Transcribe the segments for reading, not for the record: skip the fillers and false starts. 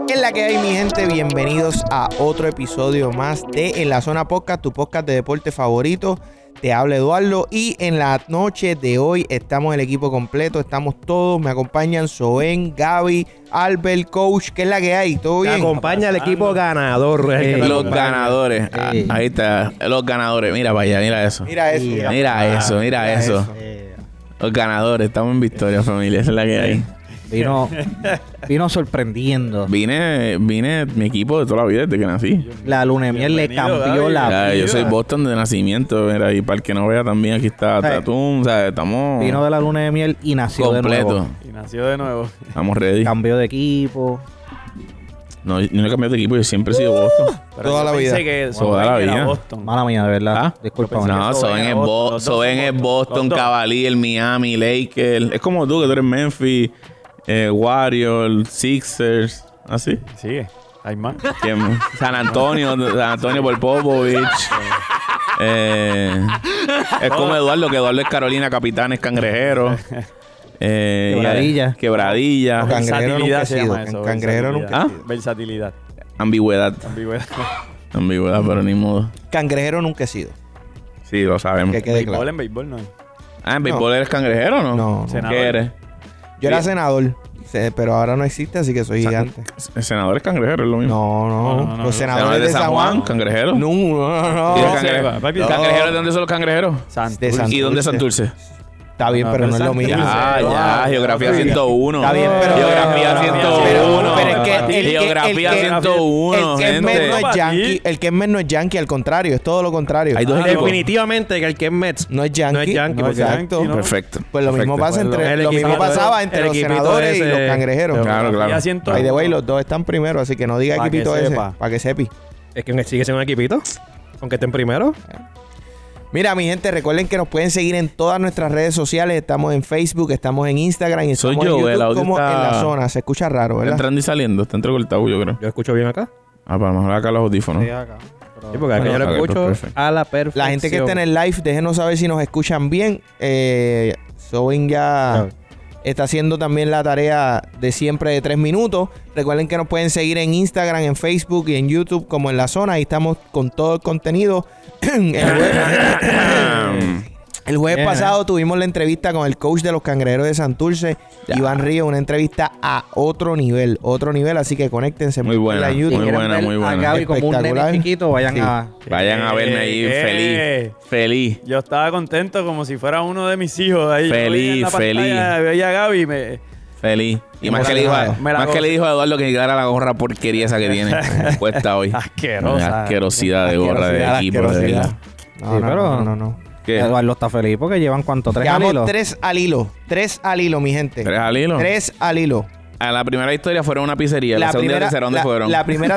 ¿Qué es la que hay, mi gente? Bienvenidos a otro episodio más de En la Zona Podcast, tu podcast de deporte favorito. Te habla Eduardo y en la noche de hoy estamos el equipo completo, estamos todos, me acompañan Soben, Gaby, Albert, Coach. ¿Qué es la que hay? ¿Todo bien? Me acompaña el equipo ganador. Los ganadores. Ahí está, los ganadores. Mira para allá, mira eso. Mira eso. Mira eso. Los ganadores, estamos en victoria, familia. Esa es la que hay. Vino sorprendiendo. Vine mi equipo de toda la vida desde que nací. La luna de miel le cambió la vida. Yo soy Boston de nacimiento. Mira, y para el que no vea también, aquí está Tatum. O sea, estamos Vino de la luna de miel y nació completo. de nuevo. Estamos ready. Cambió de equipo. No, yo no he cambiado de equipo. Yo siempre he sido Boston. Toda la vida. Toda la vida. Mala mía, de verdad. Disculpa. No, Soben es Boston, Cavaliers, Miami, Lakers. Es como tú, que tú eres Memphis, Warriors, Sixers. ¿Así? Sigue. Hay más. San Antonio por Popovich. Es como Eduardo, que Eduardo es Carolina, Capitanes, Cangrejero. Quebradilla. Versatilidad se llama eso. Cangrejero nunca. Versatilidad. Ambigüedad, pero ni modo. Cangrejero nunca he sido. Sí, lo sabemos. Que quede claro. En béisbol no hay. ¿En béisbol eres cangrejero o no? No. ¿Qué eres? Yo era senador, pero ahora no existe, así que soy gigante. El senador es cangrejero, es lo mismo. No. Los senadores de San Juan, cangrejero. No. ¿Cangrejero de dónde son los cangrejeros? De Santurce. ¿Y dónde es Santurce? Está bien, pero no es lo mismo. Geografía 101. Está bien, pero... Geografía 101. Pero es que... Geografía 101, gente. El que es Mets no es Yankee, al contrario. Es todo lo contrario. Hay dos equipos. Definitivamente que el que es Mets No es Yankee. Exacto. Perfecto. Pues lo mismo pasa pasaba entre los senadores y los cangrejeros. Claro. By the way, los dos están primero, así que no diga equipito ese. Para que sepi. Es que sigue siendo un equipito. Aunque estén primero. Mira, mi gente, recuerden que nos pueden seguir en todas nuestras redes sociales. Estamos en Facebook, estamos en Instagram y estamos en YouTube como En la Zona. Se escucha raro, ¿verdad? Entrando y saliendo. Está entrecortado, yo creo. Yo escucho bien acá. Para mejor acá los audífonos. Sí, acá. Sí, porque acá yo lo escucho a la perfección. La gente que está en el live, déjenos saber si nos escuchan bien. Soben ya está haciendo también la tarea de siempre de 3 minutos. Recuerden que nos pueden seguir en Instagram, en Facebook y en YouTube como En la Zona. Ahí estamos con todo el contenido. El jueves pasado tuvimos la entrevista con el coach de los Cangrejeros de Santurce, Iván Ríos, una entrevista a otro nivel, así que conéctense. Muy buena, muy buena. A Gaby como un nene chiquito, vayan a verme ahí feliz. Yo estaba contento como si fuera uno de mis hijos ahí. Feliz. Veía a Gaby feliz. Y más que le dijo a Eduardo que quitara la gorra porquería esa que tiene puesta hoy. Asquerosa. Asquerosidad de gorra de equipo, de verdad. No. ¿Qué? Eduardo está feliz porque llevan ¿cuánto? 3 al hilo. Llevamos 3 al hilo. 3 al hilo, mi gente. 3 al hilo. 3 al hilo. A la primera historia fueron una pizzería. La segunda y tercera, ¿dónde fueron? La primera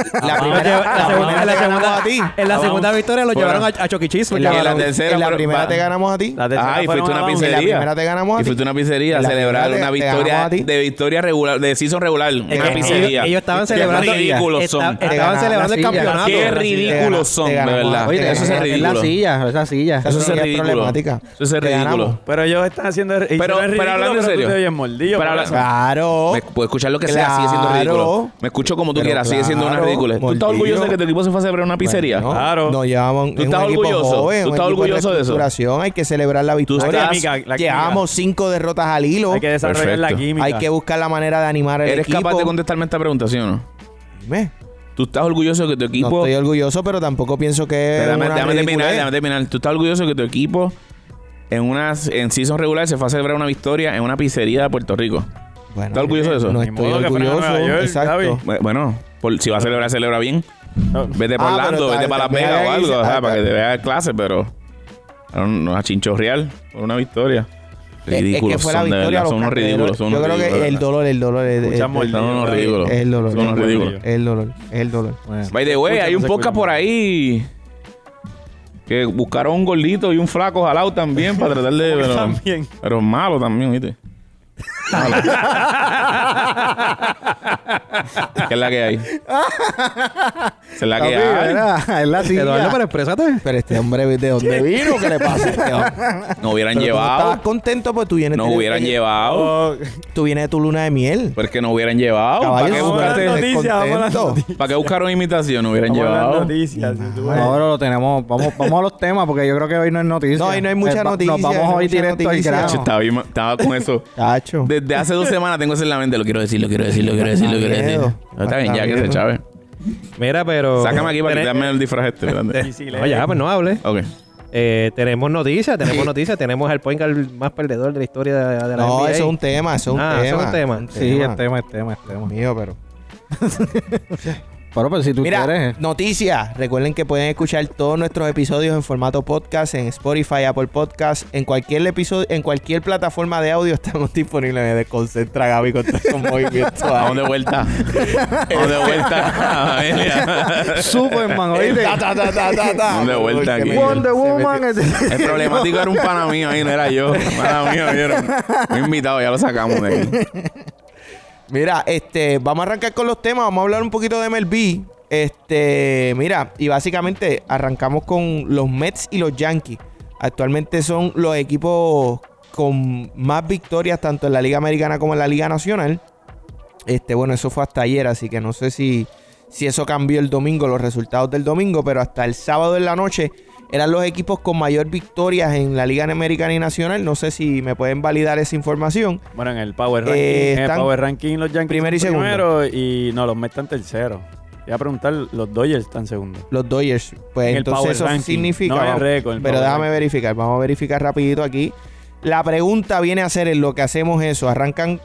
En la segunda victoria lo llevaron a Chuck E. Cheese. En la tercera. En la primera te ganamos a ti. Y fuiste a una pizzería. En la primera te ganamos a ti. Y fuiste a una pizzería a celebrar una victoria de victoria regular, de season regular. Una pizzería. Ellos estaban celebrando. Qué ridículos son. Estaban celebrando el campeonato. Qué ridículos son, de verdad. Eso es ridículo. Esa silla. Eso es ridículo. Eso es ridículo. Pero ellos están haciendo... Pero hablando en serio. Claro. Puedo escuchar lo que sea, sigue siendo ridículo. Me escucho como tú quieras, sigue siendo una ridícula. ¿Tú estás orgulloso de que tu equipo se fue a celebrar una pizzería? Claro. No llevamos. ¿Tú estás orgulloso? ¿Tú estás orgulloso de eso? Hay que celebrar la victoria. Llevamos 5 derrotas al hilo. Hay que desarrollar la química. Hay que buscar la manera de animar al equipo. ¿Eres capaz de contestarme esta pregunta, sí o no? Dime. ¿Tú estás orgulloso de que tu equipo... No estoy orgulloso, pero tampoco pienso que déjame terminar. ¿Tú estás orgulloso de que tu equipo en season regular se fue a celebrar una victoria en una pizzería de Puerto Rico? Bueno, ¿Estás orgulloso de eso? No estoy orgulloso. Exacto. Bueno, si va a celebrar, celebra bien. Vete para Orlando, vete para Las Vegas o algo, para que te veas clase, pero no a chinchorreal por una victoria. Ridículos, es que fue la victoria, de verdad, son unos ridículos. Yo creo que el dolor son unos ridículos. Es el dolor. Son unos ridículos. Es el dolor. By the way, hay un podcast por ahí que buscaron un gordito y un flaco jalado también para tratar de... Pero malo también, ¿viste? ¿Qué es la que hay? Esa es la que hay. Es la silla. Eduardo, pero exprésate. Pero este hombre, ¿de dónde vino? ¿Qué le pasa a este hombre? Nos hubieran Pero tú no llevado. estabas contento porque tú vienes... Nos hubieran llevado. Tú vienes de tu luna de miel. Pero es que nos hubieran llevado. Caballo, ¿Para qué vamos a las buscaste? noticias, vamos a las Descontento. ¿Para qué buscaron imitación? Nos hubieran Vamos a las llevado. noticias. si tú ves. No, pero lo tenemos. Vamos a los temas porque yo creo que hoy no es noticia. No, hoy no hay mucha noticia, Nos vamos no hay hoy mucha directo al noticia. grano. Estaba con eso. Tacho. Desde hace 2 semanas tengo eso en la mente. Lo quiero decir. miedo. No, está bien, ya que miedo. se chave. Mira, pero... Sácame aquí para quitarme el disfraz este. espérate. Difícil, no, ya, pues no hable. Ok. Tenemos noticias. Tenemos al point guard más perdedor de la historia de la No, NBA. eso es un tema, eso es un tema. eso es un tema. Sí, el tema. Mío, pero... Pero si tú Mira, quieres. noticias. Recuerden que pueden escuchar todos nuestros episodios en formato podcast, en Spotify, Apple Podcast, en cualquier episodio, en cualquier plataforma de audio estamos disponibles. Me desconcentra Gaby con todos esos movimientos. Vamos de vuelta. Vamos de vuelta. Familia. Superman, ¿oíste? Vamos de vuelta aquí. Wonder Woman. El problemático era un pana mío ahí, no era yo. Pana mío, vieron. Un invitado, ya lo sacamos de ahí. Mira, vamos a arrancar con los temas. Vamos a hablar un poquito de MLB. Mira, y básicamente arrancamos con los Mets y los Yankees. Actualmente son los equipos con más victorias tanto en la Liga Americana como en la Liga Nacional. Bueno, eso fue hasta ayer, así que no sé si eso cambió el domingo, los resultados del domingo, pero hasta el sábado en la noche eran los equipos con mayor victorias en la Liga Americana y Nacional. No sé si me pueden validar esa información. Bueno, en el Power Ranking, en el están Power Ranking los Yankees primero y están segundo. primero y no, los Mets están tercero. Iba a preguntar, los Dodgers están segundo. Los Dodgers, pues En el entonces Power eso Ranking, significa... no en el vamos, récord, el pero Power déjame Ranking. verificar, vamos a verificar rapidito aquí. La pregunta viene a ser en lo que hacemos eso. Arrancan,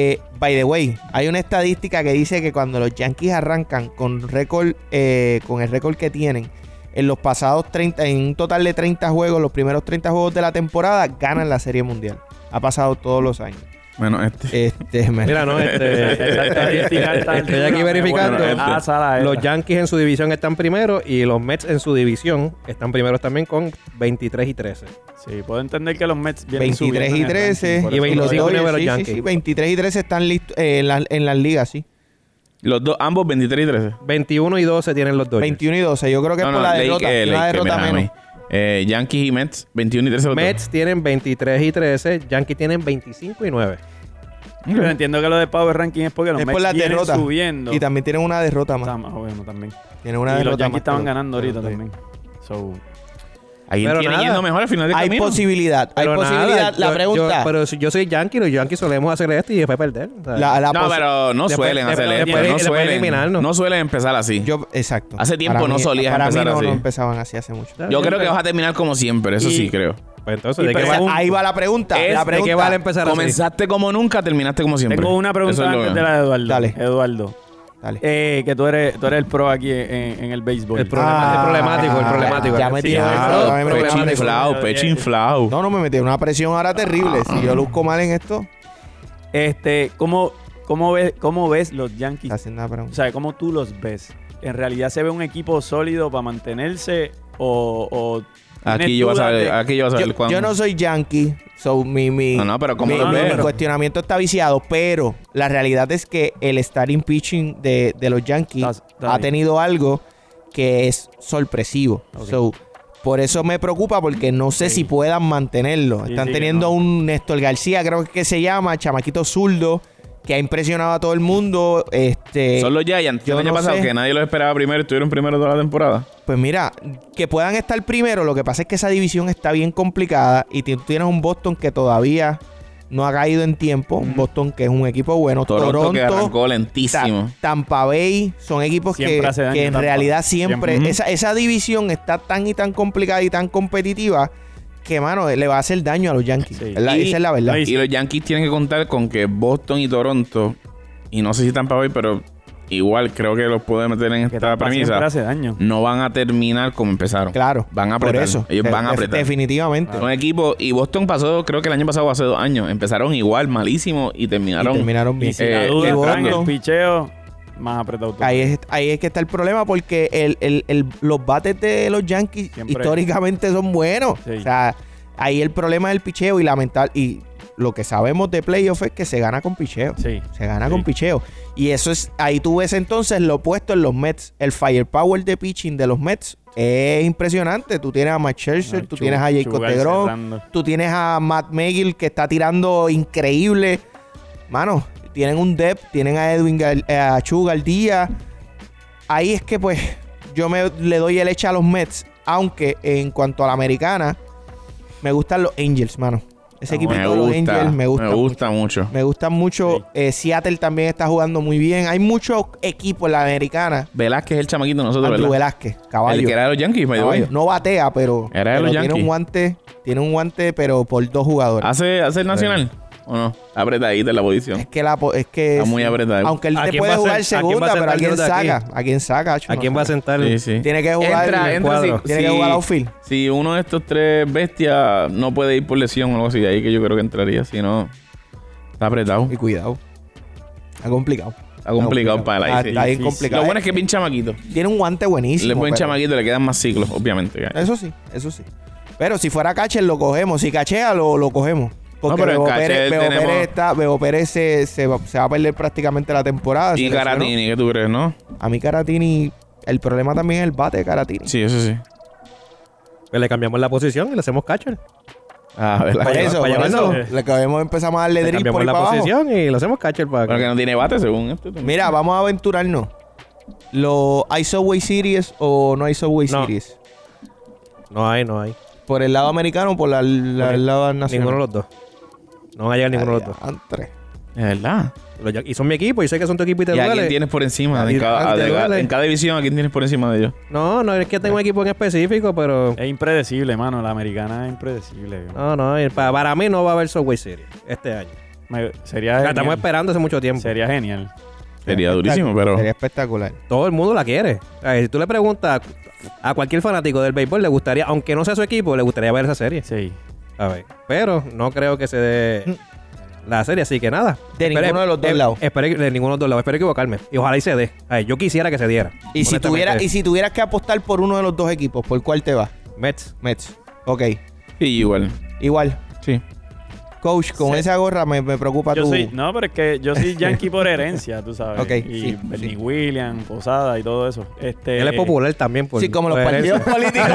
by the way, hay una estadística que dice que cuando los Yankees arrancan con récord, con el récord que tienen, en los pasados 30, en un total de 30 juegos, los primeros 30 juegos de la temporada, ganan la Serie Mundial. Ha pasado todos los años. Bueno, Mira, no, esa estadística está Estoy aquí verificando. Los Yankees en su división están primero y los Mets en su división están primeros también con 23 y 13. Sí, puedo entender que los Mets vienen 23 y 13 y 25 los los Yankees. sí, 23 y 13 están listos en las ligas, sí. los dos, ambos 23 y 13. 21 y 12 tienen los Dodgers. 21 y 12. Yo creo que es por la derrota. Una derrota menos. Yankees y Mets, 21 y 13. Mets tienen 23 y 13, Yankees tienen 25 y 9. Pero entiendo que lo de Power Ranking es porque los Es por Mets las vienen derrotas. subiendo. Y también tienen una derrota Está más. más bueno también. Tienen una Y los derrota Yankees más. estaban pero- ganando ahorita pero- también. So, Ahí Pero tienen nada. yendo mejor al final del Hay camino. posibilidad. Hay Pero posibilidad. nada, La yo- pregunta. pero si yo soy Yankee, los Yankees solemos hacer esto y después perder. O sea, la No, pero no Después- suelen hacer después- esto. después eliminarnos. No suelen empezar así. Exacto. Hace tiempo Para no mí- solías para empezar mí no, así. no empezaban así hace mucho. Yo creo que vas a terminar como siempre, eso Y- sí creo. pues entonces, y ¿de qué pero- vale? Ahí va la pregunta. Es La de ¿De pregunta. qué vale empezar así? Comenzaste como nunca, terminaste como siempre. tengo una pregunta Eso es lo antes que- de la de Eduardo. Dale. Eduardo. Dale. Que tú eres el pro aquí en el béisbol. El problemático. Ya me Sí, tienes claro. ya me Pecho problemático. inflado, pecho inflado. No, me metí en una presión ahora terrible. Si yo luzco mal en esto, ¿Cómo ves los Yankees? está haciendo la O pregunta. sea, ¿cómo tú los ves? ¿En realidad se ve un equipo sólido para mantenerse o Aquí yo vas a ver cuándo. Yo no soy yankee, so No, pero ¿cómo mi lo ves? cuestionamiento está viciado, pero la realidad es que el starting pitching de los Yankees Está ha bien. tenido algo que es sorpresivo. Ok. So, por eso me preocupa porque no sé si puedan mantenerlo. Sí, Están sí, teniendo no. un Néstor García, creo que se llama, chamaquito zurdo, que ha impresionado a todo el mundo. Son los Giants. yo El año no pasado sé. que nadie los esperaba primero, estuvieron primero toda la temporada. Pues mira, que puedan estar primero, lo que pasa es que esa división está bien complicada y tú tienes un Boston que todavía no ha caído en tiempo, un Boston que es un equipo bueno, Toronto que arrancó lentísimo. Tampa Bay, son equipos Siempre hace daño que en Tampa. realidad siempre, Siempre. esa división está tan y tan complicada y tan competitiva que, mano, le va a hacer daño a los Yankees. Sí. ¿Verdad? Y- Esa es la verdad. no, Y los Yankees tienen que contar con que Boston y Toronto, y no sé si Tampa Bay, pero igual creo que los puede meter en que esta Tampa siempre premisa, hace daño? no van a terminar como empezaron. Claro. Van a por apretar. eso. Ellos van a apretar. Definitivamente. Son equipos, y Boston pasó, creo que el año pasado, hace 2 años, empezaron igual, malísimo, y Y terminaron. terminaron bien. Y si la duda y está en el Boston- picheo, más apretado todo. Ahí es que está el problema porque los bates de los Yankees Siempre. históricamente son buenos. Sí. O sea, ahí el problema es el picheo y lamentable. Y lo que sabemos de playoff es que se gana con picheo. Sí. Se gana con picheo. Y eso es, ahí tú ves entonces lo opuesto en los Mets. El firepower de pitching de los Mets es impresionante. Tú tienes a Max Scherzer, tú tienes a Jacob deGrom, tú tienes a Matt Magill que está tirando increíble. Mano, tienen un depth, tienen a a Chugal Díaz. Ahí es que pues yo le doy el eche a los Mets. Aunque en cuanto a la americana, me gustan los Angels, mano. Ese equipito de los Angels me gusta mucho. Me gustan mucho. Sí. Seattle también está jugando muy bien. Hay muchos equipos en la americana. Velázquez es el chamaquito de nosotros, Andrew Velázquez, caballo. El que era de los Yankees, medio. No batea, pero era de los Yankees. Tiene un guante, pero por 2 jugadores. ¿Hace el nacional? ¿O no? Apretadita en la posición. Es que está muy apretado. Aunque él te puede jugar segunda, pero ¿a quién saca? ¿A quién saca? ¿A quién va a sentar? Sí. Tiene que jugar tiene que jugar outfield. Si uno de estos 3 bestias no puede ir por lesión o algo así, ahí que yo creo que entraría. Si no, está apretado. Y cuidado. Está complicado. Está complicado para la Está bien complicado. Lo bueno es que es bien chamaquito. Tiene un guante buenísimo. Le buen chamaquito, le quedan más ciclos, obviamente. Eso sí. Pero si fuera catcher, lo cogemos. Si cachea, lo cogemos. Porque Bebo Pérez se va a perder prácticamente la temporada. Y Caratini, ¿qué tú crees, no? A mí Caratini, el problema también es el bate de Caratini. Sí, eso sí. Pues le cambiamos la posición y le hacemos catcher. ¿Verdad? Por eso. Empezamos a darle drill por ahí la para abajo. Posición y lo hacemos catcher para porque no tiene bate, según esto. Mira, vamos a aventurarnos. ¿Hay Subway Series o no hay Subway Series? No hay. ¿Por el lado americano o por el lado nacional? Ninguno de los dos. No van a llegar ninguno de los dos. Es verdad. Y son mi equipo. Y sé que son tu equipo y te duele. ¿Y a quién tienes por encima? En cada división, ¿a quién tienes por encima de ellos? No es que tengo un equipo en específico, pero... Es impredecible, mano. La americana es impredecible. No. Para mí no va a haber Subway Series este año. Sería genial. Estamos esperando hace mucho tiempo. Sería genial. Sería durísimo, pero... Sería espectacular. Todo el mundo la quiere. Si tú le preguntas a cualquier fanático del béisbol, le gustaría, aunque no sea su equipo, le gustaría ver esa serie. Sí. A ver. Pero no creo que se dé la serie, así que nada. De ninguno de los dos lados. De ninguno de los dos lados. Espero equivocarme. Y ojalá y se dé. Yo quisiera que se diera. Y si tuvieras que apostar por uno de los dos equipos, ¿por cuál te vas? Mets. Ok. Sí, igual. Sí. Coach, con esa gorra me preocupa tú. No, pero es que yo soy Yankee por herencia, tú sabes. Ok. Y Bernie Williams, Posada y todo eso. Él es popular también. Sí, como los partidos políticos.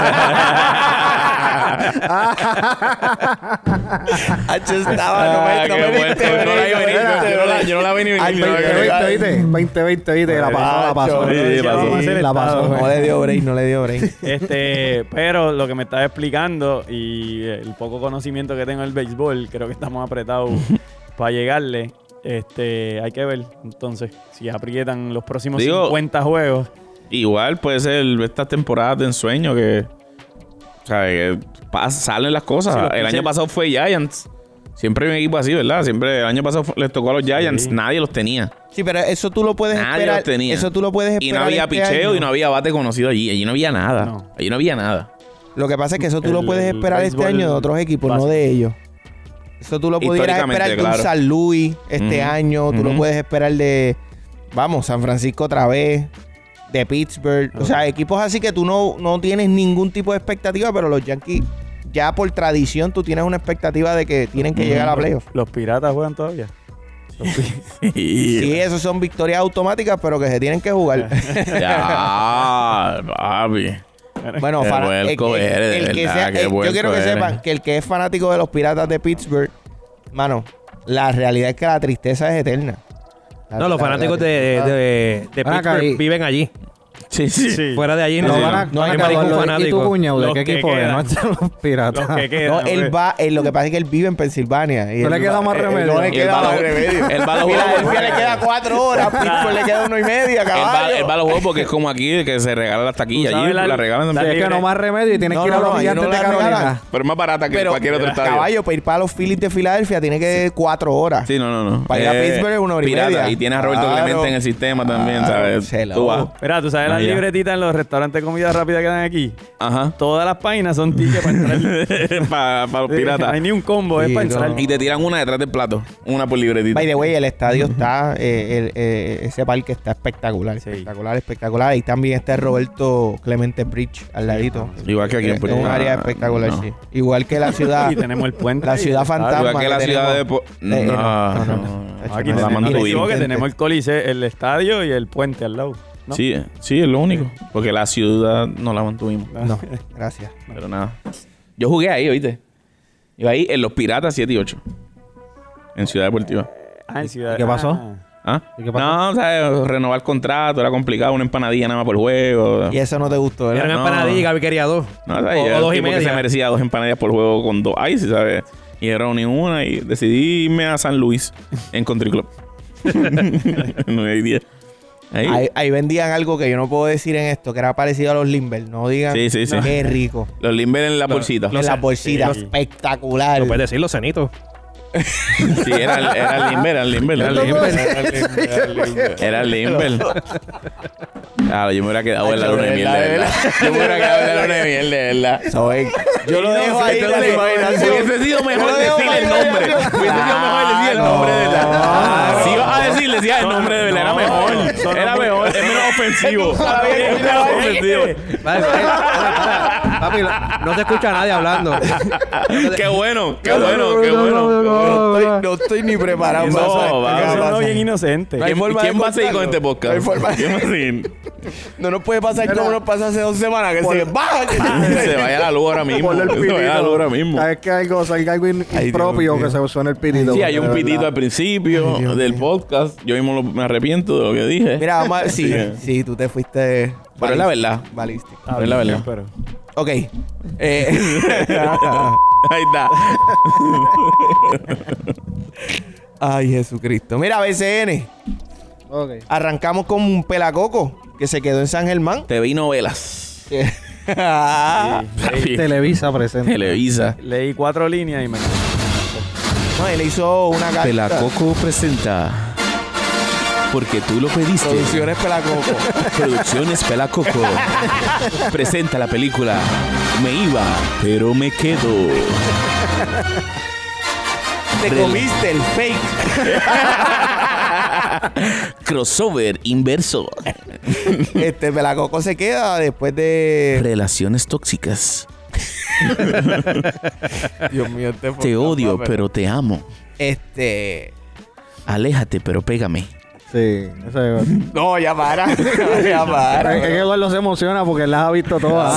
Yo no la vi ni venir. 2020, la pasó. No le dio break. Pero lo que me estaba explicando y el poco conocimiento que tengo del béisbol, creo que estamos apretados para llegarle. Hay que ver, entonces, si aprietan los próximos 50 juegos. Igual puede ser estas temporadas de ensueño que... O sea, que salen las cosas. Sí, el año pasado fue Giants. Siempre hay un equipo así, ¿verdad? Siempre el año pasado les tocó a los Giants. Sí. Nadie los tenía. Sí, pero eso tú lo puedes esperar. Nadie los tenía. Eso tú lo puedes esperar. Y no había picheo y no había bate conocido allí. Allí no había nada. No. Allí no había nada. Lo que pasa es que eso tú lo puedes esperar este año de otros equipos, no de ellos. Eso tú lo pudieras esperar de un San Luis este año. Tú lo puedes esperar de... San Francisco otra vez. De Pittsburgh. O sea, equipos así que tú no tienes ningún tipo de expectativa, pero los Yankees, ya por tradición, tú tienes una expectativa de que tienen que llegar a playoffs. ¿Los Piratas juegan todavía? Sí, esos son victorias automáticas, pero que se tienen que jugar. Ya, papi. Bueno, yo quiero que sepan que el que es fanático de los Piratas de Pittsburgh, mano, la realidad es que la tristeza es eterna. Los fanáticos de Pittsburgh viven allí. Sí. Fuera de allí no hay ningún fanático. ¿Y tu cuñado de qué equipo es? No están los Piratas. Lo que pasa es que él vive en Pensilvania. No le queda más remedio. No le queda más remedio. Filadelfia le queda 4 horas. Pittsburgh le queda 1:30, caballo. Él va a los juegos porque es como aquí, que se regala las taquillas. Allí la regalan también. Es que no más remedio y tienes que ir a los Gigantes de Carolina. Pero es más barata que cualquier otro estadio. Caballo, para ir para los Phillies de Filadelfia tiene que 4 horas. Sí, no. Para ir a Pittsburgh es 1:30. Y tiene a Roberto Clemente en el sistema también, ¿sabes? Mira, tú sabes la allá. libretitas en los restaurantes de comida rápida que dan aquí, Ajá. todas las páginas son tickets para entrar. Para los piratas. No hay ni un combo, es Sí, para no. entrar. Y te tiran una detrás del plato. Una por libretita. By the way, el estadio está, ese parque está espectacular, Sí. espectacular. Ahí también está el Roberto Clemente Bridge al ladito. Igual que aquí en Es Puerto un área espectacular, sí. Igual que la ciudad, Y tenemos el puente. la ciudad fantasma. Igual que la ciudad de... No. Aquí no la tenemos, mantuvimos. que tenemos el coliseo, el estadio y el puente al lado. ¿no? Sí, es lo único. Porque la ciudad no la mantuvimos. No, gracias. Pero nada. Yo jugué ahí, ¿oíste? Iba ahí en los Piratas 7 y 8. En Ciudad Deportiva. En ciudad. ¿Y qué pasó? ¿Ah? ¿Y qué pasó? No, o sea, renovar el contrato era complicado. Una empanadilla nada más por juego. Y eso no te gustó, Era ¿verdad? una No. empanadilla y Gaby quería 2. No, o sea, o yo era el 2 y tipo que se media. merecía 2 empanadillas por juego con 2 ice, ¿sabes? Y era ni una y decidí irme a San Luis en Country Club. 9 y 10. Ahí. Ahí vendían algo que yo no puedo decir en esto, que era parecido a los Limber. No digan Sí, sí, sí. qué rico. Los Limber en la bolsita. En la bolsita, sí. espectacular. Lo puedes decir, los cenitos. Sí, era el Limber. Era el Limber. Claro, yo me hubiera quedado en la luna de miel, de verdad. Yo me hubiera quedado en la luna de miel, de verdad. Yo lo dejo ahí en la imaginación. Hubiese sido mejor Yo lo dejo decir ahí el en la nombre. imaginación. Hubiese sido mejor decir el nombre de verdad. Si ibas a decir, decía el nombre de verdad. Era mejor. Era mejor. Es menos ofensivo. Es menos ofensivo. Papi, no se escucha a nadie hablando. Qué bueno, qué bueno, qué bueno. No estoy ni preparado No, para eso. va, ¿Qué Eso va a no pasar? bien inocente. No hay forma de ¿Quién va a seguir con contarlo. este podcast? No hay forma. ¿Quién va a seguir? No nos puede pasar como nos pasó hace 2 semanas, que se baja. Se vaya la luz ahora mismo. Ponle el Se vaya la luz ahora pitito. mismo. Cada vez que salga algo impropio, que se suene el pitito. Sí, hay un porque de pitito verdad. al principio del podcast. Yo mismo me arrepiento de lo que dije. Mira, vamos a... Sí, que- sí, tú te fuiste... Pero es la verdad. Balístico. Es la verdad. Pero Ok. Ahí está. Ay, Jesucristo. Mira, BCN. Ok. Arrancamos con un pelacoco que se quedó en San Germán. TV y novelas. sí, Televisa presente. Televisa. leí 4 líneas y me... No, él hizo una carta. Pelacoco presenta. Porque tú lo pediste. Producciones Pelacoco. Producciones Pelacoco. Presenta la película Me iba, pero me quedo. Te comiste el fake. Crossover inverso. Pelacoco se queda después de... Relaciones tóxicas. Dios mío, Te odio, pero te amo. Aléjate, pero pégame. Sí, eso es. No, ya para. Ya Es para. que Eduardo se emociona porque él las ha visto todas.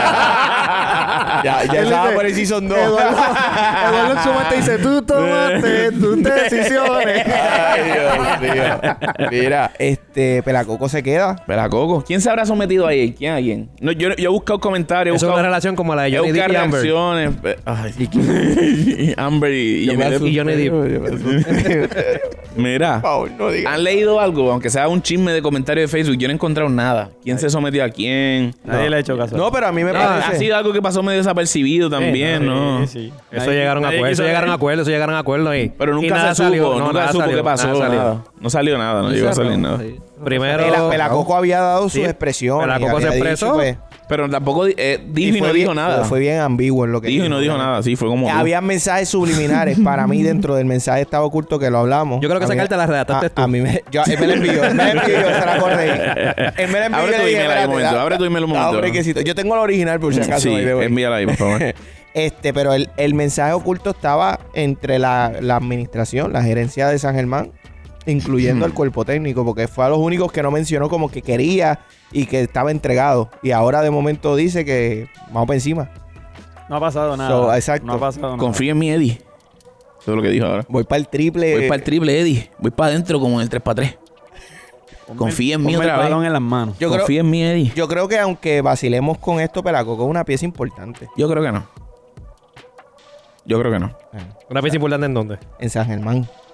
Ya Él estaba dice, por el Season 2. Eduardo en su mente dice, tú tomaste tus decisiones. Ay, Dios mío. Mira, Pelacoco se queda. Pelacoco. ¿Quién se habrá sometido ahí? ¿Quién a quién? No, yo he buscado comentarios. Es una relación como la de He Johnny Depp buscado y Amber. reacciones. Ay, Amber y Johnny Depp. Y Johnny Depp. Mira, Por favor, no digas. ¿han leído algo? Aunque sea un chisme de comentarios de Facebook, yo no he encontrado nada. ¿Quién se sometió a quién? Nadie le ha hecho caso. No, pero a mí me Ha parece. sido algo que pasó medio desapercibido también, ¿no? Sí. Eso llegaron a acuerdos, eso llegaron a acuerdos y Pero y nunca nada se supo, salió. No, nunca nada se supo salió, qué pasó, nada salió. nada. No salió nada, no llegó a salir nada. Primero Pelacoco había dado sus Sí. expresiones. Pelacoco y se había expresó. dicho, pues, Pero tampoco dijo y no fue dijo bien- nada. Fue bien ambiguo en lo que Dijo y no dijo nada, sí, fue como... Había mensajes subliminares. Para mí, dentro del mensaje estaba oculto que lo hablamos. Yo creo que esa Había- carta la redactaste tú. A mí él me la envió. Él me la envió, yo se la corregí. Él me la envió. Abre y yo tu le dije, email ahí un espérate, momento, da- abre tu email un da momento. brequecito. Yo tengo la original por si acaso. Sí, by the way. envíala ahí, por favor. Pero el mensaje oculto estaba entre la administración, la gerencia de San Germán, incluyendo al cuerpo técnico, porque fue a los únicos que no mencionó como que quería y que estaba entregado. Y ahora de momento dice que vamos para encima. No ha pasado nada. So, exacto. No ha pasado nada. Confía en mí, Eddie. Eso es lo que dijo ahora. Voy para el triple. Voy para el triple, Eddie. Voy para adentro como en el 3x3. Confía en mí Ponme otra el vez. balón en las manos. Yo creo, Confía en mí, Eddie. yo creo que aunque vacilemos con esto, Pelacoco es una pieza importante Yo creo que no. Yo creo que no. Una pieza importante en dónde. en San Germán.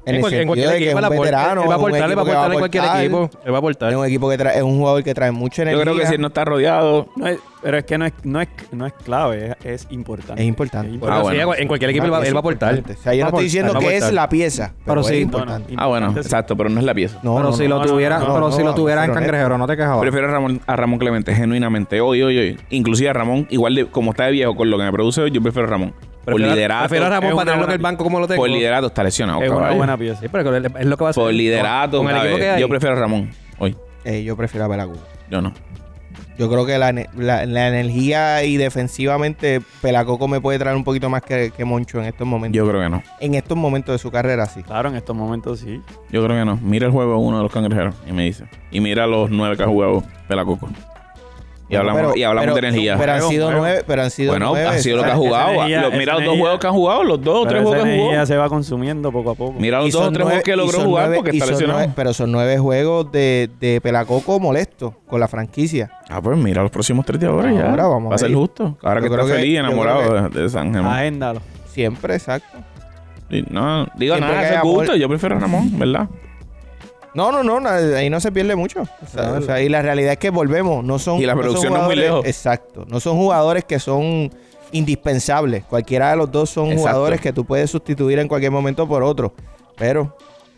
En el cualquier sentido de que es un veterano. Él va a es un aportar, equipo que va a en cualquier aportar. equipo. Él va a aportar. Es un equipo que trae, es un jugador que trae mucha energía. Yo creo que si él no está rodeado... Pero es que no es clave, es importante. Es importante. Bueno, Ah, bueno. sí, en cualquier equipo él va a aportar. O sea, yo no estoy diciendo Va a que es aportar. la pieza, pero sí, es no, importante. Ah, bueno, Importante, sí. exacto, pero no es la pieza. No, Pero no, si no, lo no, tuviera, no, pero no, si lo tuviera en pero Cangrejero, no te quejabas. Prefiero a Ramón Clemente, genuinamente. Hoy. Inclusive a Ramón, igual de como está de viejo con lo que me produce hoy, yo prefiero a Ramón. Por liderato. Prefiero a Ramón Es para una tenerlo en buena el banco como lo tengo. Por liderato está lesionado. Es una caballo. buena pieza. Sí, pero es lo que va a hacer. Por liderato, Con el ¿sabes? equipo que hay. Yo prefiero a Ramón hoy. Yo prefiero a Pelacuco. Yo no. Yo creo que la energía y defensivamente Pelacoco me puede traer un poquito más que Moncho en estos momentos. Yo creo que no. En estos momentos de su carrera, sí. Claro, en estos momentos sí. Yo creo que no. Mira el juego 1 de los Cangrejeros y me dice. Y mira los 9 que ha jugado Pelacoco. Y hablamos de energía. Pero han sido Juego. 9. Pero han sido Bueno, 9. ha sido lo que ha ¿sabes? jugado. Esa energía- Mira esa los 2 energía- juegos que han jugado, los 2 o 3 juegos que han jugado. se va consumiendo poco a poco. Mira los Y 2 o son 3 juegos que nueve- y logró son jugar nueve- porque y está son lesionado. nueve- pero son 9 juegos de Pelacoco molesto con la franquicia. Ah, pues mira los próximos 3 de ahora ya. Ahora vamos Va a ser a ir. justo. Ahora Yo que está creo que- feliz, yo enamorado creo de San Germán. Agéndalo. Siempre, exacto. Y no, digo Siempre nada, que ese haya gusto. amor. Yo prefiero a Ramón, ¿verdad? No, ahí no se pierde mucho. O sea, y la realidad es que volvemos. No son, Y la son producción no es muy jugadores- lejos. Exacto. No son jugadores que son indispensables. Cualquiera de los dos son Exacto. jugadores que tú puedes sustituir en cualquier momento por otro. Pero,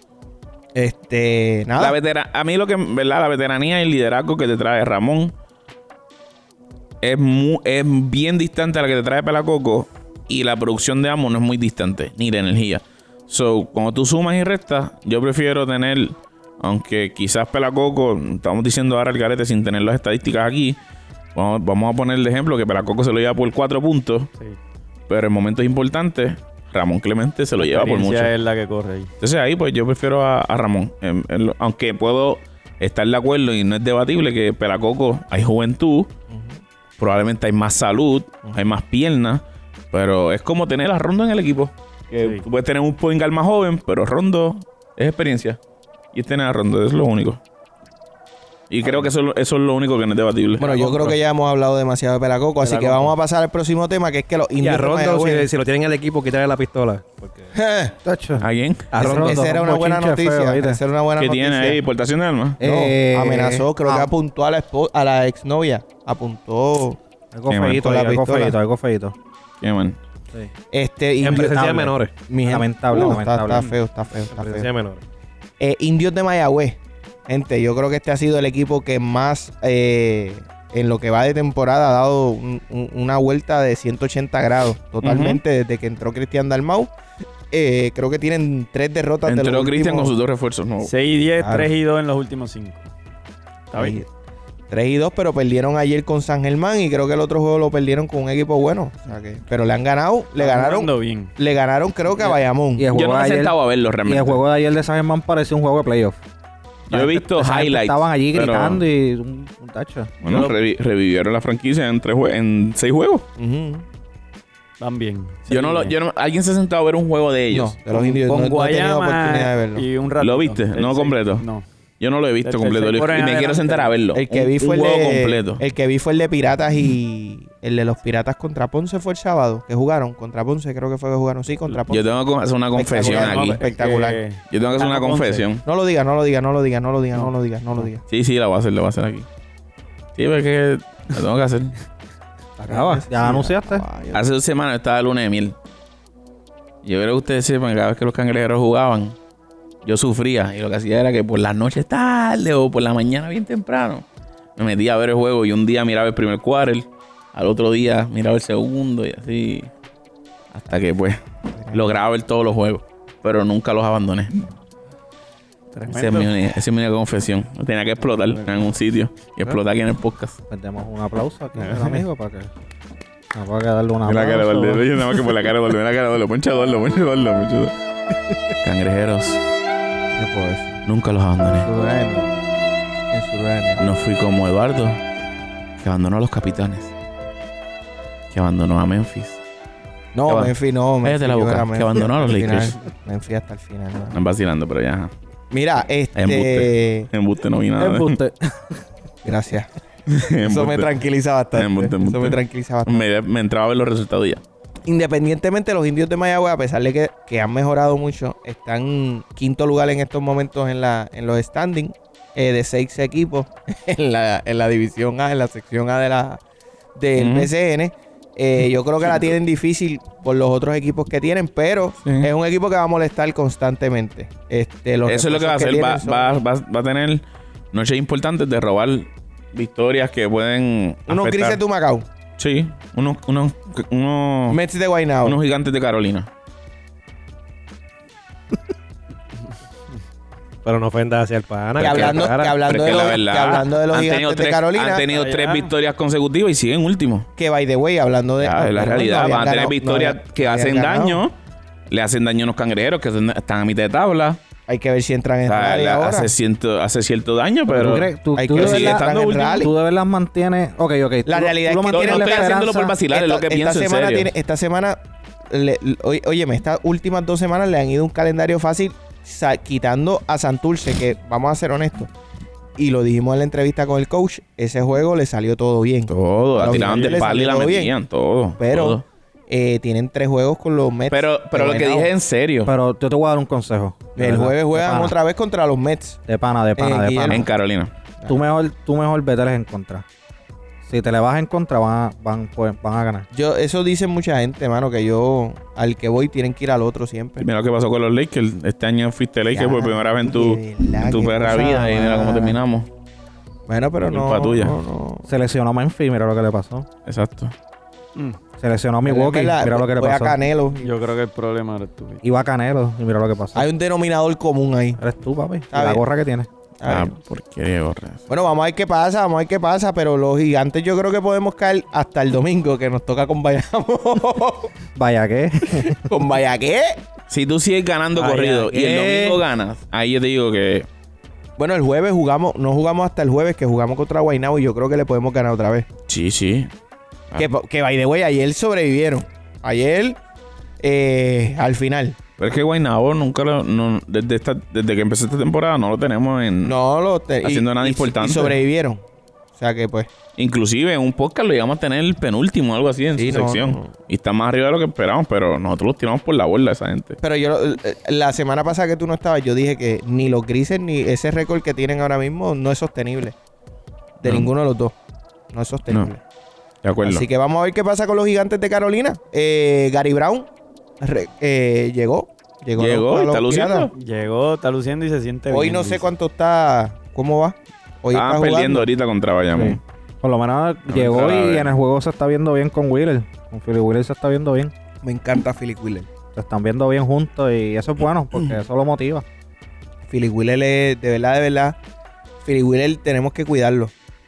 nada. A mí lo que, ¿verdad? La veteranía y el liderazgo que te trae Ramón es bien distante a la que te trae Pelacoco. Y la producción de ambos no es muy distante, ni la energía. So, cuando tú sumas y restas, yo prefiero tener, aunque quizás Pelacoco, estamos diciendo ahora el garete sin tener las estadísticas aquí, vamos a poner el ejemplo que Pelacoco se lo lleva por 4 puntos, Sí. pero en momentos importantes, Ramón Clemente se lo lleva por mucho. La experiencia es la que corre ahí. Entonces ahí pues yo prefiero a Ramón. Aunque puedo estar de acuerdo y no es debatible que Pelacoco hay juventud, probablemente hay más salud, hay más piernas, pero es como tener a Rondo en el equipo. Que Sí. tú puedes tener un point guard más joven, pero Rondo es experiencia. Y es tener a Rondo, es lo único. Y creo que eso es lo único que no es debatible. Bueno, yo creo que ya hemos hablado demasiado de Pelacoco, así que Pelacoco. vamos a pasar al próximo tema, que es que los Y indios a de Rondo, Mayagüez- si lo tienen en el equipo, quitarle la pistola. Porque... Tacho. ¿A quién? A Esa- Rondo. esa era una buena bochinche noticia. feo, ¿viste? Esa era una buena ¿Qué noticia. tiene ahí? ¿Portación de armas? No, amenazó, creo que apuntó a la exnovia. Apuntó. Algo Qué mal. feíto, Con la algo pistola. feíto, algo feíto. ¿Qué, man? Sí. En presencia de menores. Mi gente- Lamentable, No, lamentable. Está feo, está feo, En está presencia de feo. menores. Indios de Mayagüez. Gente, yo creo que este ha sido el equipo que más en lo que va de temporada ha dado una vuelta de 180 grados. Totalmente desde que entró Cristian Dalmau. Creo que tienen 3 derrotas de Entró los Cristian con últimos- sus 2 refuerzos nuevos. 6-10, Claro. 3-2 en los últimos 5. Está bien. 3-2, pero perdieron ayer con San Germán y creo que el otro juego lo perdieron con un equipo bueno. O sea que, pero le han ganado, le ganaron, bien. le ganaron creo que a Bayamón. Y el Yo juego no me de he ayer, sentado a verlo y realmente. el juego de ayer de San Germán parecía un juego de playoff. Yo he visto Esa gente highlights. Estaban allí pero, gritando y un tacho. Bueno, revivieron la franquicia en 6 juegos. Ujú. Van bien. ¿Alguien se ha sentado a ver un juego de ellos? No, de los indios Con no he tenido oportunidad de Guayama verlo. y un rato. ¿Lo viste? ¿No completo? No. Yo no lo he visto Del completo. tercer por Y en me quiero adelante. sentar a verlo. El que Un- vi fue un el juego de, completo. el que vi fue el de Piratas y el de los Piratas contra Ponce fue el sábado que jugaron contra Ponce, creo que fue que jugaron, sí, contra Ponce. Yo tengo que hacer una confesión Espectacular, aquí. ¿no? Espectacular. Yo tengo que hacer una Ponce. confesión. No lo digas, no lo digas, no lo digas, no lo digas, no lo digas, no lo digas. Sí, la voy a hacer aquí. Sí, porque lo tengo que hacer. Acaba. ¿Ya anunciaste? Hace 2 semanas estaba de luna de miel. Yo creo que ustedes sepan que cada vez que los cangrejeros jugaban, yo sufría. Y lo que hacía era que por las noches tarde o por la mañana bien temprano, me metía a ver el juego y un día miraba el primer quarter, al otro día miraba el segundo y así. Hasta que pues lograba ver todos los juegos. Pero nunca los abandoné. Esa es mi única confesión. Tenía que explotar en un sitio y explotar aquí en el podcast. Pues demos un aplauso aquí al amigo para que... No puedo darle un La cara de aplauso. Valde. Yo nada más que por la cara de Valde. La cara de Valde. Poncha Eduardo. Cangrejeros. ¿Qué puedo decir? Nunca los abandoné. En Surrender. No fui como Eduardo, que abandonó a los Capitanes. Que abandonó a Memphis. No, Ya va. Memphis no. Cállate la yo boca, era que Memphis abandonó a los hasta el Lakers. final. Memphis hasta el final. ¿no? Están vacilando, pero ya. Ajá. Mira, Embuste no vi nada. Embuste. Gracias. Eso me tranquiliza bastante. Embuste. Eso me tranquiliza bastante. Me entraba a ver los resultados ya. Independientemente, los indios de Mayagüez, a pesar de que han mejorado mucho, están quinto lugar en estos momentos en los standings de 6 equipos en la división A, en la sección A del BCN. Yo creo que la tienen difícil por los otros equipos que tienen, pero es un equipo que va a molestar constantemente. Eso es lo que va a hacer. Va a tener noches importantes de robar victorias que pueden unos Grises de Humacao. Sí, unos Mets de Guaynabo. Unos Gigantes de Carolina. Pero no ofendas hacia el pana. Que hablando de los Gigantes de Carolina. Han tenido 3 victorias consecutivas y siguen últimos. Que by the way, hablando de... la realidad, van a tener victorias que hacen daño. Le hacen daño a unos cangrejeros que están a mitad de tabla. Hay que ver si entran en rally ahora. Hace cierto daño, pero... ¿Tú de verdad mantienes... Ok. La realidad es que no estoy haciéndolo por vacilar, es lo que pienso en serio. Esta semana... Óyeme, estas últimas 2 semanas le han ido un calendario fácil quitando a Santurce, que vamos a ser honestos. Y lo dijimos en la entrevista con el coach. Ese juego le salió todo bien. Todo. La tiraban de palo y la metían. Todo. Pero... tienen 3 juegos con los Mets. Pero lo que dije es en serio. Pero yo te voy a dar un consejo. El jueves juegan otra vez contra los Mets. De pana. En Carolina. Tú mejor vételes en contra. Si te le vas en contra, van a ganar. Eso dicen mucha gente, mano, que al que voy tienen que ir al otro siempre. Mira lo que pasó con los Lakers. Este año fuiste Lakers por primera vez en tu perra vida. Y mira cómo terminamos. Bueno, pero no. Se lesionó a Memphis, mira lo que le pasó. Exacto. Se lesionó a Milwaukee, mira lo que le pasó. A Canelo. Yo creo que el problema eres tú. Iba a Canelo y mira lo que pasó. Hay un denominador común ahí. Eres tú, papi. La gorra que tienes. Porquería de gorra. Bueno, vamos a ver qué pasa. Pero los Gigantes yo creo que podemos caer hasta el domingo, que nos toca con Bayamón. ¿Vaya qué? ¿Con Vaya qué? Si tú sigues ganando corrido y el domingo ganas, ahí yo te digo que... Bueno, el jueves no jugamos hasta el jueves, que jugamos contra Guaynabo y yo creo que le podemos ganar otra vez. Sí. Que by the way, ayer sobrevivieron. Ayer, al final. Pero es que Guaynabo nunca desde que empezó esta temporada no lo tenemos haciendo nada importante. Y sobrevivieron. O sea que pues... Inclusive en un podcast lo íbamos a tener el penúltimo, algo así en su sección. No. Y está más arriba de lo que esperamos, pero nosotros los tiramos por la borda esa gente. Pero la semana pasada que tú no estabas, yo dije que ni los Grises ni ese récord que tienen ahora mismo no es sostenible. De ninguno de los dos. No es sostenible. No. De acuerdo. Así que vamos a ver qué pasa con los Gigantes de Carolina. Gary Brown llegó. ¿Está luciendo? Llegó, está luciendo y se siente bien. Hoy no sé cuánto está. ¿Cómo va? Hoy está perdiendo ahorita contra Bayamón. Sí. Por lo menos llegó y en el juego se está viendo bien con Wheeler. Con Philly Wheeler se está viendo bien. Me encanta Philly Wheeler. Se están viendo bien juntos y eso es bueno porque eso lo motiva. Philly Wheeler es, de verdad, Philly Wheeler tenemos que cuidarlo.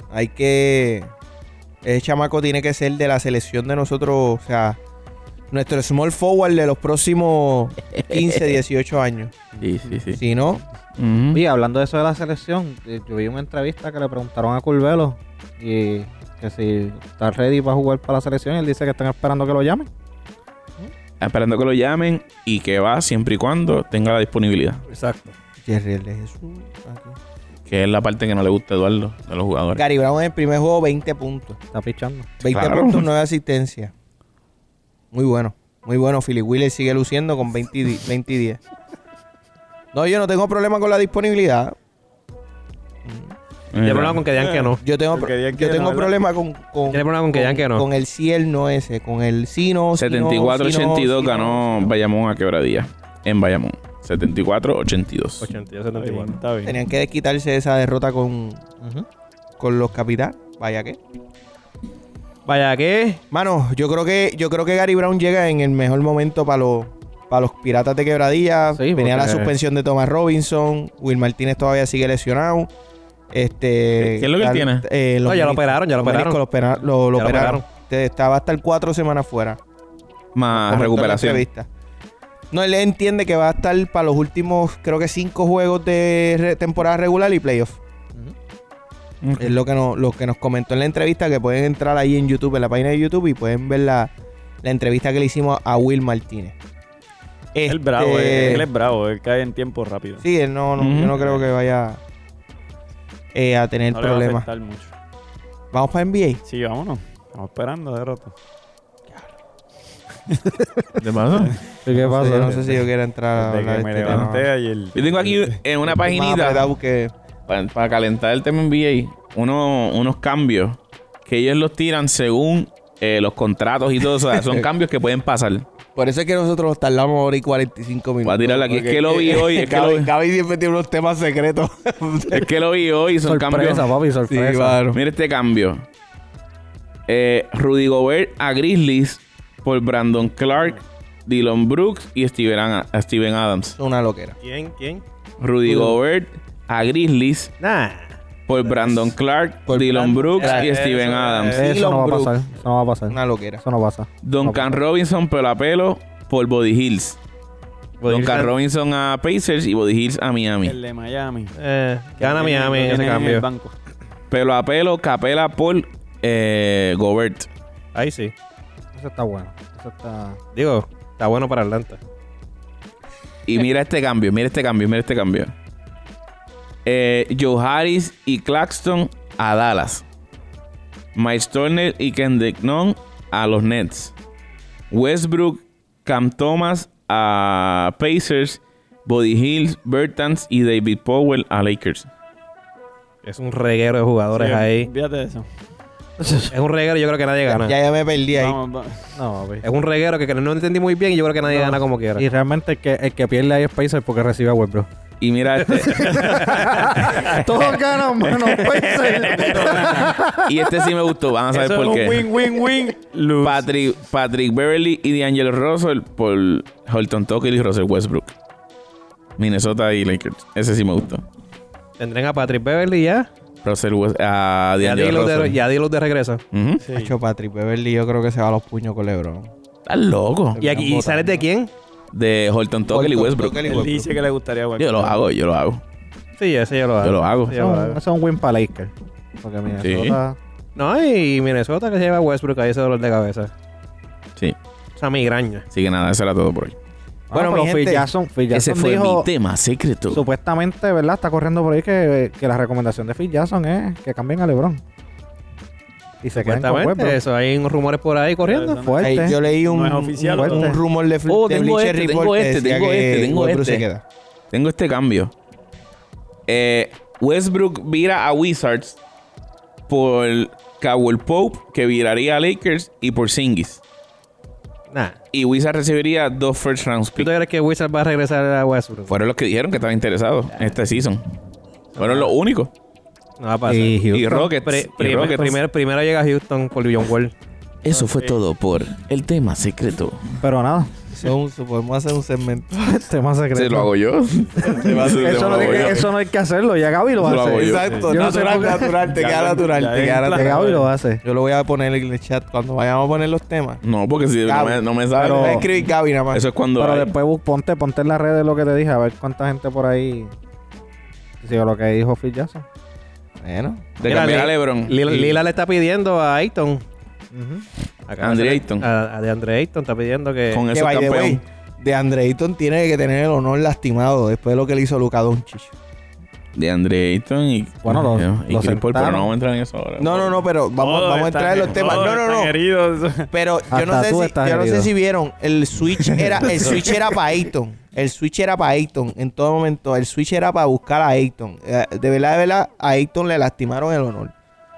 Ese chamaco tiene que ser de la selección de nosotros, o sea, nuestro small forward de los próximos 15, 18 años. Sí. Si no... Y hablando de eso de la selección, yo vi una entrevista que le preguntaron a Curvelo y que si está ready para jugar para la selección, y él dice que están esperando que lo llamen. Esperando que lo llamen y que va siempre y cuando tenga la disponibilidad. Exacto. Jerry Jesús. Que es la parte que no le gusta a Eduardo de los jugadores. Gary Brown en el primer juego 20 puntos. Está pichando. 20 puntos, 9 asistencias. Muy bueno. Philly Wheeler sigue luciendo con 20 y 10. No, yo no tengo problema con la disponibilidad. Tiene problema con que digan que no. Yo tengo problema con Tiene problema con que digan que no. Con el ciel no ese. Con el sino. 74-82 ganó Bayamón a Quebradilla. En Bayamón. 74-82. 82-74. Está bien. Tenían que desquitarse esa derrota con los Capitán. Vaya que. Mano, yo creo que Gary Brown llega en el mejor momento para los Piratas de Quebradilla. Sí, venía la suspensión de Thomas Robinson. Will Martínez todavía sigue lesionado. ¿Qué es lo que él tiene? Ya lo operaron. Lo operaron. Estaba hasta el 4 semanas fuera. Más recuperación. No, él entiende que va a estar para los últimos, creo que 5 juegos de temporada regular y playoff. Es lo que nos comentó en la entrevista, que pueden entrar ahí en YouTube, en la página de YouTube, y pueden ver la entrevista que le hicimos a Will Martínez. Él es bravo, él cae en tiempo rápido. Sí, él yo no creo que vaya a tener problemas. ¿Vamos para NBA? Sí, vámonos. Estamos esperando derrota. ¿Qué pasó? ¿Qué pasa? No sé si yo quiero entrar a Desde hablar que de me este tema. levanté ayer. Yo tengo aquí en una paginita para calentar el tema NBA unos cambios que ellos los tiran según los contratos y todo eso. O sea, son cambios que pueden pasar. Por eso es que nosotros tardamos hora y 45 minutos. Voy a tirarla aquí. Es Porque que lo vi hoy. Gaby siempre tiene unos temas secretos. Es que lo vi hoy. Son cambios. Sorpresa, papi, Sí, sorpresa. claro. Mira este cambio. Rudy Gobert a Grizzlies por Brandon Clark, Dillon Brooks y Steven Adams. Es una loquera. ¿Quién? Rudy Gobert a Grizzlies Nah. por Brandon Clark, Por Dillon Brandon- Brooks y Eso, Steven Adams. Eso no va a Brooks. pasar. Eso no va a pasar. Una loquera. Eso no pasa. Duncan Robinson pelo por Body Hills. Duncan Robinson a Pacers y Body Hills a Miami. El de Miami. Gana Miami en ese el cambio. banco. Pelo a pelo, Capela por Gobert. Ahí sí. Eso está bueno. Eso está... Digo, está bueno para Atlanta. Y mira este cambio. Joe Harris y Claxton a Dallas. Miles Turner y Kendrick Nunn a los Nets. Westbrook, Cam Thomas a Pacers. Body Hills, Bertans y David Powell a Lakers. Es un reguero de jugadores Sí, ahí. Fíjate de eso. Es un reguero y yo creo que nadie gana. Ya me perdí ahí. Vamos. No, papi. Es un reguero que no entendí muy bien y yo creo que nadie gana como quiera. Y realmente el que pierde ahí es Pacers porque recibe a Westbrook. Y mira este. Todos ganan, menos Pacers. Y este sí me gustó. Vamos a ver Eso por es qué. un win-win-win. Lose. Patrick Beverly y D'Angelo Russell por Horton Tucker y Russell Westbrook. Minnesota y Lakers. Ese sí me gustó. Tendrán a Patrick Beverly ya. A Y a D'Angelo Russell. D-Lo de regreso. Ujú. Sí. Hacho, Patrick Beverly, yo creo que se va a los puños con LeBron. Estás loco. ¿Y sales de quién? De Horton Tucker y Horton Westbrook. Tucker y Él dice que le gustaría jugar. Yo lo hago. Sí, ese yo lo hago. Yo lo hago. Sí, yo lo hago. Eso es un win para Lakers. Porque Minnesota... No, y Minnesota que se lleva a Westbrook ahí ese dolor de cabeza. Sí. Esa migraña. Así que nada, eso era todo por hoy. Bueno, Bueno, mi pero gente, Phil Jackson Ese fue dijo... mi tema secreto. Supuestamente, ¿verdad? Está corriendo por ahí que la recomendación de Phil Jackson es que cambien a LeBron. Y se queden con Supuestamente, Westbrook. eso. Hay unos rumores por ahí corriendo. Eso no- Fuerte. Hey, yo leí un, No es oficial, un fuerte. rumor de, Oh, de tengo Bleacher este, Report tengo que este, decía tengo que este, tengo Westbrook este. se queda. Tengo este cambio. Westbrook vira a Wizards por Caldwell Pope, que viraría a Lakers, y por Porzingis. Nah. Y Wizards recibiría 2 first round ¿Tú picks. te crees que Wizards va a regresar a Westbrook? Fueron los que dijeron que estaban interesados en este season. Fueron los únicos. No va a pasar. Y Y Houston. Rockets. y Rockets. Primero llega Houston por John Wall. Eso fue todo por el tema secreto. Pero nada. Podemos hacer un segmento. Tema secreto. Se lo hago yo. Eso no hay que hacerlo. Ya Gaby lo Eso lo hago hace. yo. Exacto, Yo no sé natural, por qué. natural, te Ya queda lo- natural, ya te queda entra. Que natural. Gaby lo hace. Yo lo voy a poner en el chat cuando vayamos a poner los temas. No, porque si no me sabe. Pero- Voy a escribir Gaby nada más. Eso es cuando. Pero hay. después ponte en las redes lo que te dije. A ver cuánta gente por ahí sigue lo que dijo Phil Jackson. Bueno, De Mira, cambiar a LeBron. Lila le está pidiendo a Ayton. Andre Ayton. A de Andre Ayton está pidiendo que... Con que eso by the way, campeón. de Andre Ayton tiene que tener el honor lastimado después de lo que le hizo Luka Doncic. De Andre Ayton y. Bueno, lo y Chris Paul, pero sentaron. no vamos a entrar en eso ahora. No, pero vamos a entrar en los temas. No. Heridos. Pero yo no Hasta sé tú si estás yo no sé herido. si vieron el switch era para Ayton. El switch era para Ayton en todo momento. El switch era para buscar a Ayton. De verdad, a Ayton le lastimaron el honor.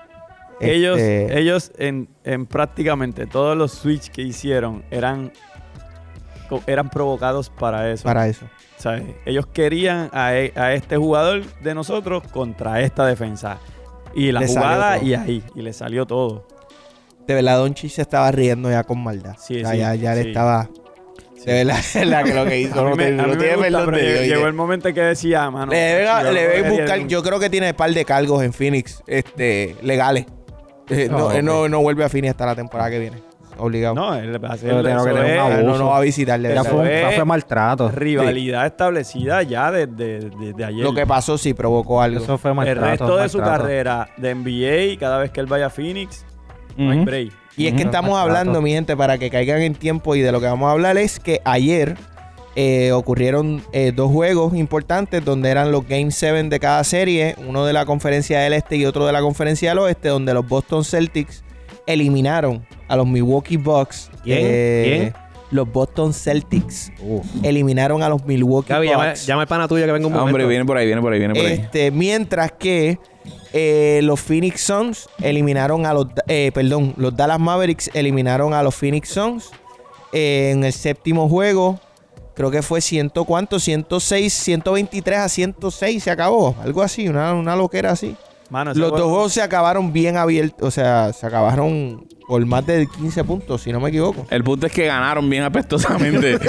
Ellos en prácticamente todos los switch que hicieron eran provocados para eso. Para eso. ¿Sabes? Ellos querían a este jugador de nosotros contra esta defensa. Y la Le salió jugada todo. y ahí. Y le salió todo. De verdad, Doncic se estaba riendo ya con maldad. Sí, O sea, sí, ya le sí. estaba... Sí. De verdad, que lo que hizo A mí no me tiene gusta, perdón de pero Dios. llegó el momento en que decía, mano. Le deben yo buscar, yo creo que tiene un par de cargos en Phoenix legales. No vuelve a Phoenix hasta la temporada que viene. Obligado. No, él va a hacer Pero tiene que tener un Ah, abuso. no va a visitarle. Ya Eso fue, es fue maltrato. rivalidad establecida ya desde ayer. Lo que pasó sí provocó algo. Eso fue el maltrato. resto de su maltrato. carrera de NBA, cada vez que él vaya a Phoenix, no hay Ujú. break. Y es que estamos Maltrato. hablando, mi gente, para que caigan en tiempo y de lo que vamos a hablar es que ayer ocurrieron 2 juegos importantes donde eran los Game 7 de cada serie, uno de la conferencia del este y otro de la conferencia del oeste, donde los Boston Celtics eliminaron a los Milwaukee Bucks. ¿Quién? Los Boston Celtics eliminaron a los Milwaukee Gaby, Bucks. llama al pana tuyo que venga un momento. Hombre, viene por ahí. Mientras que los Phoenix Suns eliminaron a los Dallas Mavericks eliminaron a los Phoenix Suns en el séptimo juego. Creo que fue 106, 123 a 106 se acabó. Algo así, una loquera así. Mano, Los dos juegos se acabaron bien abiertos, o sea, se acabaron por más de 15 puntos, si no me equivoco. El punto es que ganaron bien apestosamente.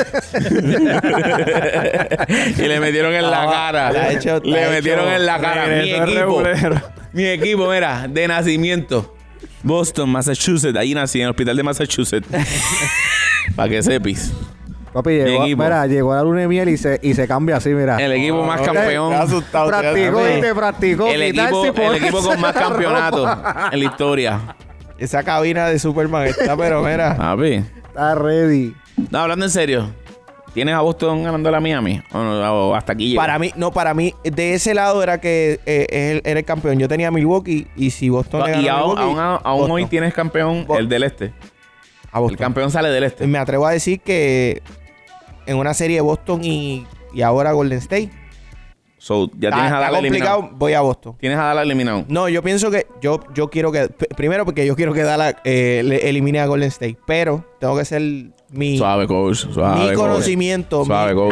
Y le metieron en la cara. Le metieron en la cara. Mi equipo, mira, de nacimiento. Boston, Massachusetts. Ahí nací, en el hospital de Massachusetts. Para que sepis. Papi, llegó a la luna de miel y se cambia así, mira. El equipo más campeón. Practicó. El equipo con más campeonatos en la historia. Esa cabina de Superman está, pero mira. Papi. Está ready. No, hablando en serio. ¿Tienes a Boston ganando la Miami? ¿O hasta aquí llegó? Para mí, de ese lado era que era el campeón. Yo tenía Milwaukee y si Boston le y gana a Milwaukee, aún Boston. hoy tienes campeón el del este. A Boston. El campeón sale del este. Me atrevo a decir que en una serie de Boston y ahora Golden State. So, ya tienes a Dallas eliminado. Voy a Boston. Tienes a Dallas eliminado. No, yo pienso que yo quiero que primero porque yo quiero que Dallas le elimine a Golden State, pero tengo que ser Suave, coach. mi conocimiento. Suave, coach.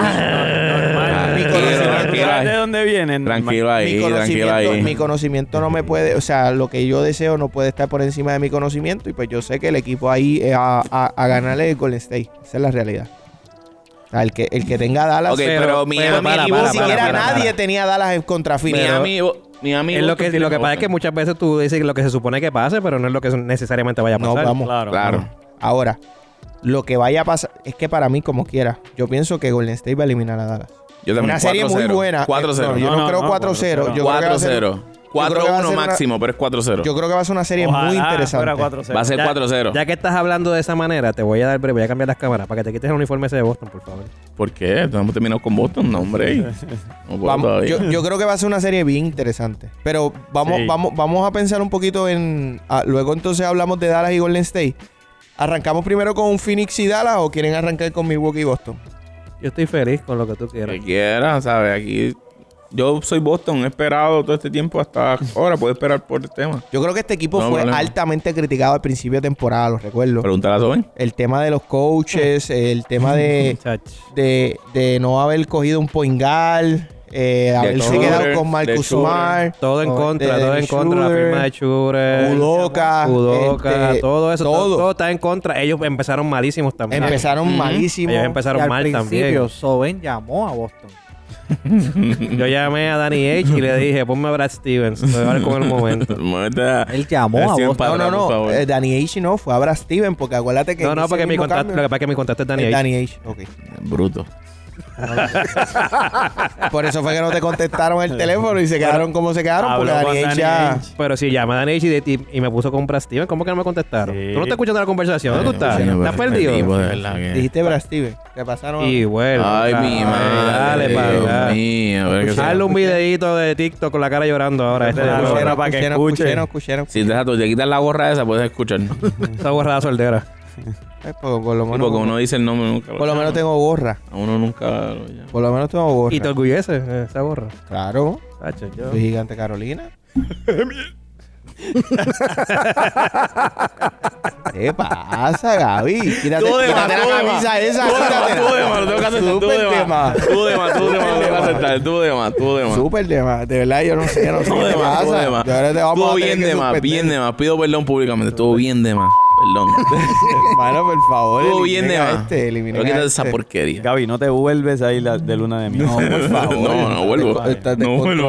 ¿De dónde vienen? Tranquilo ahí. Mi conocimiento no me puede, o sea, lo que yo deseo no puede estar por encima de mi conocimiento y pues yo sé que el equipo ahí a ganarle el Golden State. Esa es la realidad. O sea, el que tenga Dallas. Ok, pero Miami ni siquiera nadie tenía Dallas contra Phoenix. Miami es lo que pasa es que muchas veces tú dices lo que se supone que pase, pero no es lo que necesariamente vaya a pasar. No, vamos. Claro. Ahora, lo que vaya a pasar es que para mí, como quiera, yo pienso que Golden State va a eliminar a Dallas. Yo también. Una serie 4-0. muy buena. 4-0. Yo no creo 4-0. Yo creo que va a ser 4-1 máximo, pero es 4-0. Yo creo que va a ser una serie muy interesante. Va a ser 4-0. Ya que estás hablando de esa manera, te voy a dar breve, voy a cambiar las cámaras para que te quites el uniforme ese de Boston, por favor. ¿Por qué? Hemos terminado con Boston, no, hombre. No puedo todavía. Yo creo que va a ser una serie bien interesante. Pero vamos a pensar un poquito en... luego entonces hablamos de Dallas y Golden State. ¿Arrancamos primero con Phoenix y Dallas o quieren arrancar con Milwaukee y Boston? Yo estoy feliz con lo que tú quieras. Que quieras, ¿sabes? Aquí... Yo soy Boston, he esperado todo este tiempo hasta ahora, puedo esperar por el tema. Yo creo que este equipo fue altamente criticado al principio de temporada, lo recuerdo. Pregúntale a Soben. El tema de los coaches, el tema de no haber cogido un point guard, haberse quedado con Marcus Smart. Todo en contra, la firma de Schroeder, Udoka, todo eso, todo está en contra. Ellos empezaron malísimos también. Malísimos. Ellos empezaron mal también. Soben llamó a Boston. Yo llamé a Danny H y le dije, ponme a Brad Stevens. Voy a ver con el momento. Él llamó a Boston. No. Danny H no, fue a Brad Stevens porque acuérdate que... No, porque lo que pasa es que mi contacto es Danny H. Danny H, ok. Bruto. Por eso fue que no te contestaron el teléfono y se quedaron como se quedaron porque Danny H ya... Pero si llama a Danny H y me puso con Brad Stevens, ¿cómo que no me contestaron? ¿Tú no estás escuchando la conversación? ¿Dónde tú estás? ¿Estás perdido? Dijiste Brad Stevens. ¿Qué pasaron? Y bueno. Ay, mi madre. Dale, para mío. Hazle un videito de TikTok con la cara llorando ahora. Para que escuchen. Si te quitas la gorra esa, puedes escuchar. Esa gorra soldera. Por lo menos, porque uno dice el nombre nunca. Por lo menos tengo gorra. A uno nunca lo llama. Por lo menos tengo gorra. ¿Y te orgulleces esa gorra? Claro. Sacho, yo. Soy Gigante Carolina. ¿Qué pasa, Gaby? Quítate la camisa esa. Tú de más, lo tengo que aceptar. Tú de más. Súper de más. De verdad, yo no sé qué pasa. Estuvo bien de más. Pido perdón públicamente. Estuvo bien de más. Perdón. Mano, por favor. Estuvo bien de más. Elimina esa porquería. Gaby, no te vuelves a ir de luna de miel. No, por favor. No vuelvo. No vuelvo.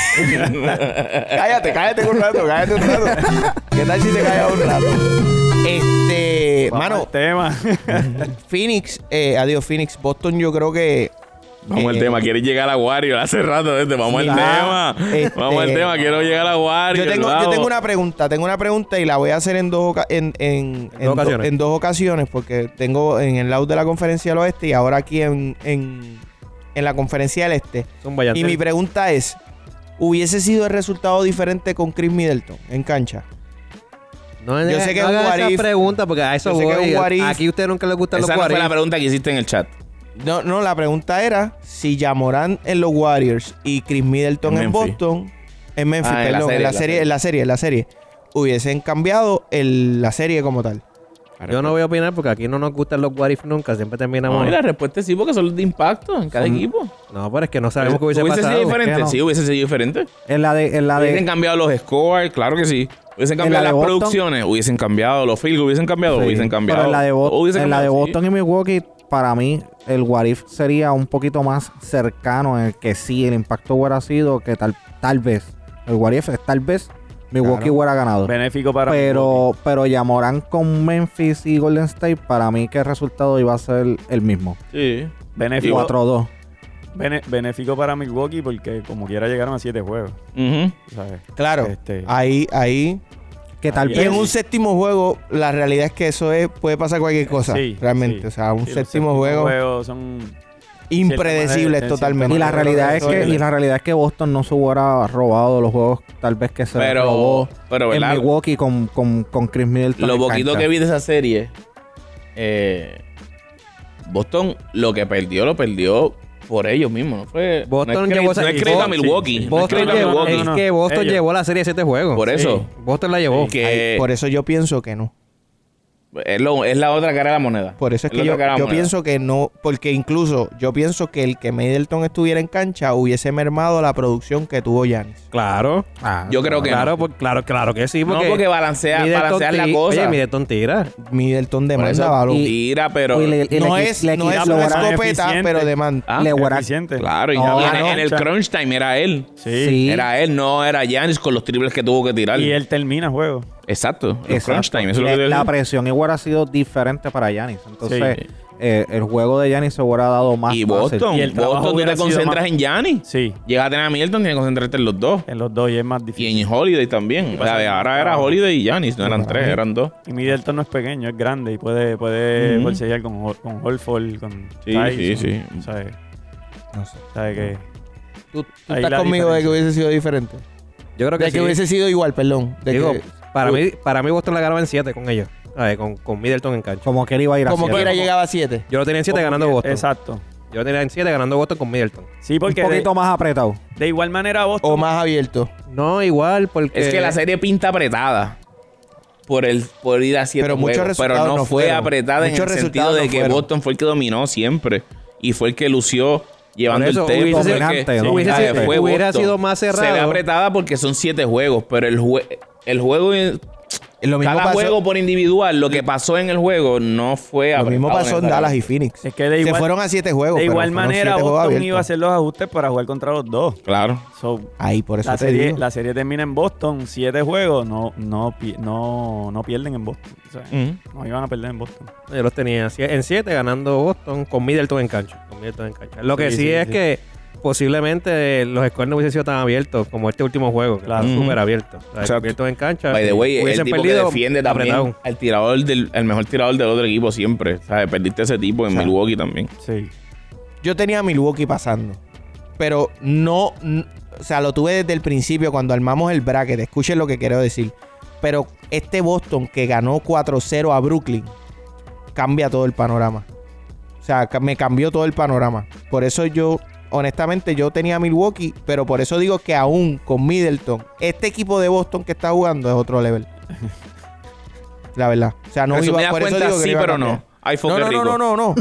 Cállate un rato. ¿Qué tal si te callas un rato? Mano, tema. Phoenix, Boston, yo creo que... Vamos al tema. ¿Quieres llegar a Warrior? Hace rato, Vamos al tema. Vamos al tema. Quiero llegar a Warrior. Yo tengo una pregunta y la voy a hacer en dos ocasiones porque tengo en el lado de la conferencia del oeste y ahora aquí en la conferencia del este. Y mi pregunta es, ¿hubiese sido el resultado diferente con Chris Middleton en cancha? Yo sé que es un hagan what esa if. pregunta porque a eso Yo sé que es voy. un what if. Aquí a ustedes nunca les gustan Esa los no what fue la if. pregunta que hiciste en el chat. No, la pregunta era si Ja Morant en los Warriors y Chris Middleton En en Memphis. Boston, en Memphis, Ah, en la perdón, serie, en la serie, hubiesen cambiado la serie como tal. Yo no voy a opinar porque aquí no nos gustan los what if nunca. Siempre terminamos... No, y la respuesta es sí, porque son los de impacto en cada equipo. No, pero es que no sabemos qué hubiese ¿Hubiese pasado. sido diferente? ¿Qué no? Sí, hubiese sido diferente. En la Hubiesen de cambiado los scores, claro que sí. Hubiesen En cambiado la las de Boston. producciones, hubiesen cambiado los field goals, hubiesen cambiado, Sí, hubiesen cambiado. Pero en la de, Hubiesen en la de cambiado, sí. Boston y Milwaukee, para mí, el what if sería un poquito más cercano en el que sí, el impacto hubiera sido que tal vez. El what if es tal vez Milwaukee Claro. hubiera ganado. Benéfico para Milwaukee. Pero ya Morán con Memphis y Golden State, para mí que el resultado iba a ser el mismo. Sí. Benéfico, 4-2. benéfico para Milwaukee porque como quiera llegaron a 7 juegos. Ujú. ¿Sabes? Claro, Este- ahí. Que tal Y Y vez... en un séptimo juego, la realidad es que eso puede pasar cualquier cosa, Sí, realmente. sí. O sea, un Sí, los séptimo juego juegos son... impredecible cierta totalmente. Y la realidad es Eso que, y la realidad es que Boston no se hubiera robado los juegos, tal vez que se robó pero en ¿verdad? Milwaukee con Chris Middleton. Lo en poquito cancha. que vi de esa serie, Boston lo perdió por ellos mismos. No fue. Boston no es llevó crédito, no es crédito a Milwaukee. No es Boston crédito a llevó, Milwaukee. es no, que Boston ellos. llevó la serie 7 juegos. Por eso. Boston la llevó. Que Por eso yo pienso que no. es la otra cara de la moneda. Por eso es que la yo otra cara de la moneda. pienso que no, porque incluso yo pienso que el que Middleton estuviera en cancha hubiese mermado la producción que tuvo Giannis. Claro. Yo creo que Claro, no. claro que sí. No, Porque, porque balancear la Oye, cosa. Middleton tira. Middleton Por demanda eso balón. tira, pero. Y No es una logra- escopeta, eficiente. pero demanda. Ah, Le hubiera- Eficiente. Claro, y No, en el crunch time era él. Sí. Sí. Era él, no era Giannis con los triples que tuvo que tirar. Y él termina juego. Exacto. El Exacto. crunch time. Eso es lo que La yo presión igual ha sido diferente para Giannis. Entonces, Sí. el juego de Giannis se hubiera dado más Y fácil. Boston. Y el trabajo Boston tú hubiera te sido concentras más- en Giannis. Sí. Llegas a tener a Milton, tienes que concentrarte en los dos. En los dos y es más Y difícil. en Holiday también. O sea, ahora era Holiday y Giannis. No eran tres, eran dos. Y Middleton no es pequeño, es grande y puede Ujú. bolsillar con Horford, con Sí, Tyson, sí, sí. ¿Sabes? No sé. ¿Sabes qué? ¿Tú Ahí estás la conmigo de que diferencia. hubiese sido diferente? Yo creo que De que sí. hubiese sido igual, perdón. De Digo, que, para mí Boston la ganaba en 7 con ellos. Con Middleton en cancha. Como que él iba a ir como hacia quiera llegaba a 7. Yo lo tenía en 7 ganando Boston. Exacto. Yo lo tenía en 7 ganando Boston con Middleton. Sí, un porque poquito más apretado. de igual manera Boston... O más abierto. No, igual, porque... Es que la serie pinta apretada. Por ir a 7 Pero muchos juegos. Pero resultados no no fue fueron. apretada en el Muchos sentido resultados de no que fueron. Boston fue el que dominó siempre. Y fue el que lució llevando Por eso, el tempo. hubiese fue el sido- que- sí, hubiese ¿sabes? sido- Fue hubiera Boston. sido más cerrado. Se ve apretada porque son 7 juegos. Pero el juego... Lo mismo Cada pasó, juego por individual, lo que pasó en el juego no fue lo mismo apretado pasó en esa Dallas cosa. y Phoenix. Es que de Se igual, fueron a 7 juegos. de pero igual fueron manera 7 juegos Boston abiertos. iba a hacer los ajustes para jugar contra los dos. Claro. So, Ahí, por eso la, te serie, digo. la serie termina en Boston, 7 juegos, no pierden en Boston. O sea, no iban a perder en Boston. Yo los tenía en 7 ganando Boston con Middleton en cancha. Lo que Sí, sí, sí, es sí. que posiblemente los scores no hubiesen sido tan abiertos como este último juego. Claro. Súper abierto. O sea, Exacto. abiertos en cancha. By the way, el hubiesen tipo que perdido defiende también apretado. el mejor tirador del otro equipo siempre. ¿Sabes? Perdiste ese tipo en Milwaukee también. Sí. Yo tenía a Milwaukee pasando. Pero no... O sea, lo tuve desde el principio cuando armamos el bracket. Escuchen lo que quiero decir. Pero este Boston que ganó 4-0 a Brooklyn cambia todo el panorama. O sea, me cambió todo el panorama. Por eso yo... Honestamente, yo tenía a Milwaukee, pero por eso digo que aún con Middleton, este equipo de Boston que está jugando es otro level. La verdad. O sea, no Resumidas iba por eso cuentas, digo que sí, iba a pero cambiar. no. Ay, fue que rico. No.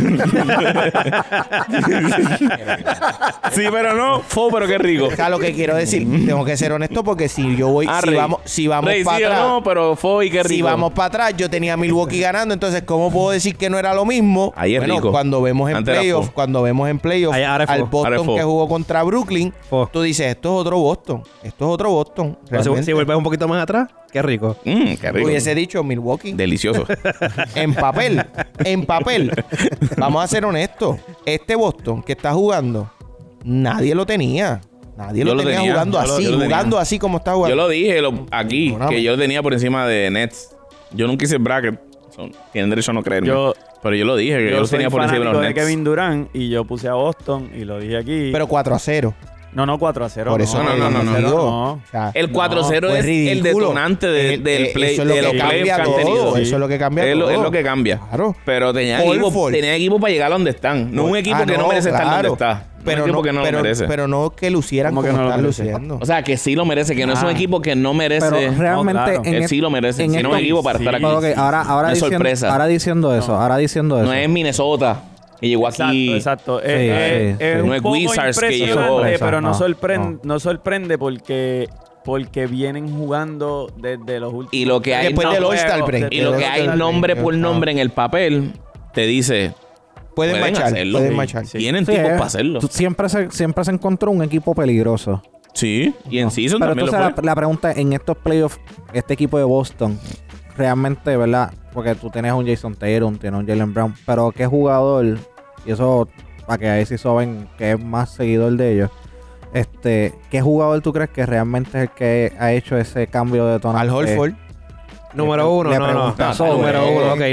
Sí, pero no. Fue, pero qué rico. O sea, lo que quiero decir, tengo que ser honesto porque si yo voy, Ah, si Rey. vamos Rey, para sí o atrás, no, pero fue y qué rico. si vamos para atrás, yo tenía a Milwaukee ganando, entonces ¿cómo puedo decir que no era lo mismo? Ahí es rico. Cuando vemos en Antes era playoffs, fo. Ahí ahora es al fo. Boston Ahora es fo. que jugó contra Brooklyn, Fo. tú dices, esto es otro Boston, Pero realmente. si vuelves un poquito más atrás, qué rico. Qué rico. Hubiese dicho Milwaukee. Delicioso. En papel. Vamos a ser honestos. Este Boston que está jugando, nadie lo tenía. Nadie Yo lo lo tenía tenía. jugando Yo lo- así, yo lo tenía. jugando así como está jugando. Yo lo dije aquí, Perdóname. que yo lo tenía por encima de Nets. Yo nunca hice bracket. Tienen derecho a no creerme. Pero yo lo dije, que yo lo soy tenía por encima de fanático los de Nets. Kevin Durant y yo puse a Boston y lo dije aquí. Pero 4-0. No, 4-0. Por eso no, digo. O sea, El 4-0 fue es el ridículo. detonante del play, eso es lo de los que playoffs cambia que han todo. tenido. Eso es lo que cambia todo. Es lo que cambia. Claro. Pero tenían equipo para llegar a donde están. No un equipo que no merece estar donde está. Pero un equipo que no lo merece. Pero no que lucieran como ¿Cómo que no lo están merece? luciendo. O sea, que sí lo merece, que no es un equipo que no merece. Pero realmente claro. en Él sí lo merece. en Si no es un equipo para estar aquí. Pero, ok, ahora No es diciendo, sorpresa. ahora diciendo eso. No es Minnesota que llegó aquí. Exacto. sí. Es No un es poco Wizards que impresionante, llegó. pero no No. sorprende porque vienen jugando desde los últimos. Y lo que hay, Después del All-Star break. y lo que hay nombre por nombre en el papel te dice Pueden marchar. hacerlo. Pueden Sí. marchar. Tienen Sí, tipos para hacerlo. Siempre se encontró un equipo peligroso. Sí, y en season Pero también lo entonces fue. la pregunta en estos playoffs, este equipo de Boston, realmente, ¿verdad? Porque tú tienes a un Jason Tatum, tienes a un Jaylen Brown, pero ¿qué jugador? Y eso, para que ahí sí saben que es más seguidor de ellos. ¿Qué jugador tú crees que realmente es el que ha hecho ese cambio de tono? Al Horford. Número uno, Le no. preguntas sobre- Número uno, ok,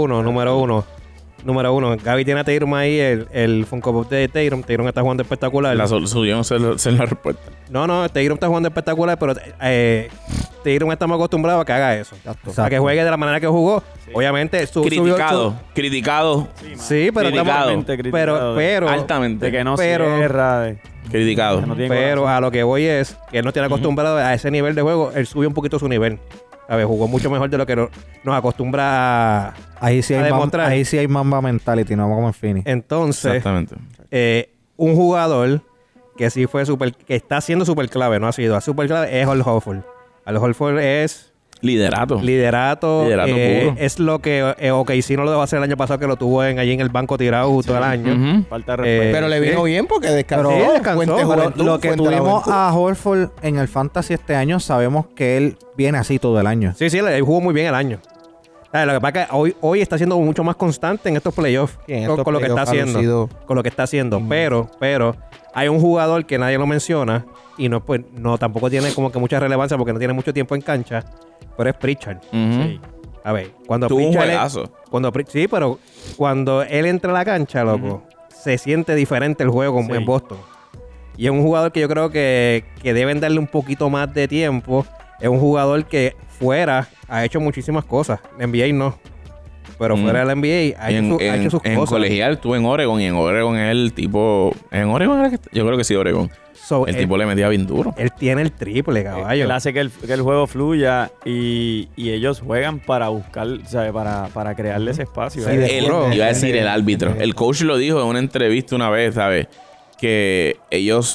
número uno. Gaby tiene a Tatum ahí, el Funko Pop de Tatum. Tatum está jugando espectacular. La solución es la respuesta. No, Tatum está jugando espectacular, pero Tatum estamos acostumbrados a que haga eso. A que juegue de la manera que jugó. Obviamente, Criticado. Sí, pero Criticado. pero Altamente. De que no pero- cierra. Criticado. Que no tiene Pero corazón. a lo que voy es que él no tiene acostumbrado a ese nivel de juego. Él subió un poquito su nivel. A ver, jugó mucho mejor de lo que nos acostumbra a... Ahí sí a demostrar. ahí sí hay Mamba Mentality, no como en Phoenix. Entonces, Exactamente. un jugador que sí fue que está siendo súper clave, no ha sido, súper clave, es Al Horford. Al Horford es Liderato. liderato puro. es lo que OKC no lo dejó hacer el año pasado, que lo tuvo allí en el banco tirado todo el año. Ujú. Falta de respeto. Pero le vino bien porque descansó. Pero- Fuente descansó, juventud, Lo que fuente de la tuvimos juventud. a Horford en el Fantasy este año, sabemos que él viene así todo el año. Sí, él jugó muy bien el año. Lo que pasa es que hoy está siendo mucho más constante en estos playoffs Sí, en con, estos con lo que está playoffs ha haciendo. lucido. Con lo que está haciendo. Pero hay un jugador que nadie lo menciona y no, pues, no tampoco tiene como que mucha relevancia porque no tiene mucho tiempo en cancha, pero es Pritchard. Ujú. Sí. A ver, cuando Tuvo un Pritchard juegazo. sí, pero cuando él entra a la cancha, loco, se siente diferente el juego como Sí. en Boston. Y es un jugador que yo creo que deben darle un poquito más de tiempo. Es un jugador que fuera ha hecho muchísimas cosas. En NBA no. Pero fuera de la NBA ha hecho sus en cosas. colegial estuve en Oregon y en Oregon es el tipo... ¿En Oregon era que yo creo que sí, Oregon. So, El él, tipo le metía bien duro. él tiene el triple, caballo. Él hace que el juego fluya y ellos juegan para buscar, o sea, para crearle ese espacio. Sí, ¿eh? de- Él, Bro, iba a decir el árbitro. de- El coach lo dijo en una entrevista una vez, ¿sabes? Que ellos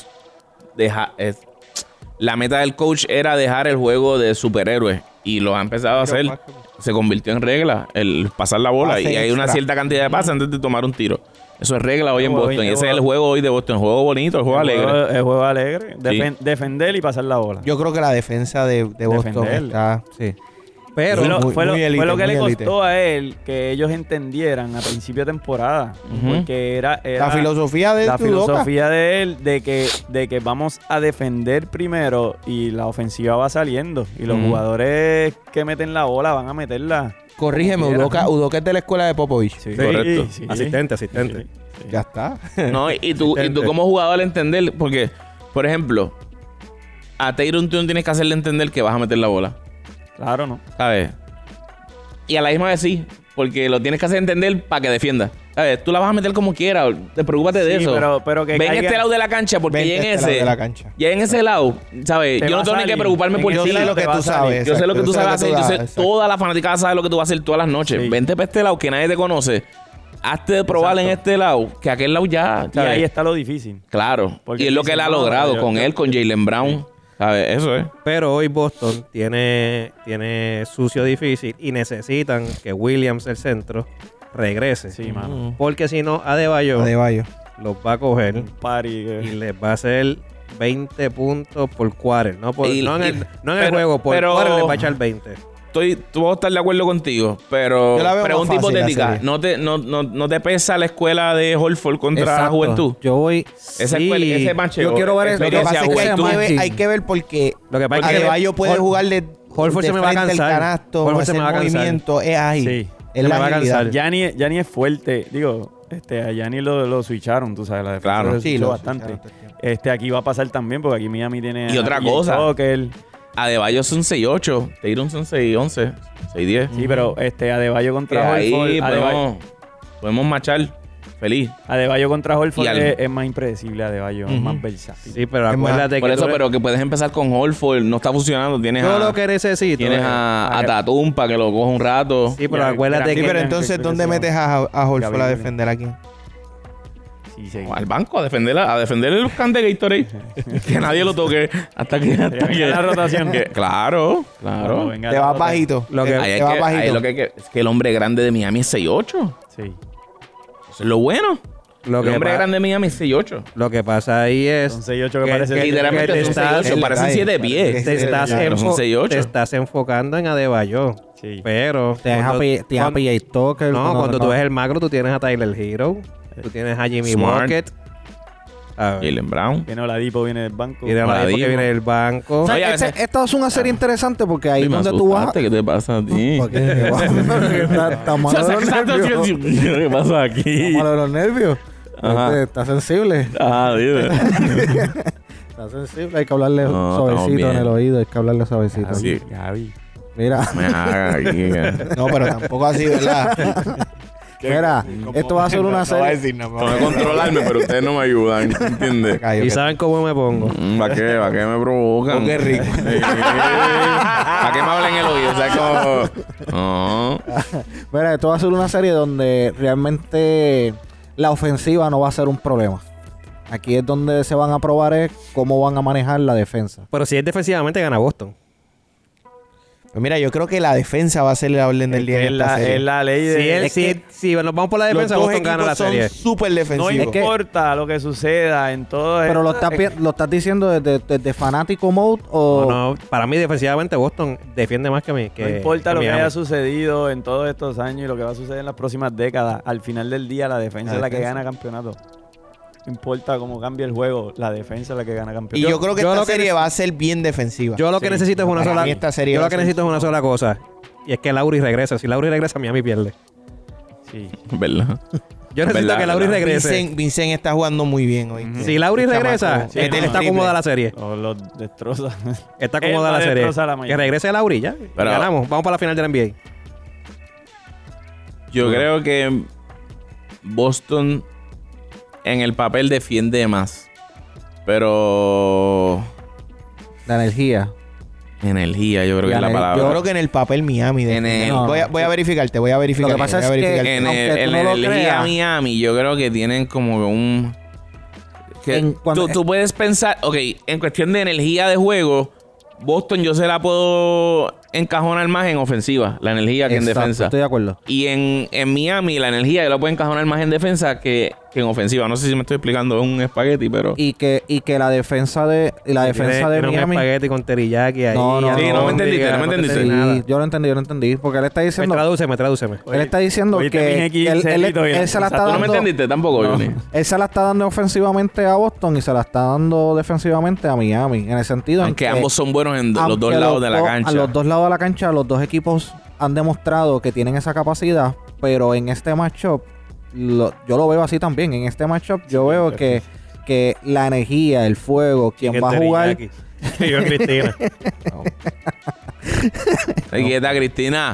la meta del coach era dejar el juego de superhéroes y lo ha empezado a hacer. Se convirtió en regla el pasar la bola Pase y hay una extra. cierta cantidad de pases antes de tomar un tiro. Eso es regla hoy en Juego- Boston y ese es el juego- juego hoy de Boston. El juego bonito, el juego alegre. El juego alegre. Sí. Defender y pasar la bola. Yo creo que la defensa de Boston Defender. está... Sí. Pero Sí, Fue lo muy elite, fue lo que le muy costó elite. a él que ellos entendieran a principio de temporada. Ujú. Porque era La filosofía de la Udoka. filosofía de él de que vamos a defender primero y la ofensiva va saliendo. Y los Ujú. jugadores que meten la bola van a meterla. Corrígeme, como quieran. Udoka es de la escuela de Popovich. Sí, Correcto. sí. asistente. Sí. Ya está. No, y tú como jugador entender, porque, por ejemplo, a Tatum tú no tienes que hacerle entender que vas a meter la bola, Claro, ¿no? ¿sabes? Y a la misma vez sí, porque lo tienes que hacer entender para que defienda. ¿Sabes? Tú la vas a meter como quieras, preocúpate de Sí, eso. pero que Ven caiga- este lado de la cancha, porque Vente ya en este lado ese, de la cancha. ya en ese lado, ¿sabes? Te Yo va no tengo a ni que salir. preocuparme por En Yo ti. sé lo que te va tú a salir. sabes. Yo sé lo que exacto. tú sabes hacer, yo sé exacto. toda la fanaticada sabe lo que tú vas a hacer todas las noches. Sí. Vente para este lado que nadie te conoce. Hazte de probar en Exacto. este lado, que aquel lado ya, Y ¿sabes? ahí está lo difícil. Claro. Porque Y es lo dicen, que él ha no, logrado yo- con yo- él, con Jaylen Brown. ¿Sabes? Eso es. Pero hoy Boston tiene sucio difícil y necesitan que Williams, el centro, regrese. Sí, mano. Porque si no, Adebayo Adebayo. los va a coger Un party y que- les va a hacer 20 puntos por quarter. No, Y- no en el pero- juego, por pero- quarter les va a echar 20. Puedo estar de acuerdo contigo, pero Yo la veo pregunta más fácil, la hipotética. serie. ¿No te pesa la escuela de Horford contra Exacto. Juventud? Yo voy... Esa escuela, ese macheo. Yo quiero ver Lo que experiencia pasa es que Juventud. hay que ver porque Lo que pasa es que Adebayo puede Hor- jugarle Horford de se me va a frente al cansar. canasto, Horford se hacer me va a cansar. movimiento, es ahí. Sí. Es Se la me va a agilidad. cansar. Gianni es fuerte. Digo, A Giannis lo switcharon, tú sabes, la defensa Claro. lo Sí, switchó lo bastante. switcharon todo el tiempo. Aquí va a pasar también, porque aquí Miami tiene... Y a otra PJ cosa. Tucker. Adebayo son 6'8", Tatum son 6'11", 6'10". Sí, pero Adebayo Que contra ahí Horford... podemos machar. Feliz. Adebayo contra Horford Y algo. es más impredecible, Adebayo, es más versátil. Sí, pero Es más, acuérdate Por que eso, tú- pero que puedes empezar con Horford. No está funcionando. Tienes yo a, lo que necesito. tienes a Tatum para que lo coja un rato. Sí, pero Ya, acuérdate Sí, que... pero entonces, ¿dónde metes a Horford a Gabriel. defender aquí? Sí, sí. O al banco a defender el can de Gatorade. Que nadie lo toque hasta que... venga la rotación. Claro. Cuando venga Te la vas rotación. bajito. Lo que- Ahí Te vas ahí bajito. lo que es que el hombre grande de Miami es 6'8". Sí. Eso es lo bueno. Lo El que, hombre pa- grande de Miami es 6'8". lo que pasa ahí es... Son 6'8 que que- parece... que Literalmente te son estás- 6'8". Parecen Ay, 7 pies. te estás, Pero son 6'8". te estás enfocando en Adebayo. Sí. Pero... Tienes a PJ Tucker. No, cuando tú ves el macro, tú tienes a Tyler Hero. Tú tienes a Jimmy Smart. Bucket. A ver, Jalen Brown. Viene Oladipo, viene del banco. y de Oladipo. Oladipo que viene del banco. O sea, Oye, a veces- esta es una serie interesante porque ahí Ay, me donde tú vas... asustaste. ¿Qué te pasa a ti? ¿Por qué? Está malo de los nervios. ¿Qué pasa aquí? Está malo de los nervios. Ajá. Está sensible. Ah, dime. Está sensible. Hay que hablarle No, estamos suavecito bien. en el oído. Hay que hablarle suavecito. Sí. Gaby. Mira, Me haga aquí. No, pero tampoco así, ¿verdad? mira. Esto va a ser una No va a serie... decir nada Tengo que controlarme, pero ustedes no me ayudan. ¿Entiendes? ¿Y saben cómo me pongo? ¿Para qué? ¿Para qué me provocan? Oh, qué rico. ¿Para qué me hablan en el oído? O sea, como... No. Mira, esto va a ser una serie donde realmente la ofensiva no va a ser un problema. Aquí es donde se van a probar es cómo van a manejar la defensa. Pero si es defensivamente, gana Boston. Pues mira, yo creo que la defensa va a ser la orden del día en esta serie. Es la ley de... Si nos vamos por la defensa, Los dos Boston gana la equipos serie. son súper No defensivos. Es que- importa lo que suceda en todo Pero esto. lo estás diciendo desde fanático mode o... No, para mí defensivamente Boston defiende más que mí. No importa lo que Miami. haya sucedido en todos estos años y lo que va a suceder en las próximas décadas. Al final del día, la defensa es la que defensa. gana campeonato. No importa cómo cambie el juego, la defensa es la que gana Y campeonato. yo creo que yo esta lo que serie neces- va a ser bien defensiva. Yo lo que Sí. necesito es una Para sola. mí esta serie Yo va lo que a ser necesito es una sola cosa. Y es que Lauri regrese. Si Lauri regresa, Miami pierde. Sí. ¿Verdad? Yo necesito Verdad, que Lauri verdad. regrese. Vincent está jugando muy bien hoy. Si Lauri regresa, Sí, está no, está triple. cómoda la serie. Los destroza. Está Él cómoda va la a serie. destrozar a Miami. Que regrese Lauri ya. Pero- Ganamos. Vamos para la final del NBA. Yo creo que Boston en el papel defiende más. Pero... La energía. Energía, yo creo que es la palabra. Yo creo que en el papel Miami. En el- No. Voy a verificarte, voy a verificar. Lo que pasa voy a es que- verificarte. En aunque el, tú en no lo energía creas. Miami, yo creo que tienen como un... Que tú puedes pensar... Ok, en cuestión de energía de juego, Boston yo se la puedo encajonar más en ofensiva, la energía que en Exacto, defensa. Estoy de acuerdo. Y en Miami, la energía yo la puedo encajonar más en defensa que en ofensiva. No sé si me estoy explicando, es un espagueti, pero... Y que la defensa de Tiene un Miami... espagueti con teriyaki ahí. No, no, Sí, no me entendiste, no me entendiste. Sí, yo lo entendí. Porque él está diciendo... Tradúceme. Él está diciendo Oíste, que mi él se la ¿Tú está no me dando... entendiste tampoco, Johnny? Él se la está dando ofensivamente a Boston y se la está dando defensivamente a Miami. En el sentido en Aunque que... ambos son buenos en los dos aunque lados de la dos- cancha. A los dos lados de la cancha, los dos equipos han demostrado que tienen esa capacidad, pero en este matchup, yo lo veo así también. En este matchup yo veo que la energía, el fuego, quien va a jugar... Yo, Cristina. Aquí está Cristina.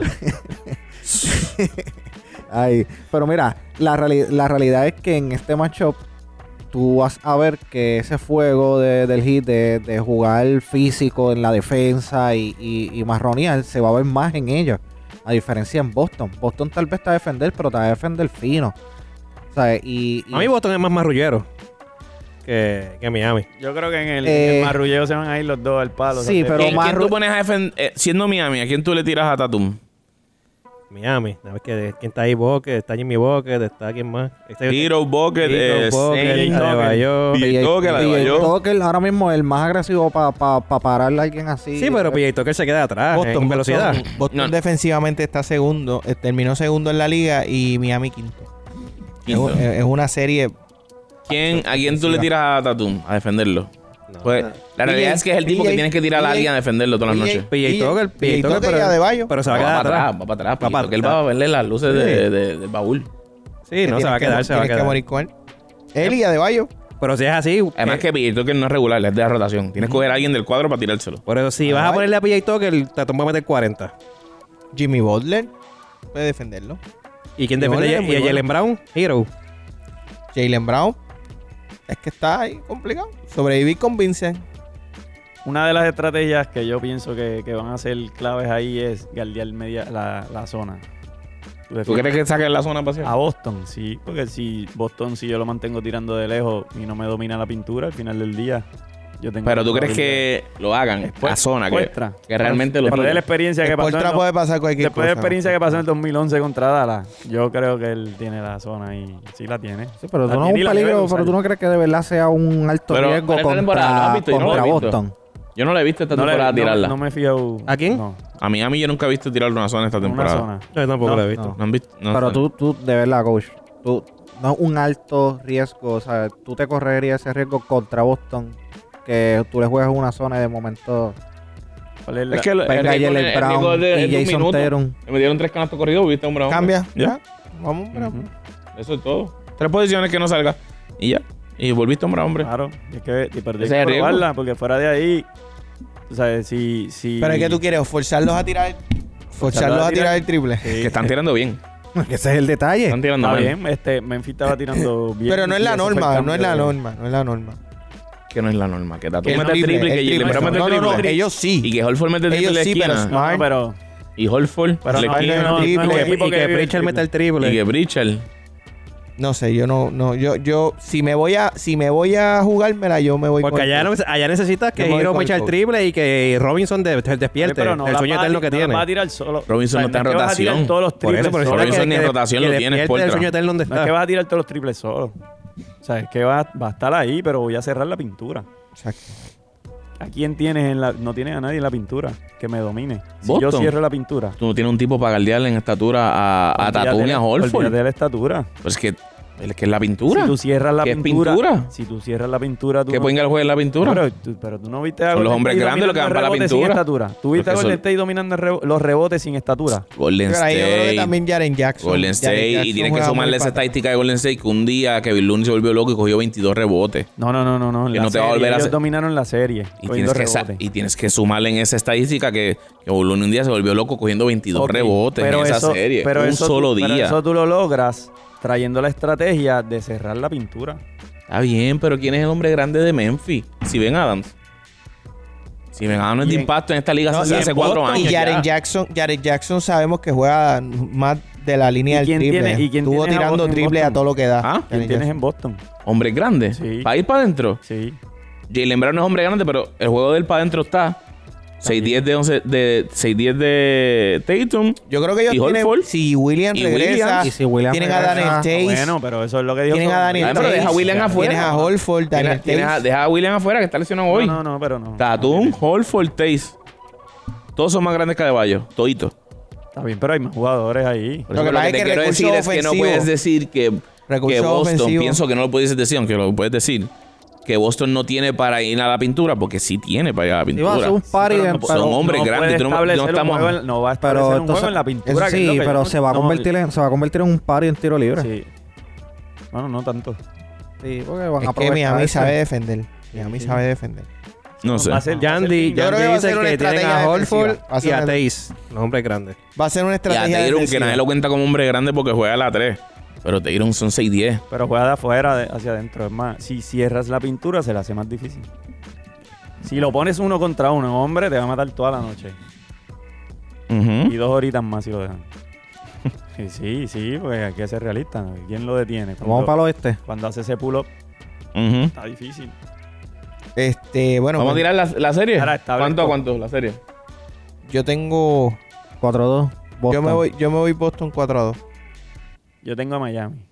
Ay, pero mira, la realidad es que en este matchup tú vas a ver que ese fuego del Heat de jugar físico en la defensa y marronear se va a ver más en ellos. A diferencia en Boston. Boston tal vez está a defender, pero te va a defender fino. O sea, y A mí Boston es más marrullero que Miami. Yo creo que en el Eh, marrulleo se van a ir los dos al palo. sí, o sea, pero ¿Quién más tú pones a defender? Siendo Miami, ¿a quién tú le tiras a Tatum? Miami. ¿Sabes quién está ahí? Bucket, está Jimmy Bucket, está quién más. Hero, Bucket, Saint, Adebayo. PJ Tucker, Adebayo. Tucker ahora mismo es el más agresivo para pararle a alguien así. Sí, pero PJ Tucker se queda atrás en velocidad. Boston No. defensivamente está segundo, terminó segundo en la liga y Miami quinto. Quinto. Es una serie. ¿A quién tú le tiras a Tatum a defenderlo? Pues, la realidad es que es el tipo que tienes que tirar a alguien a defenderlo todas las noches. PJ Tucker, y Adebayo. pero se va a Va quedar para atrás. atrás, va para atrás. Va para Porque él va a verle las luces del baúl. Sí, no, se va a quedar, se va a Tienes que quedar. morir con él. Él y Adebayo. Pero si es así, Además que PJ Tucker no es regular, es de la rotación. Tienes que coger a alguien del cuadro para tirárselo. por eso si vas a ponerle a PJ Tucker, Tatum va a meter 40. Jimmy Butler puede defenderlo. ¿Y quién Y defiende? Butler es muy ¿Y a Jalen Brown? Hero. Jaylen Brown. Es que está ahí complicado. Sobrevivir con Vincent. Una de las estrategias que yo pienso que van a ser claves ahí es guardiar la zona. ¿Tú crees que saquen la zona para A Boston, sí. Porque si yo lo mantengo tirando de lejos y no me domina la pintura, al final del día yo tengo... Pero tú crees que lo hagan a zona, que realmente lo Después de la experiencia que pasó... Portra puede pasar cualquier Después de la cosa. experiencia que pasó en el 2011 contra Dallas, yo creo que él tiene la zona y sí la tiene. Sí, pero La tú no es tiene y un la debe peligro, usar. pero tú no crees que de verdad sea un alto Pero riesgo esta temporada no lo has visto, yo no lo he contra visto. Boston. Yo no la he visto esta No, temporada tirarla. no me fío... ¿A quién? No, A Miami yo nunca he visto tirarle una zona esta una temporada. zona. Yo tampoco No, lo he visto. ¿No han visto? No Pero sé. tú, de verdad, coach, tú no es un alto riesgo, o sea, tú te correrías ese riesgo contra Boston, que tú le juegas una zona y de momento ¿Cuál es la- Es que el venga récord Jalen es- el Brown récord de y un Jason minuto. Tatum. Me dieron 3 canastos corridos, viste un Brown. Cambia. Ya. Ya. Vamos, pero- Ujú. Eso es todo. 3 posiciones que no salga. Y ya. Y volviste hombre. Claro, es que y perdí Ese es el que riesgo. probarla, porque fuera de ahí, o sea, si Pero es que tú quieres forzarlos a tirar. Forzarlos a tirar el triple. Que están tirando bien. Que ese es el detalle. Están tirando Está bien. bien, Memphis estaba tirando bien. Pero no es y la ese fue el norma, cambio no es la de- norma, no es la norma. Que no es la norma. Que Tatum Que el mete el triple, que el Jalen Brown mete el No, no, no, triple. ellos sí. Y que Horford mete el triple Ellos de sí, pero esquina. Smart. No, pero Y Horford Pero de no, esquina. no, triple. no es un equipo Y que vive Pritchard meta el triple. Y que Pritchard. No sé, yo si me voy a jugármela, yo me voy Porque con allá necesitas que Yo me voy Hero con eche el Coach. triple y que Robinson despierte. pero no el la sueño vas a eterno que no la tiene. vas a tirar solo. Robinson no está en es que vas a tirar rotación. todos los Por triples eso, por eso. solo. Robinson ni en rotación lo tiene, despierte Portra. el sueño eterno donde No es está. que vas a tirar todos los triples solo. O sea, es que va a estar ahí, pero voy a cerrar la pintura. Exacto. ¿A quién tienes no tienes a nadie en la pintura que me domine? Si yo Boston. cierro la pintura. Tú no tienes un tipo para guardiarle en estatura a Tatum y a Horford. Olvídate de la estatura. Pues es que es la pintura. Si tú cierras la ¿Qué es pintura, pintura? Si tú cierras la pintura, tú ¿Qué no- pueden jugar en la pintura? Pero tú no viste a Son los Golden hombres State grandes los que van dominando para la rebotes sin pintura. estatura. Tú viste a Porque Golden son- State dominando los rebotes sin estatura. Golden Pero ahí yo creo que State. también Jaren Jackson. Golden Jaren State. Jackson Y tienes que juega muy sumarle esa pata. estadística de Golden State que un día Kevin Looney se volvió loco y cogió 22 rebotes. No. Que La no te va a serie, volver a ellos hacer- dominaron la serie. Y cogiendo tienes, y tienes que sumarle en esa estadística que Looney un día se volvió loco cogiendo 22 Ok, rebotes en esa serie. pero un eso solo Pero día. eso tú lo logras trayendo la estrategia de cerrar la pintura. Está bien, pero ¿quién es el hombre grande de Memphis? Steven Adams. Steven Adams no es de Y en- impacto en esta liga No, hace y en 4 Boston, años. Y Jaren ya. Jackson sabemos que juega más de la línea ¿Y del quién triple. tiene- y quién Estuvo tienes a tirando Boston en triple a Boston? todo lo que da. ¿Ah? Jaren ¿Quién tienes Jackson. en Boston? Hombre grande. Sí. Para ir para adentro. Sí. Jalen Brown no es hombre grande, pero el juego del para adentro está. 6-10 de 11 de 6-10 de Tatum. Yo creo que ellos ¿Y tienen, Horford? si Williams ¿Y regresa, Williams? Y si Williams tienen a regresa- Daniel Tays, Bueno, pero eso es lo que dijo. tienen a Daniel Ay, pero Tays, deja a Williams afuera. tienes a Horford, Daniel Tays. Deja a William afuera que está lesionado hoy. No, pero no. Tatum, Horford, Tays. Todos son más grandes que Adebayo. Toditos. Está bien, pero hay más jugadores ahí. Por Lo eso que lo pasa que es te que quiero recursos decir es que no ofensivos- puedes decir que Recursos Boston, ofensivos. pienso que no lo puedes decir, aunque lo puedes decir, que Boston no tiene para ir a la pintura, porque sí tiene para ir a la Iba a hacer pintura. un party Pero en- no- Son hombres no grandes, puede tú no- establecer no un estamos- juego no va a establecer Pero un entonces, juego en la pintura. eso que es lo sí, que pero yo se va a convertir en un party en tiro libre. Sí. Bueno, no tanto. Sí, porque van a Es que aprovechar Miami eso. sabe defender. Miami Sí. sabe defender. No sé. Va a ser- Yandy Yo creo que va a dice ser una que tienen estrategia a Horford defensiva. Va a ser y a una- Tays, los hombres grandes. Va a ser una Y a estrategia Tatum, que defensiva. nadie lo cuenta como hombre grande porque juega a la 3. Pero Tatum son 6-10. Pero juega de afuera hacia adentro. Es más, si cierras la pintura, se le hace más difícil. Si lo pones 1 contra 1, hombre, te va a matar toda la noche. Ujú. Y 2 horitas más si lo dejan. Sí, porque hay que ser realista. ¿No? ¿Quién lo detiene? Vamos para el oeste. Cuando hace ese pull-up, Ujú. está difícil. Bueno, Vamos a pues, tirar la serie. Ahora establezco- ¿Cuánto a cuánto la serie? yo tengo 4-2. Boston. yo me voy Boston 4-2. Yo tengo a Miami.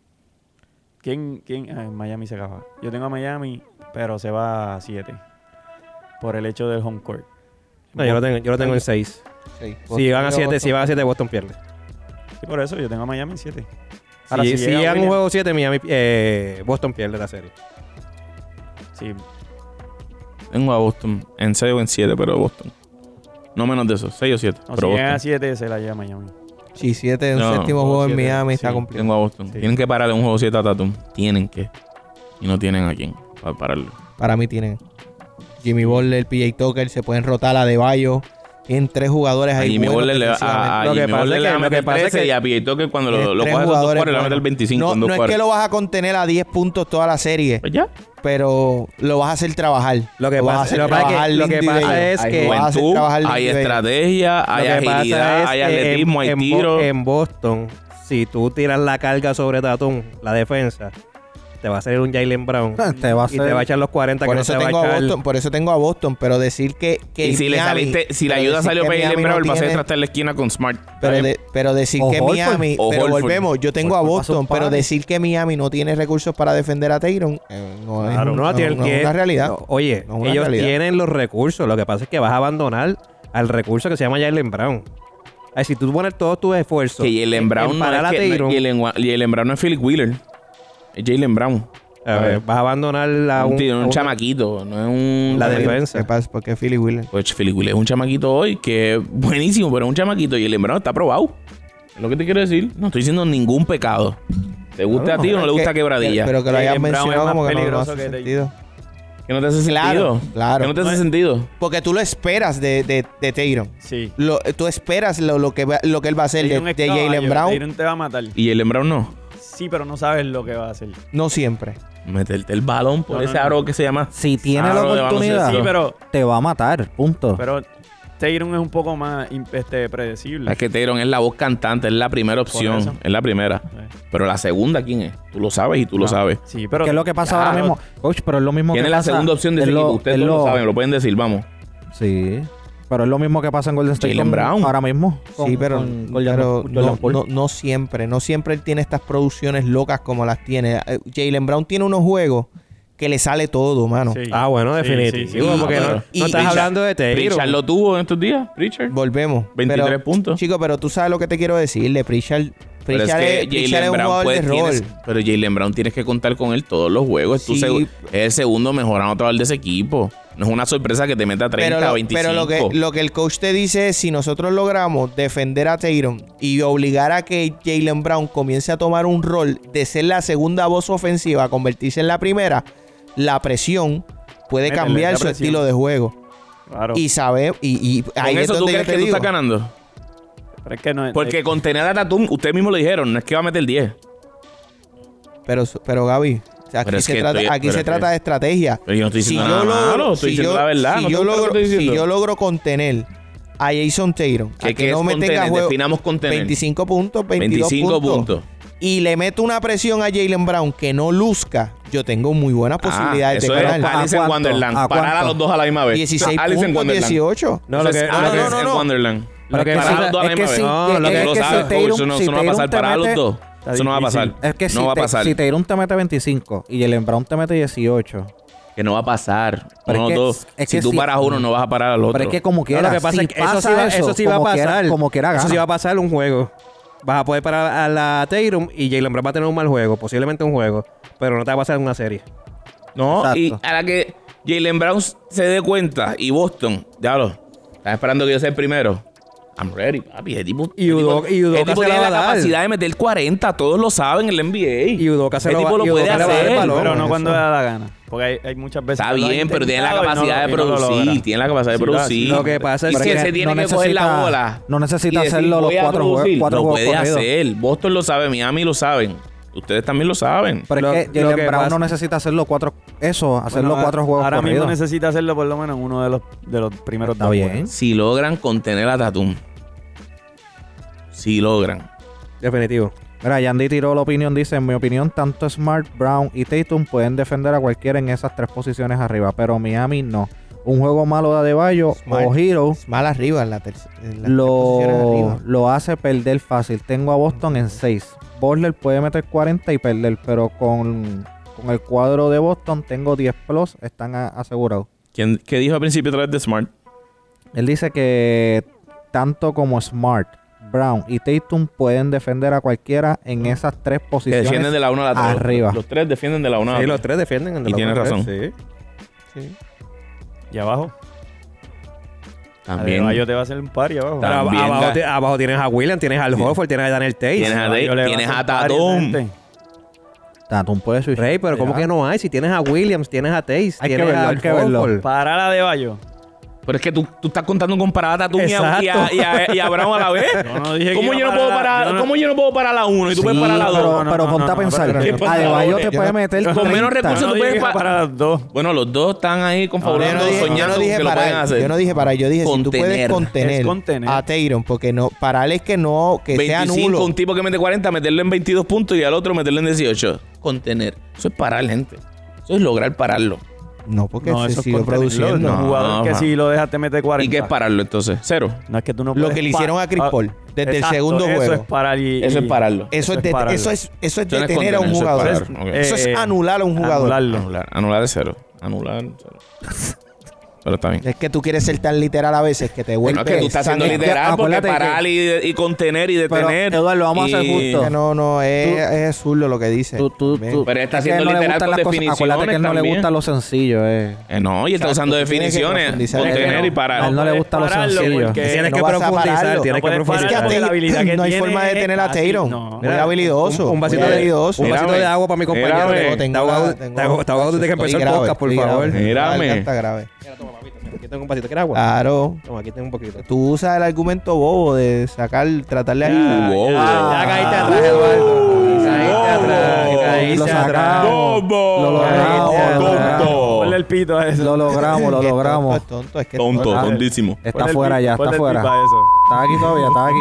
¿Quién? Miami se acaba. Yo tengo a Miami, pero se va a 7. Por el hecho del home court. No, yo lo tengo en 6. Si van a 7, Boston pierde. Y por eso yo tengo a Miami en 7. Si llegan un juego 7, Boston pierde la serie. Sí, Tengo a Boston en 6 o en 7, pero Boston. No menos de eso, 6 o 7. no, pero si llegan a Boston. 7, se la lleva Miami. Sí, 7 en No, séptimo juego en 7, Miami sí. está complicado. Tengo a Boston. Sí. Tienen que pararle un juego 7 a Tatum. Tienen que. Y no tienen a quién para pararlo. Para mí tienen Jimmy Butler, PJ Tucker, se pueden rotar a Adebayo. Tienen 3 jugadores A ahí. Jimmy buenos Butler le defensivamente. Lo que Jimmy pasa Butler es le va a que- lo meter que pasa es 13 que- y a PJ Tucker cuando Tienes lo tres coges a esos dos jugadores cuadros le va a meter buenos. 25 No, con 2 no es cuadros. que lo vas a contener a 10 puntos toda la serie, Pues ya. pero lo vas a hacer trabajar. Lo que Lo vas a pasa, hacer lo que pasa trabajar es que, lo que lindo y pasa bello. es Hay que Lo vas a hacer juventud, trabajar hay lindo y bello. estrategia, hay lo que pasa agilidad, es hay que atletismo, hay tiro. en Boston, si tú tiras la carga sobre Tatum, la defensa, te va a salir un Jaylen Brown Te va a y te va a echar los 40 Por que no eso te va a tengo a echar. Boston, por eso tengo a Boston, pero decir que Y si le Miami- saliste, si la pero ayuda decir salió que para Jaylen Miami Brown, no va a ser tiene- tratar la esquina con Smart. pero decir O que Horford. Miami, O pero Horford. volvemos, yo tengo a Horford pasa un Boston, pero par. decir que Miami no tiene recursos para defender a Tatum no Claro, es, no, tiene no que- es una realidad. no, oye, No es una ellos realidad. tienen los recursos. Lo que pasa es que vas a abandonar al recurso que se llama Jaylen Brown. Ay, si tú pones todos tus esfuerzos Que Jaylen Brown no parar es a que Tatum, Jaylen Brown no es Philip Wheeler. Es Jaylen Brown. a ver, vas a abandonar Un chamaquito, no es un... La defensa. ¿Qué pasa? ¿Por qué Philly Wheeler? Pues Philip Wheeler es un chamaquito hoy que es buenísimo, pero es un chamaquito y Jaylen Brown está aprobado. Es lo que te quiero decir. No estoy diciendo ningún pecado. ¿Te gusta a ti o no le gusta Quebradilla? Pero que lo hayas Jaylen Brown mencionado es más como que no peligroso hace que sentido. Que no te hace Claro, sentido. claro. Que no te hace sentido. Porque tú lo esperas de Tatum. Sí. Tú esperas lo que él va a hacer Tatum de es Jaylen caballo, Brown. Tatum te va a matar. Y Jaylen Brown no. Sí, pero no sabes lo que va a hacer. No siempre. Meterte el balón por No, ese no, aro que se llama... Si tiene la Aro de oportunidad, baloncesto. Sí, pero te va a matar. Punto. Tatum es un poco más predecible. Es que Tatum es la voz cantante, es la primera Por opción. eso. Es la primera. Pero la segunda, ¿quién es? Tú lo sabes y tú lo sabes. Sí, pero ¿Qué es lo que pasa ahora mismo? Coach, pero es lo mismo ¿Quién que es la pasa- segunda opción de ese es equipo? Ustedes es todos lo saben, lo pueden decir, vamos. Sí. Pero es lo mismo que pasa en Golden State Jaylen con- Brown. ahora mismo. Sí, pero, Jordan Poole. no siempre. No siempre él tiene estas producciones locas como las tiene. Jaylen Brown tiene unos juegos que le sale todo, mano. Sí. Ah, bueno, Sí, definitivo. sí, sí. Porque Ah, no, pero- no estás Pritchard- hablando de Pritchard Tatum. lo tuvo en estos días, Pritchard. Volvemos. 23 puntos. Chico, pero tú sabes lo que te quiero decirle. Pritchard Pero es que Pritchard es un jugador de rol. pero Jaylen Brown tienes que contar con él todos los juegos. Sí. Es el segundo mejor anotador de ese equipo. No es una sorpresa que te meta 30 o 25. Pero lo que el coach te dice es, si nosotros logramos defender a Tatum y obligar a que Jaylen Brown comience a tomar un rol de ser la segunda voz ofensiva a convertirse en la primera, la presión puede Métele cambiar esa su presión. estilo de juego. Claro. Y sabe, y ¿Con ahí es eso tú donde yo crees te que tú digo. estás ganando? Pero es que no es. Porque con tener a Tatum, ustedes mismos lo dijeron, no es que va a meter 10. Pero Gaby, Pero aquí es se que trata, estoy- aquí pero se es trata que- de estrategia. Pero yo no estoy diciendo nada malo, estoy diciendo la verdad. si ¿no te yo gusta lo que logro, estoy si diciendo? yo logro contener a Jason Tatum, a ¿Qué que es no me tenga contener? juego Definamos contener. 25 puntos, 22 25 puntos, y le meto una presión a Jaylen Brown que no luzca, yo tengo muy buenas posibilidades eso de es ganar. Alice en ¿A cuánto? Wonderland. ¿A Parar a cuánto? los dos a la misma vez. 16 Alice en puntos, Wonderland. 18. No, lo que, Eso es lo que- Alice en Wonderland. lo que Parar a pasa- los dos a la es que misma sí, vez. No, lo es que- Tú lo que sabes, si coach, Tatum- eso no si va a pasar. Tatum te Parar a los mete- dos. Está Eso no va a difícil. pasar. Es que no va a pasar. si Tatum te mete 25 y Jaylen Brown te mete 18, Que no va a pasar. Pero Uno es o que- dos. es Si que tú si- paras a uno, no vas a parar al otro. pero es que como No, quiera, lo que pasa si es que eso pasa sí va, eso sí va a como quiera- pasar. como quiera Eso gana. sí va a pasar un juego. Vas a poder parar a la Tatum y Jaylen Brown va a tener un mal juego, posiblemente un juego, pero no te va a pasar en una serie. No, Exacto. y a la que Jaylen Brown se dé cuenta y Boston, diablo, están esperando que yo sea el primero. I'm ready, papi. Ese tipo, Y Udoka ese tipo se la tiene va a la dar. capacidad de meter 40, todos lo saben en el NBA. Y Udoka se Ese lo tipo va- lo y puede Udoka le va a dar el hacer. balón. Pero no Eso. cuando le da la gana. Porque hay muchas veces. Está que lo ha bien, pero tiene la intentado y no capacidad lo- de y no lo producir. logra. Tiene la capacidad de Sí, producir. Lo que pasa es y que si Pero se que tiene no que coger la necesita- bola. no necesita y decir, hacerlo los voy a 4 juegos, producir, 4 lo juegos puede corridos. hacer. Boston lo sabe, Miami lo saben. Ustedes también lo saben. Pero Lo- es que lo Jaylen que Brown pasa- no necesita hacer los 4 Bueno, 4 juegos ahora corridos. mismo necesita hacerlo por lo menos en uno de los primeros Está dos bien. juegos. Si logran contener a Tatum. Si logran. Definitivo. Mira, Yandy tiró la opinión, dice, en mi opinión, tanto Smart, Brown y Tatum pueden defender a cualquiera en esas 3 posiciones arriba, pero Miami no. Un juego malo de Adebayo Smart. o Hero Mal arriba en las tres posiciones arriba. lo hace perder fácil. Tengo a Boston en 6. Butler puede meter 40 y perder, pero con el cuadro de Boston tengo 10 plus, están asegurados. ¿Qué dijo al principio otra vez de Smart? Él dice que tanto como Smart, Brown y Tatum pueden defender a cualquiera en esas 3 Que posiciones. defienden de la 1 a la 3. arriba. Los 3 defienden de la 1 a la Sí, 3. los 3 defienden. en de Y la tienes otra razón. vez, sí. Sí. Y abajo. También. Adebayo te va a hacer un par y abajo. Pero También, abajo tienes a Williams, tienes al Horford, tienes a Daniel Tate. Tienes a Adebayo le va tienes hacer a un par y Tatum. esa gente. Tatum puede switch. Rey, pero ¿cómo que no hay? Si tienes a Williams, tienes a Tate, Hay que tienes verlo, a hay que verlo. Horford. Parar a Adebayo. Pero es que tú estás contando con parada a Tatum y Exacto. a Brown a la vez. Yo no dije que ¿Cómo iba yo no a puedo parar a- parar? yo no- ¿Cómo yo no puedo parar a la 1 y tú puedes parar a la 2? Pero ponte a pensar. pero- Adebayo te yo puede no- meter con menos 30. recursos Yo no tú dije puedes que iba a parar a las dos. Bueno, los dos están ahí Ahora, yo confabulando, no dije, soñando yo no dije que lo pueden parar. hacer. Yo no dije parar. Yo dije si tú puedes Contener. Es contener. a Tatum, porque no, parar es que no, que sea 25, nulo. un tipo que mete 40, meterlo en 22 puntos y al otro meterlo en 18. Contener. Eso es parar, gente. Eso es lograr pararlo. No, porque No, se eso es siguió contenerlo. produciendo. Un jugador que Ajá. si lo dejas te mete 40. ¿Y qué es pararlo entonces? ¿Cero? No es que tú no Lo puedes que le hicieron a Chris Paul desde el Exacto, segundo Eso juego. es parar y... Eso es pararlo. Eso es pararlo. detener a un contener, eso es jugador. parar. Ok. Eso es anular a un jugador. Anularlo. Anular es cero. Anular, cero. Pero está bien. Es que tú quieres ser tan literal a veces que te Bueno, vuelves es que tú estás siendo sangre. literal porque acuérdate parar y contener y detener. Pero, Eduardo, vamos a ser y- justos. Que no, es zurdo lo que dice. Ven. Pero está Es que siendo no le literal gustan con las cosas. definiciones Acuérdate que a él no le también. gusta lo sencillo, No, y está Exacto, usando tú tienes que definiciones. profundizar. Contener Es que y parar. a él no le gusta lo pararlo sencillo. porque Tienes no que vas a profundizar, pararlo. tienes que No puedes Es que profundizar. a porque la habilidad que no hay tiene forma de es detener a fácil. Tatum. No. Muy Mira, habilidoso. Un vasito, muy de, habilidoso. un vasito Mírame. de agua para mi compañero. Mírame. Está ahogado, está ahogado desde que empezó el podcast, por favor. Mírame. Está grave. Mira, toma, papito. Aquí tengo un vasito. ¿Quieres agua? Claro. Toma, aquí tengo un poquito. Tú usas el argumento bobo de sacar, tratarle a... Wow. Ya caíste atrás, Eduardo. Caíste atrás. Lo Caíste atrás. sacamos. Lo logramos. Ponle el pito a eso. Lo logramos, lo logramos. Es tonto, es que Tonto, es tontísimo. Está fuera ya, está fuera. Eso. Está aquí todavía, está aquí.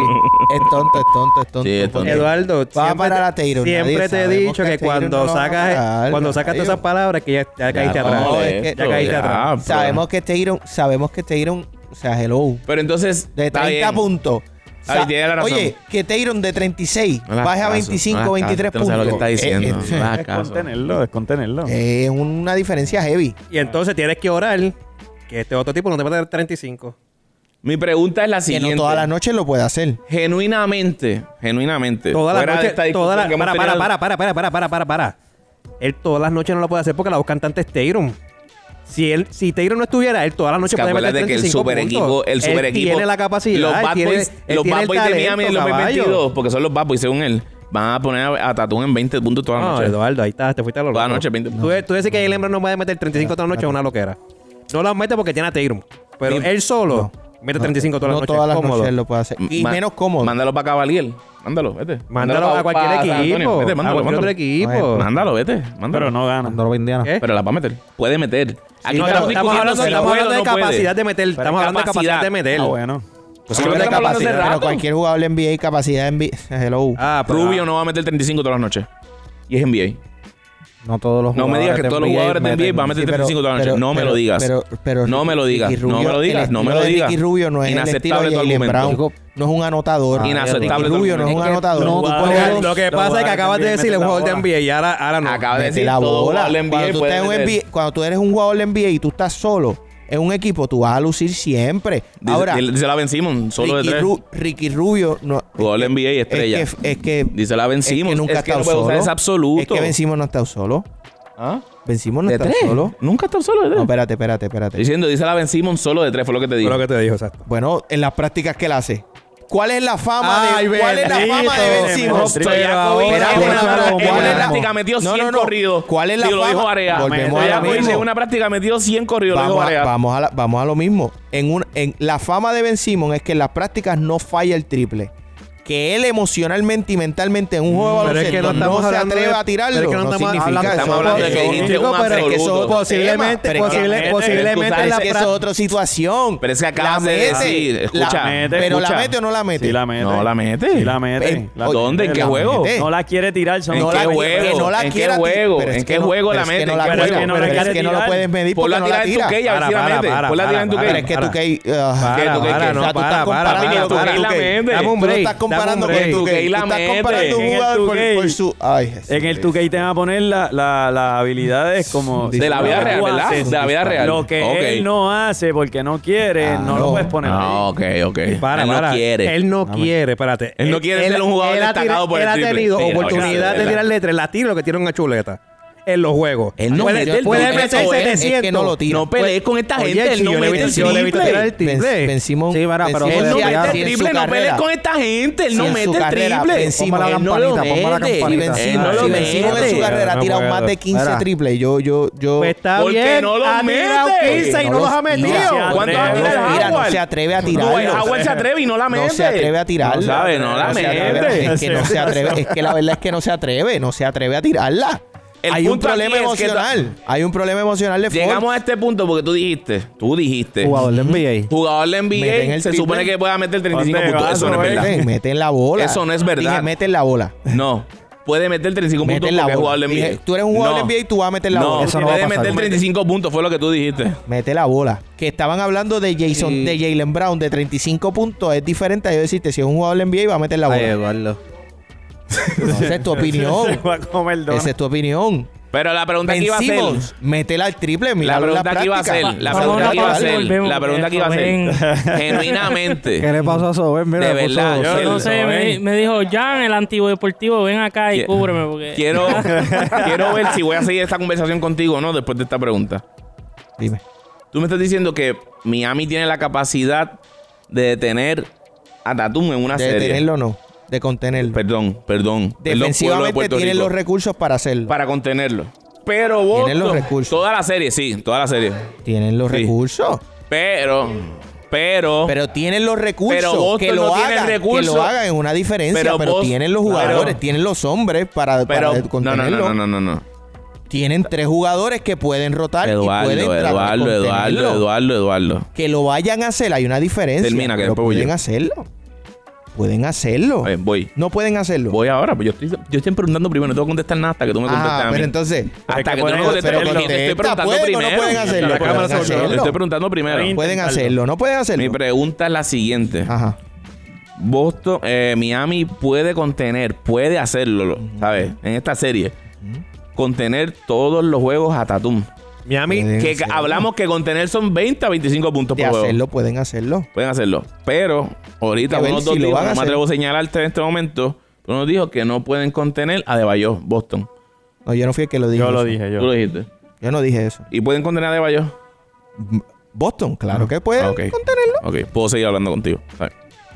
tonto. Sí, es tonto. Eduardo, Va a parar a Tatum. siempre Nadie te he sabemos dicho que que Tatum cuando no lo va a sacas parar, cuando sacas todas esas palabras que ya caíste no, atrás. no, es que- ya caíste atrás. Sabemos que Tatum, o sea, hello, Pero entonces, de está 30 bien. puntos. Ahí tiene la razón. Oye, que Tatum de 36 No le baje a hagas caso, 25, no le hagas 23 caso. Usted no sabe puntos. lo que está diciendo. No le hagas caso. Descontenerlo. Es una diferencia heavy. Y entonces tienes que orar que este otro tipo no te mete 35. Mi pregunta es la Que siguiente. no todas las noches lo puede hacer. Genuinamente. Todas las fuera de noches, esta discusión todas las que hemos tenido- para. Él todas las noches no lo puede hacer porque la voz cantante es Tatum. Si Tatum no estuviera, él todas las noches Que puede meter acuérdate que 35 el super Él equipo tiene la capacidad. Los él Bad tiene- Boys, él los tiene Bad el Boys de Miami en talento, 2022, caballo. porque son los Bad Boys según él, van a poner a Tatum en 20 puntos toda la No, noche. Eduardo, ahí está, te fuiste a lo Toda la loco. noche, 20 puntos. Tú dices que el Lembron no puede meter 35 toda la noche, es una loquera. No lo mete porque tiene a Tatum. Pero Sí. él solo mete 35 todas No las noches. todas las cómodo. noches lo puede hacer. Y menos cómodo. Mándalo para Cavalier. Mándalo, vete. Mándalo a cualquier pa' San equipo. Antonio. Vete, A mándalo, cualquier otro mándalo. equipo. Mándalo, vete. Mándalo. Pero no gana. Mándalo para Indiana. ¿Qué? Pero la va a meter. Puede meter. Aquí No, estamos estamos discutiendo hablando, si estamos puede hablando o de no puede. capacidad de meter. Estamos hablando de capacidad de meter. Ah, bueno. Pues eso es lo que estamos hablando hace Pero rato. cualquier jugador de NBA capacidad de NBA. Hello. Ah, pero- Rubio no va a meter 35 todas las noches. Y es NBA. No todos los No me jugadores digas que de todos los NBA jugadores de NBA meten. van a meter Sí, pero- 35 todas las pero- noches. No me pero- lo digas. pero No me lo digas. Ricky No me lo Rubio- digas. el No me estilo lo de digas. Ricky Rubio no es el Inaceptable estilo de tu Jaylen argumento. Brown. No es un anotador. Inaceptable Ricky tu Rubio no es un argumento. anotador. no, Tú tú pones- puedes- Lo que pasa es que acabas de decirle un jugador de NBA y ahora no. Acaba de mete decir la todo bola. jugador de NBA Cuando tú puede estás en un meter. NBA, cuando tú eres un jugador de NBA y tú estás solo en un equipo, tú vas a lucir siempre. Ahora, Dice la Ben Simmons, solo de 3. Ricky Rubio no, Jugador de NBA y estrella. Es que Dice la Ben Simmons. nunca Es ha que no estado puede usar solo. ese absoluto. Es que Ben Simmons no ha estado solo. ¿Ah? Ben Simmons no ¿De está 3? solo. Nunca está solo de 3. No, espérate. Diciendo, dice la Ben Simmons solo de 3, fue lo que te Fue digo. lo que te dijo, exacto. Bueno, en las prácticas que él hace. ¿Cuál es la fama Ay, de ¿Cuál es la bendito. fama de Ben Simmons? Pero Stojakovic ahora en una volvemos. práctica metió 100 corridos. ¿Cuál es la Y lo fama? dijo Area. Volvemos a lo Stojakovic mismo. en una práctica metió 100 corridos, lo dijo Area. Vamos a lo mismo. En la fama de Ben Simmons es que en las prácticas no falla el triple. Que él emocionalmente y mentalmente en un juego de Pero es que baloncesto no estamos no se hablando atreve de- a tirarlo. pero es que no no estamos significa hablando- eso. Estamos hablando de que Eso- dijiste Chico, un pero es que absoluto. eso- Posiblemente, pero es que- posiblemente sabes la es que eso es otra situación. Pero es que acabas La de mete, decir, escucha, pero escucha. ¿la mete o no la mete? Sí la mete. No la mete. Sí la mete. La ¿Dónde? ¿En mete, qué la juego? mete. No la quiere tirar. Son ¿En No qué la juego? quiere- que no la ¿En qué quiera ti- juego? pero es ¿En que qué no- juego pero la es que mete? no la ¿En qué quiere- juego? no pero la es quiere que no lo tirar. puedes medir Ponlo porque a no tirar la en tu tira. K y a ver si la mete. Ponla a tirar en tu Pero es que K. tú que ¿Qué? o sea, tú estás comparando para, con la mete. Dame un Tú lo break. estás comparando dame con un tu break. Tú la Tú estás mete. comparando un En el jugador 2K. por su... Ay, Jesús. En el 2K te van a poner las habilidades como... De la vida real, ¿verdad? De la vida real. Lo que Ok. él no hace porque no quiere, no lo puedes poner ahí. Ah, ok. Para, Él no quiere. Él no quiere, espérate. Él no quiere ser un jugador él ha destacado por el Él ha triple. tenido Sí, la oportunidad verdad, de verdad. tirarle 3, la tira lo que tiene una chuleta. en los juegos. Él no puede, mete el puede triple, meter eso es 700. es que no lo tira. No pelees con esta Oye, gente. Él si no yo le mete el vi- yo le vi tirar el triple. triple. Vencimos. Sí, mira, pero Él no Ya, mete el si en triple. su No pelees carrera- con esta gente. Él si no en mete su el carrera triple. vencimos- Ponme la Él no lo campanita, ponme la mete. Si campanita. vencimos, Él no si lo vencimos en su mete. carrera, ha No tirado puedo. más de 15 Mira. triples. Yo Pues está ¿Por qué bien. no lo ha tirado mete? 15 y No no los los ha metido. tira. ¿Cuántos ha no tirado los tira, no Howard? se atreve a No, tirarlo. Howard se atreve y no la mete. No se atreve a tirarla. No sabe, no la se atreve, mete. es que no se atreve. Es que la verdad es que no se atreve a tirarla. El Hay un punto problema aquí es que emocional. Hay un problema emocional de Llegamos Ford. a este punto porque tú dijiste. Jugador de NBA. Jugador de Meten NBA el se triple. supone que pueda meter 35 ¿Dónde puntos. vas, Eso no es verdad. Meten la bola. Eso no es verdad. Dije, meten la bola. No. Puede meter 35 puntos Meten la porque es bola. jugador de NBA. Dije, tú eres un jugador No. de NBA y tú vas a meter la No, bola. Eso no va a puede pasar. meter 35 puntos, fue lo que tú dijiste. Mete la bola. Que estaban hablando de Sí. de Jaylen Brown de 35 puntos. Es diferente a yo decirte si es un jugador de NBA y va a meter la bola. Ay, Eduardo. No, esa es tu Se opinión. va a comer donas. Esa es tu opinión. Pero la pregunta que iba a hacer. Vencimos. Métela al triple. La Míralo en la pregunta que iba a práctica. hacer. La Vamos pregunta a que iba a una pausa y hacer. volvemos, La pregunta que iba a hacer. ¿Qué Genuinamente. le pasó a Soben? Mira, De le puso- verdad, Yo no Él- sé, me dijo, Jan, el antiguo deportivo, ven acá y Qui- cúbreme. Porque... Quiero ver si voy a seguir esta conversación contigo o no después de esta pregunta. Dime. Tú me estás diciendo que Miami tiene la capacidad de detener a Tatum en una De serie. detenerlo o no. De contenerlo. Perdón. Perdón, pueblo de Defensivamente Puerto tienen Rico. los recursos para hacerlo. Para contenerlo. Pero Tienen los Boston, recursos. toda la serie, sí, toda la serie. Tienen los Sí. recursos. Pero Pero tienen los recursos. Pero Boston que lo no tiene hagan, recursos. Que lo hagan en una diferencia. Pero Pero, Boston- tienen los jugadores, pero- tienen los hombres para contenerlo. no. Tienen 3 jugadores que pueden rotar y pueden tratar de contenerlo. Eduardo. Que lo vayan a hacer, hay una diferencia. Termina, que pero después voy pueden yo. hacerlo. Pueden hacerlo. Voy. No pueden hacerlo. Voy ahora, pues yo estoy preguntando primero, no tengo que contestar nada hasta que tú me contestes a mí. Pero entonces, Hasta que tú pueden me contestes hacerlo. porque te estoy preguntando ¿Pueden o no primero. pueden hacerlo? La cámara Pueden se volvió. hacerlo. Le estoy preguntando primero. Pueden pueden intentarlo. hacerlo. No pueden hacerlo. Mi pregunta es la siguiente. Ajá. Boston, Miami puede contener, puede hacerlo, ¿sabes? En esta serie. Contener todos los juegos a Tatum. Miami, Pueden Que hacerlo. hablamos que contener son 20 a 25 puntos De por juego. hacerlo, pueden hacerlo. Pueden hacerlo. Pero ahorita Hay que ver unos dos si lo días, van a no me hacer. atrevo a señalarte en este momento, pero nos dijo que no pueden contener a Adebayo, Boston. No, yo no fui el que lo dije. Yo lo eso. dije, Tú lo yo. dijiste. Yo no dije eso. ¿Y pueden contener a Adebayo? Boston, claro que pueden Ah, ok. contenerlo. Ok, puedo seguir hablando contigo. ¿sabes?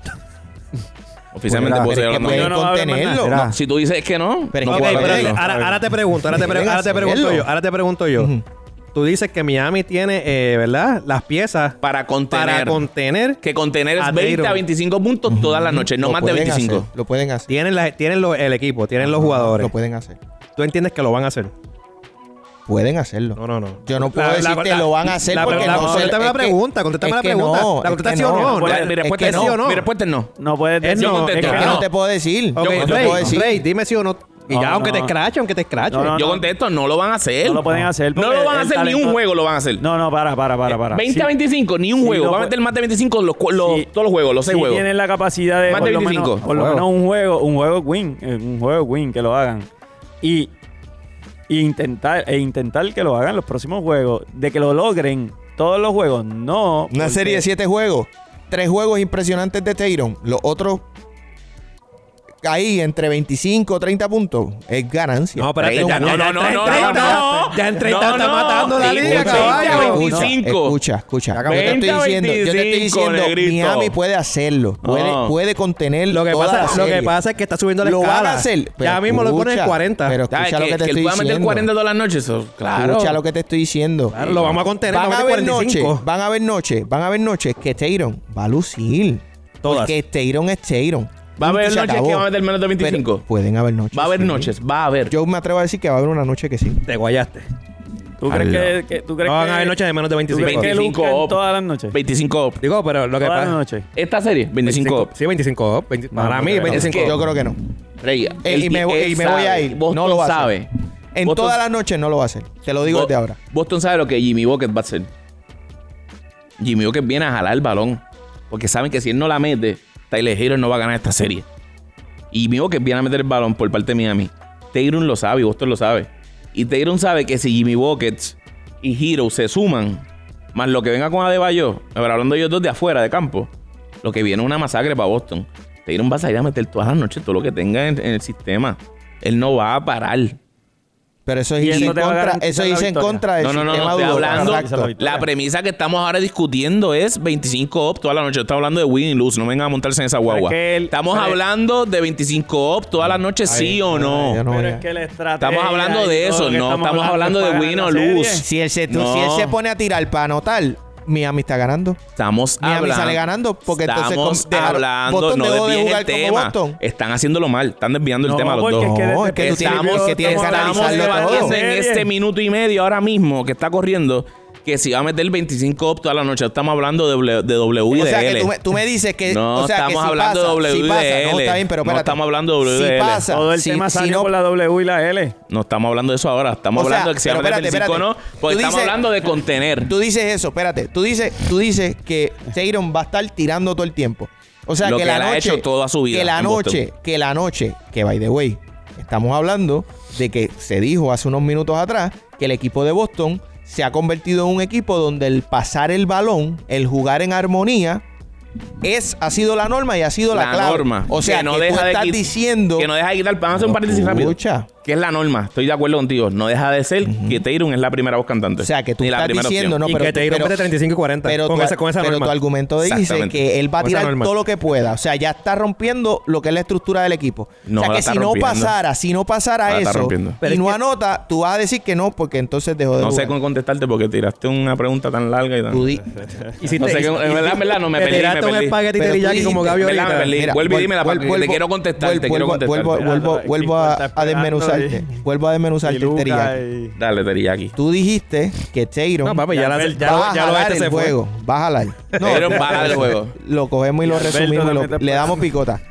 Oficialmente Mira, puedo seguir Pero es que hablando pueden Yo no voy a hablar más contenerlo. nada. No, si tú dices que no, Pero es no que- puedo ok, pero hacerlo. ahora te pregunto, ahora te Pueden pregunto yo, hacerlo. Ujú. Tú dices que Miami tiene, ¿verdad? Las piezas Para contener. para contener. Que contener es a 20 a Tatum. 25 puntos todas las noches, no Lo más de pueden 25. hacer, lo pueden hacer. Tienen el equipo, tienen los jugadores. Lo pueden hacer. ¿Tú entiendes que lo van a hacer? Pueden hacerlo. No. Yo no puedo decir que lo van a hacer porque no sé. Contéstame la es que- pregunta, contéstame es la que pregunta. no, La es que contestación no. no. Mi Es respuesta que es no. no. Mi respuesta es no. No puedes Es decir. no, contesto. es Es que que no. no te puedo decir. Ok, Yo no te Rey, puedo decir. Rey, dime sí o no. Y No, ya, aunque no. te escrache, aunque te escrache. No, Yo contesto, no lo van a hacer. No lo pueden hacer. No porque lo van a el hacer, ni un talento- juego lo van a hacer. No, para. 20 a Sí. 25, ni un Sí, juego. no Va a puede- meter más de 25 Sí. todos los juegos, los 6 Sí juegos. tienen la capacidad de Más de 25. por lo menos un juego win, un juego win que lo hagan. Y intentar que lo hagan los próximos juegos, de que lo logren todos los juegos, no. Una porque- serie de 7 juegos. 3 juegos impresionantes de Tatum. Los otros ahí entre 25 o 30 puntos es ganancia. No, espérate, Treinta, ya no, no, no, no, no. Ya en 30 No, está no. matando la liga, Escucha, caballo. 25. Escucha. Yo te 20 a estoy diciendo, 25, negrito. Miami puede hacerlo. No. Puede contener Lo que toda la pasa serie. es que está subiendo la Lo escala. van a hacer. Ya Pero mismo lo ponen en escucha, 40. Pero ¿Sabes? escucha lo que te Que él estoy pueda meter diciendo. 40 todas las noches, eso, claro. Escucha lo que te estoy diciendo. Claro, lo vamos a contener. Van vamos a a haber meter 45. van a haber noches que Tatum va a lucir. Todas. Porque Tatum es Tatum. Va a haber Se noches acabó. que va a meter menos de 25. Pero pueden haber noches. Va a haber sí. noches, va a haber. Yo me atrevo a decir que va a haber una noche que sí. Te guayaste. ¿Tú crees que tú crees No van que a haber noches de menos de ¿tú 25. crees que 25 lucran up. todas las noches? 25 up. Digo, pero lo que Todas las pasa... noches. Esta serie, 25 up. Sí, 25 up. Para mí, creo. 25 Es que- Yo creo que no. Rey, y me voy a ir. Boston No lo va a hacer. sabe. En Boston- todas las noches no lo va a hacer. Te lo digo Bo- desde ahora. Boston sabe lo que Jimmy Bucket va a hacer. Jimmy Bucket viene a jalar el balón. Porque saben que si él no la mete, Tyler Hero no va a ganar esta serie. Y Jimmy Bucket viene a meter el balón por parte de Miami. Tatum lo sabe y Boston lo sabe. Y Tatum sabe que si Jimmy Buckets y Hero se suman, más lo que venga con Adebayo, pero hablando ellos dos de afuera, de campo, lo que viene es una masacre para Boston. Tatum va a salir a meter todas las noches todo lo que tenga en el sistema. Él no va a parar. Pero eso Y dice eso en te va a contra, garantizar eso la dice en victoria. contra del No, sistema estoy duro. hablando. Exacto. La premisa que estamos ahora discutiendo es 25 up toda la noche. Estamos hablando de win y lose. No vengan a montarse en esa guagua. Estamos hablando de 25 up toda la noche, sí o no. Yo no Pero voy a- es que la estrategia Estamos hablando de y todo eso, lo que no estamos hablando es de para win ganar o la serie. lose. Si él se No. pone a tirar para anotar, Miami está ganando. Estamos Miami hablando. sale ganando porque entonces estamos hablando, Boston no dejó de desvíen jugar el como tema. Boston. Están haciéndolo mal, están desviando el No, tema los porque dos. es que desde No, es que tú tienes Estamos, que tienes que estamos analizarlo todo. debatiendo en Serie. este minuto y medio ahora mismo que está corriendo que si va a meter 25 up toda la noche. Estamos hablando de W y O de sea, que L. tú me dices que... No, o sea, que estamos si hablando pasa, de W si y pasa, de no, L. está bien, pero No espérate. estamos hablando de W y Si de L. pasa, Todo el si- tema si salió no- por la W y la L. No estamos hablando de eso ahora. Estamos O sea, hablando de que si va a pero meter 25 o no. espérate. Porque Tú estamos dices- hablando de contener. Tú dices eso, espérate. Tú dices que Tatum va a estar tirando todo el tiempo. O sea, Lo que que la él ha noche... hecho toda su vida Que la en Boston. noche, que by the way, estamos hablando de que se dijo hace unos minutos atrás que el equipo de Boston se ha convertido en un equipo donde el pasar el balón, el jugar en armonía, ha sido la norma y ha sido la clave. norma. O sea, Que no que deja tú de estás quit- diciendo... Que no deja de quitar. Vamos a hacer un paréntesis rápido. Escucha. Que es la norma. Estoy de acuerdo contigo. No deja de ser que Tatum es la primera voz cantante. O sea, que tú Ni la estás primera diciendo... opción. No, y pero, que te pero, mete 35 y 40 pero con esa pero norma. tu argumento dice Exactamente. que él va a Con esa tirar norma. todo lo que pueda. O sea, ya está rompiendo lo que es la estructura del equipo. No, o sea, la que está si no rompiendo. pasara La está eso rompiendo. y Pero es no que- anota, tú vas a decir que no porque entonces dejó de No sé jugar. cómo contestarte porque tiraste una pregunta tan larga y tan... Tú di- Y si No sé, en verdad, no me te perdí, tiraste un espagueti Pero tú teriyaki como dijiste- Gaby ¿Verdad? ahorita. Me perdí. Mira, Vuelve y dímela, vuelvo- porque te quiero contestar, te quiero contestar. Vuelvo a desmenuzarte. Vuelvo a desmenuzarte el teriyaki. Dale, teriyaki. Tú dijiste que Tatum No, papi, ya va a lo jalar este el se fue. juego. Va a jalar. Tatum va a jalar el juego. Lo cogemos y lo Alberto resumimos y también te le damos picota.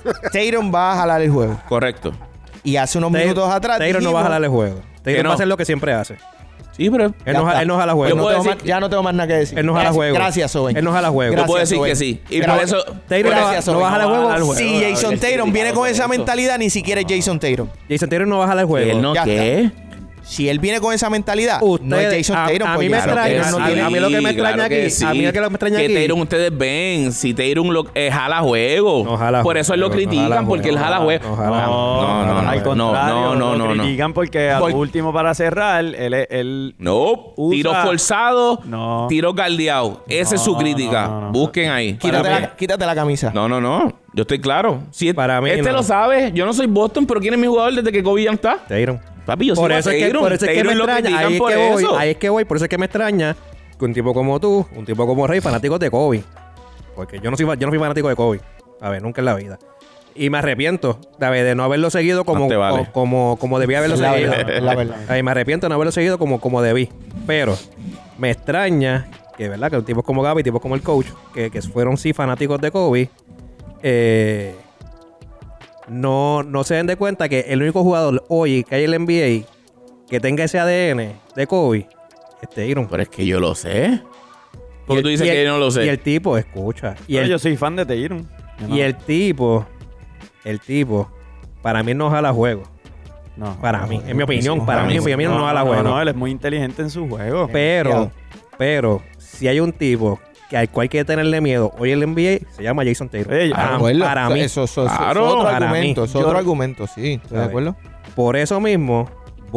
Tatum va a jalar el juego. Correcto. Y hace unos minutos atrás Taylor no va a jalar el juego. Taylor no. va a hacer lo que siempre hace. Sí, pero... Él Ya no está. jala Yo juego. puedo decir- Ya no tengo más nada que decir. Él no jala Gracias- juego. Gracias, Owen. Él no jala juego. Yo puedo Gracias, decir que Owen. sí. Y Pero- por eso... Taylor Gracias, no va a Owen. jalar juego. al juego. Si Jason Tatum viene con esa mentalidad, ni siquiera es Jason Tatum. Jason Taylor no va a jalar el juego. Él no, Ya ¿qué? Si él viene con esa mentalidad, no es Ustedes- Jason Tatum. a pues mí me ya, extraña, Tatum no a mí- tiene- a mí lo que me extraña claro que aquí- sí. a mí lo que me extraña que aquí- Tatum ustedes ven, si Tatum jala juego. No jala Por eso él lo juego, no critican, jala porque él juego, jala juego. no jala No, al contrario, lo critican porque a lo Por- último para cerrar, él No, Usa- tiro forzado, No. tiro guardiado. Esa es su No, crítica. no. Busquen ahí. Quítate la camisa. No. Yo estoy claro. Si Para mí este no. lo sabe. Yo no soy Boston, pero ¿quién es mi jugador desde que Kobe ya no está? Taylor. Papi, yo Por soy eso es que me lo extraña. critican Ahí es por que voy. eso. Ahí es que voy. Por eso es que me extraña que un tipo como tú, un tipo como Rey, fanáticos de Kobe. Porque yo no fui fanático de Kobe. A ver, nunca en la vida. Y me arrepiento, ¿sabes? De no haberlo seguido como, Más te vale. como debía haberlo La seguido. verdad, la verdad. Ay, me arrepiento de no haberlo seguido como debí. Pero me extraña que, ¿verdad? Que tipos como Gaby, tipos como el coach, que fueron sí fanáticos de Kobe, no se den de cuenta que el único jugador hoy que hay en el NBA que tenga ese ADN de Kobe es Tatum. Pero es que yo lo sé. Porque tú dices que yo no lo sé. Y el tipo, escucha. yo soy fan de Tatum. Yo no. Y el tipo, para mí no jala juego. No. Para mí, en mi opinión, para para mí, mí en mi opinión no jala juego. No, él es muy inteligente en su juego. Pero, si hay un tipo que al cual hay que tenerle miedo hoy en el NBA, se llama Jason Taylor. Oye, Para mí. Eso es Claro, otro para argumento. mí. Es otro Yo- argumento, sí. ¿Estás de ¿sabes? acuerdo? Por eso mismo,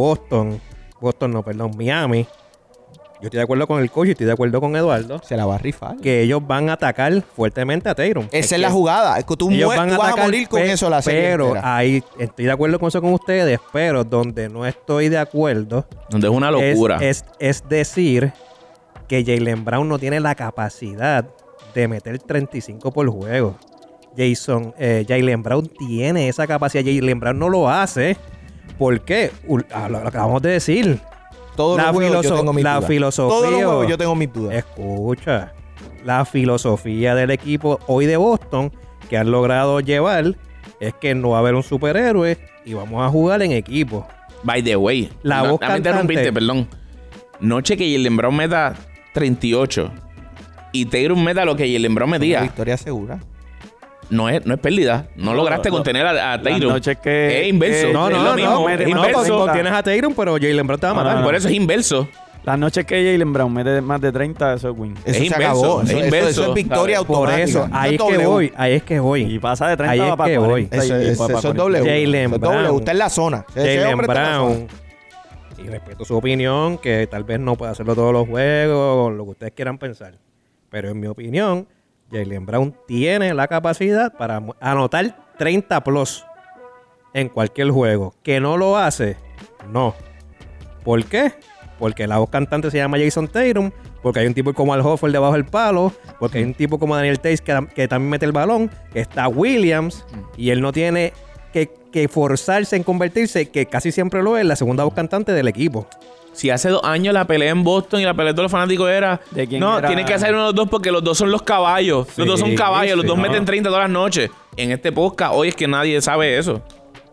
Miami, yo estoy de acuerdo con el coach y estoy de acuerdo con Eduardo, Se la va a rifar. que ellos van a atacar fuertemente a Tatum. Esa es la jugada. Es que tú, Ellos tú vas a morir con eso la serie Pero entera. ahí estoy de acuerdo con eso con ustedes, pero donde no estoy de acuerdo Donde es una locura. es decir que Jaylen Brown no tiene la capacidad de meter 35 por juego. Jaylen Brown tiene esa capacidad. Jaylen Brown no lo hace. ¿Por qué? Lo acabamos de decir. Todos los juegos yo tengo mis la dudas. filosofía. Todos los juegos yo tengo mis dudas. Escucha. La filosofía del equipo hoy de Boston que han logrado llevar es que no va a haber un superhéroe y vamos a jugar en equipo. By the way. La voz dame cantante. interrumpirte, perdón. Noche que Jaylen Brown meta 38 y Tatum meta lo que Jaylen Brown Una metía. victoria segura. No es pérdida. No lograste contener a Las Tatum. noches que... Es inverso. que- No, es no, lo no, mismo, no, es no, inverso. porque tienes a Tatum, pero Jaylen Brown te va a matar. No, no, Por eso es inverso. Las noches que Jaylen Brown mete más de 30, eso es win. Eso se inverso, acabó. es Eso inverso, es victoria ¿sabes? Por automática. eso, ahí es Eso que W. voy, ahí es que voy. Y pasa de 30 Ahí es va para que 40. voy. Eso es W. Jaylen Eso es W. Brown. Usted está en la zona. Ese Jaylen hombre está en la Brown zona. Y respeto su opinión, que tal vez no pueda hacerlo todos los juegos, lo que ustedes quieran pensar. Pero en mi opinión, Jaylen Brown tiene la capacidad para anotar 30 plus en cualquier juego. ¿Que no lo hace? No. ¿Por qué? Porque la voz cantante se llama Jason Tatum, porque hay un tipo como Al Horford debajo del palo, porque hay un tipo como Daniel Theis que también mete el balón, que está Williams, y él no tiene que forzarse en convertirse, que casi siempre lo es, la segunda voz cantante del equipo. Si hace 2 años la pelea en Boston y la pelea de todos los fanáticos era... ¿De quién No, era? tiene que hacer uno de los dos porque los dos son los caballos. Sí, los dos son caballos, los sí, dos no. meten 30 todas las noches. En este podcast, hoy es que nadie sabe eso.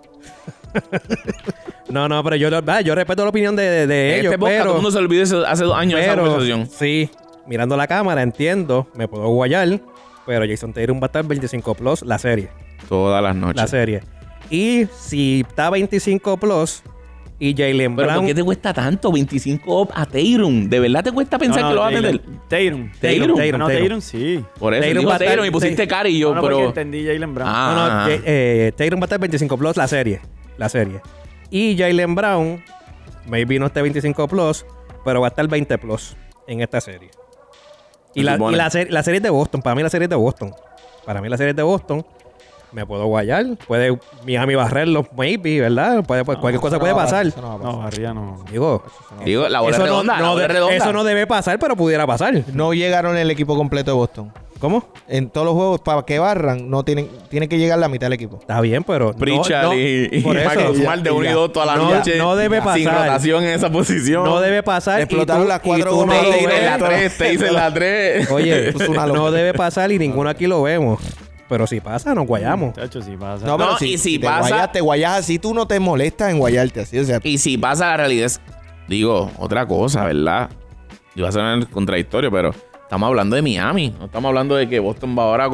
No, pero yo respeto la opinión de En ellos, este podcast todo el pero... mundo se olvidó hace 2 años de esa conversación. sí, mirando la cámara, entiendo, me puedo guayar, pero Jason Tatum va a estar 25 plus la serie. Todas las noches. La serie. Y si está 25 plus y Jaylen Pero Brown... ¿por qué te cuesta tanto 25 up a Tatum? ¿De verdad te cuesta pensar que lo va a meter? Tatum. Tatum. No, Tatum sí. Por eso Tatum digo va a estar- Tatum y pusiste cara y yo, No, porque pero... entendí Jaylen Brown. Ah. Tatum va a estar 25 plus la serie. Y Jaylen Brown, maybe no esté 25 plus, pero va a estar 20 plus en esta serie. Y la serie es de Boston. Para mí la serie es de Boston. Me puedo guayar. Puede Miami barrerlo, maybe, ¿verdad? Cualquier cosa puede pasar. No, Barría no. Digo, Digo, la bola eso es redonda, la bola es redonda. eso no debe pasar, pero pudiera pasar. No llegaron el equipo completo de Boston. ¿Cómo? En todos los juegos, para que barran, no tiene que llegar la mitad del equipo. Está bien, pero... Pritchard y por eso, Michael Smart de 1 y 2 toda la noche. no debe Sin pasar. rotación en esa posición. No debe pasar. Explotaron y tú- las 4 y tú gomas no de lo Tatum ves. en la tres. Te dicen la 3. Oye, Eso es una no locura. debe pasar y ninguno aquí lo vemos. Pero si pasa, nos guayamos. Muchacho, sí pasa. No, pero No, si, y si te pasa- te guayas así, tú no te molestas en guayarte así. O sea, Y si pasa la realidad, digo, otra cosa, ¿verdad? Iba a sonar contradictorio, pero estamos hablando de Miami. No estamos hablando de que Boston va ahora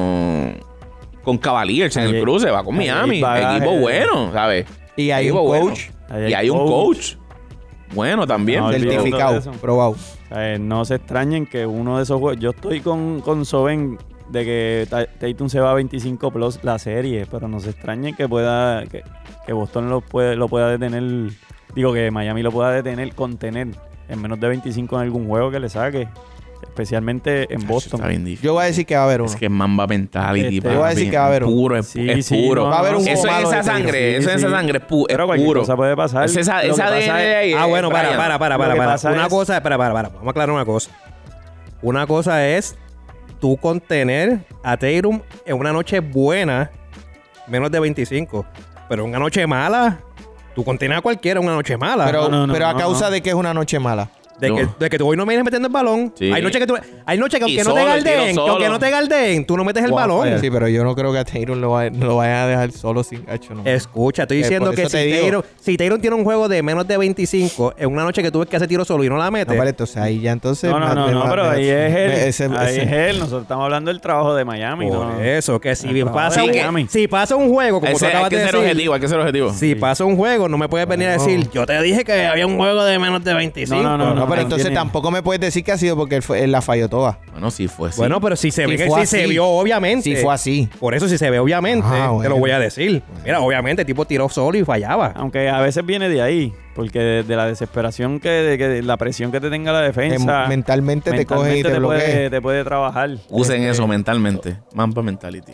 con Cavaliers en el Ahí- cruce. Va con ahí Miami. bagaje. Equipo bueno, ¿sabes? y hay Equipo un bueno. coach Y hay un coach bueno también. No, olvídate certificado, de eso. probado. O sea, no se extrañen que uno de esos juegos... Yo estoy con Soben de que Tatum se va a 25 plus la serie, pero no se extrañen que pueda... Que Boston lo pueda detener... Digo, que Miami lo pueda contener en menos de 25 en algún juego que le saque. Especialmente en Boston. Está bien difícil. Yo voy a decir que va a haber uno. Es que es Mamba mentality. Yo papi. voy a decir que va a haber un- puro, es Sí, sí, puro. no, Va a haber un Eso juego es malo esa de Tatum. sangre, Sí, eso es sí. esa sangre, es Pero cualquier puro. cosa puede pasar. Es esa Lo que esa pasa ADN de ahí. Bueno, Brian. Lo que pasa Una es- cosa, espera. Vamos a aclarar una cosa. Una cosa es tú contener a Tatum en una noche buena, menos de 25. Pero una noche mala, tú contienes a cualquiera en una noche mala. Pero, no, pero a no, causa no. de que es una noche mala. De que tú hoy no vienes metiendo el balón. Sí. Hay noches que Y aunque no solo, te el galdeen, tiro que aunque solo. no te galdeen, tú no metes el Wow, balón. Sí, pero yo no creo que a Tatum lo vayan a dejar solo sin gacho. No. Escucha, estoy diciendo por que eso te digo. si Tatum tiene un juego de menos de 25 en una noche que tú ves que hace tiro solo y no la mete, No, vale, entonces ahí ya entonces... No, pero ahí es él. Ese- Ahí es él. Nosotros estamos hablando del trabajo de Miami. por ¿no? eso, que si El pasa, trabajo un, de Miami. si pasa un juego, como tú Hay acabas que de ser decir, objetivo, hay que ser objetivo. si pasa un juego, no me puedes venir a decir, yo te dije que había un juego de menos de 25. No, No, pero entonces entiende. tampoco me puedes decir que ha sido porque él la falló toda. Bueno, sí fue así. Bueno, pero si se Si ve, fue si se así. vio, obviamente. Si fue así. Por eso, si se ve, obviamente, Ah, te bueno. lo voy a decir. Mira, obviamente, el tipo tiró solo y fallaba. Aunque a veces viene de ahí. Porque de la desesperación de la presión que te tenga la defensa. Mentalmente te coge y te bloquea. te puede trabajar. Usen eso mentalmente. Mamba mentality.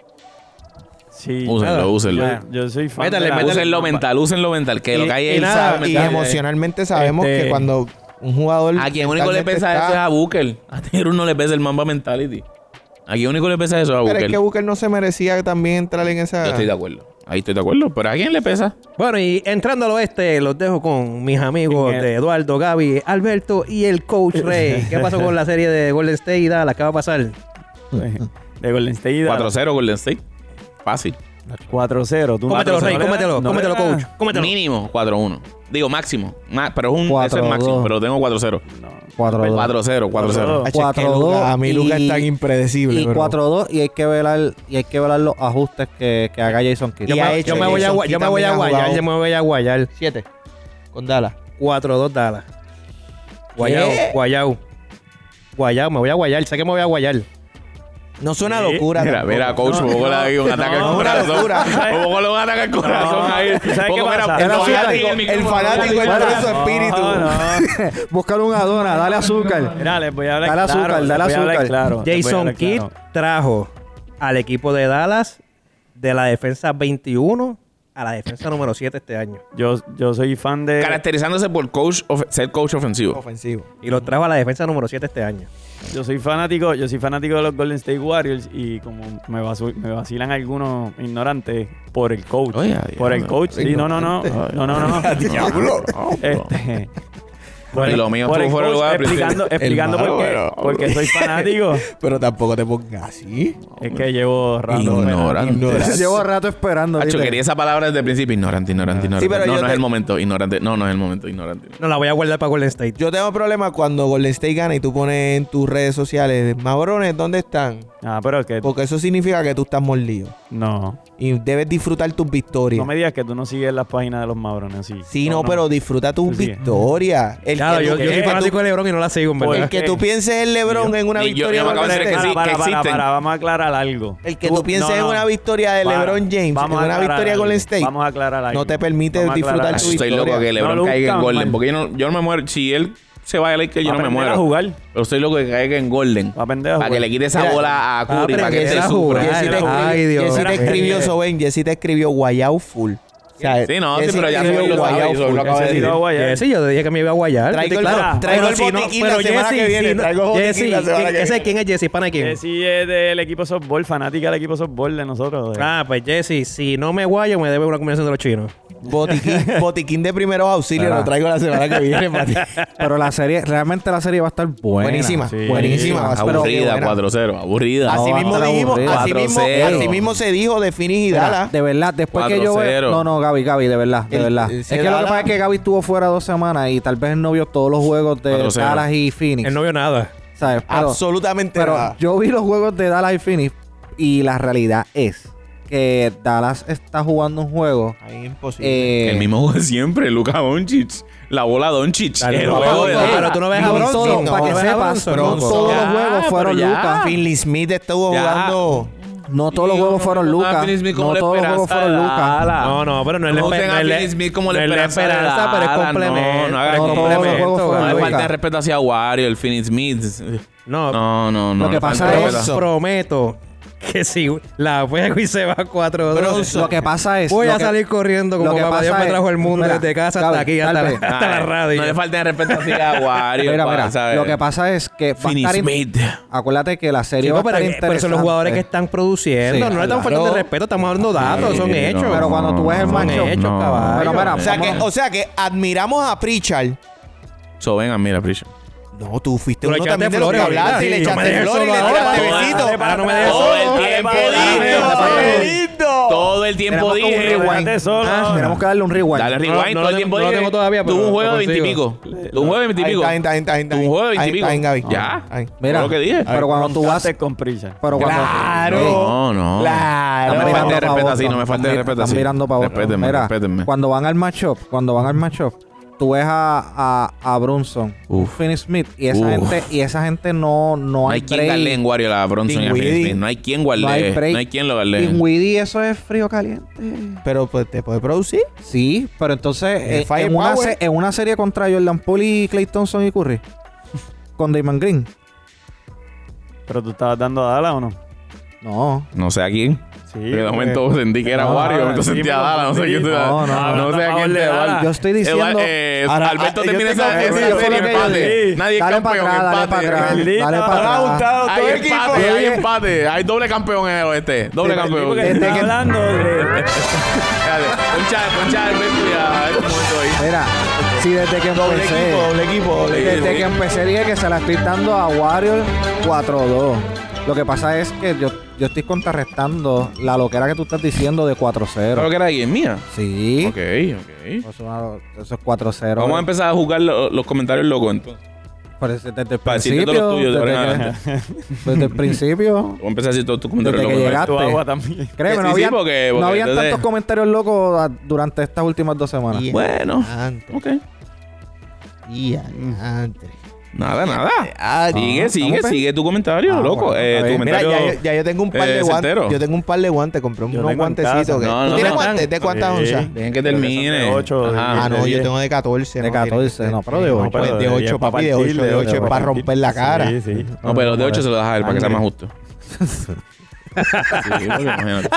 Sí. Úsenlo, úsenlo. Yo soy fan Métale, de la- métale. Úsenlo mental. Que lo que hay y es nada, Y mental. emocionalmente sabemos Este- que cuando un jugador... A quien único le mentalmente pesa está- eso es a Booker. A Tatum no le pesa el Mamba mentality. A quien único le pesa eso es a Pero Booker. es que Booker no se merecía también entrar en esa... Yo estoy de acuerdo. Ahí estoy de acuerdo. Pero a quién le pesa. Bueno, y entrando al oeste, los dejo con mis amigos En el- de Eduardo, Gaby, Alberto y el Coach Rey. ¿Qué pasó con la serie de Golden State y Dallas? ¿Qué va a pasar? De Golden State. 4-0 Golden State. Fácil. 4-0. Tú Cómetelo, Rey, no le das- cómetelo, no le cómetelo, das- Coach. Cómetelo. Mínimo 4-1. Digo máximo. Pero es eso es 4-2. máximo. Pero tengo 4-0. 4-2. 4-0, 4-0. Hacho, es que 4-2 Luka- a mí Luka y- es tan impredecible. Y bro. 4-2 y hay que velar los ajustes que haga Jason Kidd. Y ha hecho Yo me voy a Jason gua- Kidd yo me voy a también ha guayar, jugado. yo me voy a guayar. 7 con Dallas. 4-2 Dallas. Guayao, ¿Qué? guayao. Guayao, me voy a guayar. Sé que me voy a guayar. No suena Sí. locura. Mira, tampoco. mira, coach, un poco le da un ataque al no, una corazón. locura. Un poco le da un ataque al corazón ahí. ¿Sabes qué Poco, mira, pasa? el El fanático entró en su espíritu. No. Búscale una dona, dale azúcar. Mira, les voy a hablar Dale claro. azúcar, les dale voy a hablar azúcar. claro, les voy a Jason hablar Kidd claro. trajo al equipo de Dallas de la defensa 21 a la defensa número 7 este año. Yo soy fan de... Caracterizándose por ser coach ofensivo. Ofensivo. Y lo trajo a la defensa número 7 este año. Yo soy fanático de los Golden State Warriors y como me vacilan algunos ignorantes por el coach. Oye, por el diablo. coach. Sí, no. Diablo. Por Y el- lo mío por estuvo el fuera de coach, lugar, explicando malo, porque soy fanático. Pero tampoco te pongas así. Es que llevo rato. Ignorante. Llevo rato esperando. Hacho, dile. quería esa palabra desde el principio. Ignorante. Sí, pero no yo es te- el momento. Ignorante. No es el momento. Ignorante. No la voy a guardar para Golden State. Yo tengo problemas cuando Golden State gana y tú pones en tus redes sociales, Mabrones, ¿dónde están? Ah, pero es que... Porque eso significa que tú estás mordido. No. Y debes disfrutar tus victorias. No me digas que tú no sigues las páginas de los Mabrones así. Sí, no, pero disfruta tus Tú sí. victorias. Claro, yo soy fanático de LeBron y no la sigo, en verdad. El que tú pienses en LeBron en una Ni yo- victoria yo me de acabo de Golden decir que State. sí, que existen. Vamos a aclarar algo. El que tú pienses en no. una victoria de Para. LeBron James, en Vamos a una aclarar victoria algo. Golden State, Vamos a aclarar algo. no te permite Vamos a disfrutar aclarar tu algo. Estoy victoria. loco que LeBron No caiga en buscan, Golden. man. Porque yo no me muero. Si él se va a Lakers, yo Va no me a aprender muero. a jugar. Pero estoy loco que caiga en Golden. Va a aprender a Para que jugar. le quite esa Mira, bola a Curry. va a Para que aprender se a sufra. jugar. Jesse te Ay, escribió- Dios. Jesse te escribió, Soben, Jesse te escribió Guayau full. O sea, Sí, no, sí, Jesse pero ya te todo escribió lo sabe, Guayau eso full. lo acabo de Ese decir. tiro a guayar. Sí, yo dije que me iba a guayar. Traigo estoy el- claro. traigo el Pero si no- botiquín pero la semana Jesse, que viene, si no- traigo botiquín Jesse, la semana que ¿ese viene. quién es Jesse? ¿Pana quién? Jessy es del equipo softball, fanática del equipo softball de nosotros. Ah, pues Jesse, si no me guayo, me debe una combinación de los chinos. Botiquín de primeros auxilios Mira. lo traigo la semana que viene para ti. Pero realmente la serie va a estar buena. Buenísima, Sí. buenísima. va a ser Aburrida, buena. 4-0. Aburrida. Así va a mismo estar dijimos, aburrida. así mismo se dijo de Phoenix y Mira, Dallas. de verdad, después que yo 4-0. veo... No, Gaby, de verdad, de El- verdad. el Es que lo que Dallas- pasa es que Gaby estuvo fuera 2 semanas y tal vez él no vio todos los juegos de 4-0. Dallas y Phoenix. Él no vio nada. ¿Sabes? Absolutamente Pero nada. yo vi los juegos de Dallas y Phoenix y la realidad es que Dallas está jugando un juego... Ahí es imposible. El mismo juego de siempre. Luka Doncic. La bola Doncic. Dale, El papá, juego de papá, Dallas. pero tú no ves a No Bronson. todo, no, para que no ves a sepas, Bronson. no Bronson. todos los Ya, juegos fueron pero ya. Lucas. Finley Smith estuvo Ya. jugando. No todos los juegos fueron Lucas. No todos los juegos fueron Lucas. No, pero no es la No usen a Finney Smith como la esperanza de esperanza, pero es Dallas. complemento. No hagan No, eso. todos los juegos No fueron le Lucas. falta de respeto hacia Wario, el Finney Smith. No, No. Lo que le pasa falta es- respeto. prometo que si la juego y se va 4-2, Bronson. Lo que pasa es... voy lo a que- salir corriendo como lo que papá Dios pasa me es- trajo el mundo mira, desde casa Gaby, hasta aquí, hasta Gaby. la radio. No le falta de respeto hacia Wario. Mira, ¿sabes? lo que pasa es que va a Finney estar Smith. acuérdate que la serie Chico, va a pero, estar pero interesante. son los jugadores que están produciendo. Sí, no le estamos claro. faltando de respeto, estamos hablando datos, son Sí, hechos. no. Pero cuando tú ves el Son matchup... hechos, caballo. Pero mira, O sea que admiramos a Pritchard. So, venga, mira, Prisha. No, tú fuiste Tú le uno echaste también de los que flores ahorita, hablaste y le sí, no me echaste dejes flores y le solo tiraste ahora. besitos. Ahora no me dejes Todo el solo. tiempo Dije, Todo el tiempo Tenemos que un dije. rewind. Déjate solo. Tenemos que darle un rewind. Dale rewind, no todo el lo tiempo tengo- no lo dije. tengo todavía, Tuvo pero un juego lo de 20 y pico. Tuvo un juego de 20 y pico. Ahí está. Tuvo un juego de 20 y pico. Ahí, Gaby. Ya. Ahí. Mira, Fue lo que dije. pero cuando tú vas... Contaste con prisa. Pero cuando... Claro. No. Claro. No me mirando falte de pa' respeto Boston. así, no me falte de respeto Están así. mirando para Boston. Respétenme, Mira, respétenme. cuando van al matchup, tú ves a Brunson, Uf. Finney Smith y esa Uf. gente no No hay quien garle en Wario a Bronson y a Dinwiddie. Finney Smith. No hay quien No hay guarde. break. No hay quien lo garle. Dinwiddie, eso es frío caliente. Pero pues te puede producir. Sí, pero entonces Firepower. en una serie contra Jordan Poole y Klay Thompson y Curry con Damon Green. ¿Pero tú estabas dando a Dallas o no? No. No sé a quién. Sí. Pero de momento sentí que era No, Wario. De momento sí, sentí a me Dala. No sé confundí. quién te No, No sé a quién te da. Yo estoy diciendo... Ahora, Alberto yo termina tengo esa que decir, serie fue lo que yo empate. dije. Nadie es Dale para campeón. atrás, dale Empate. para atrás. Maldita, Dale me ha para atrás. gustado Hay todo el empate, equipo. hay empate. Hay doble campeón en el oeste. Doble campeón. Porque Desde estás que- hablando de... Poncha a Alberto y a este momento ahí. Mira, si desde que empecé... equipo. Desde que empecé dije que se la estoy dando a Warriors 4-2. Lo que pasa es que yo estoy contrarrestando la loquera que tú estás diciendo de 4-0. Creo que era ahí, es mía. Sí. Ok. Eso es 4-0. Vamos a empezar a jugar los comentarios locos entonces. Pues desde el Para decirte todos los tuyos de ahora en adelante. desde el principio, Vamos a empezar a decir todos tus comentarios Desde que locos. llegaste. Tu agua también. créeme, Sí, no sí, habían, porque no habían entonces- tantos comentarios locos durante estas últimas 2 semanas. Y Bueno. adelante. Ok. Y adelante. Nada. Sigue tu comentario, loco. Bueno, tu Mira, comentario. ya yo tengo un par de guantes. certero. Yo tengo un par de guantes. Compré Yo unos tengo en guantecitos. casa. Que... No, ¿Tú no, tienes no. guantes? ¿De cuántas onzas? Dejen que termine. De 8. Ajá. Ah, no, yo tengo de 14. De no, 14, no, pero de 8. Pues de 8, papi, de 8. De 8 es para romper la cara. Sí, sí. No, pero los de 8 se los das a él para que sea más justo. Sí, porque imagínate.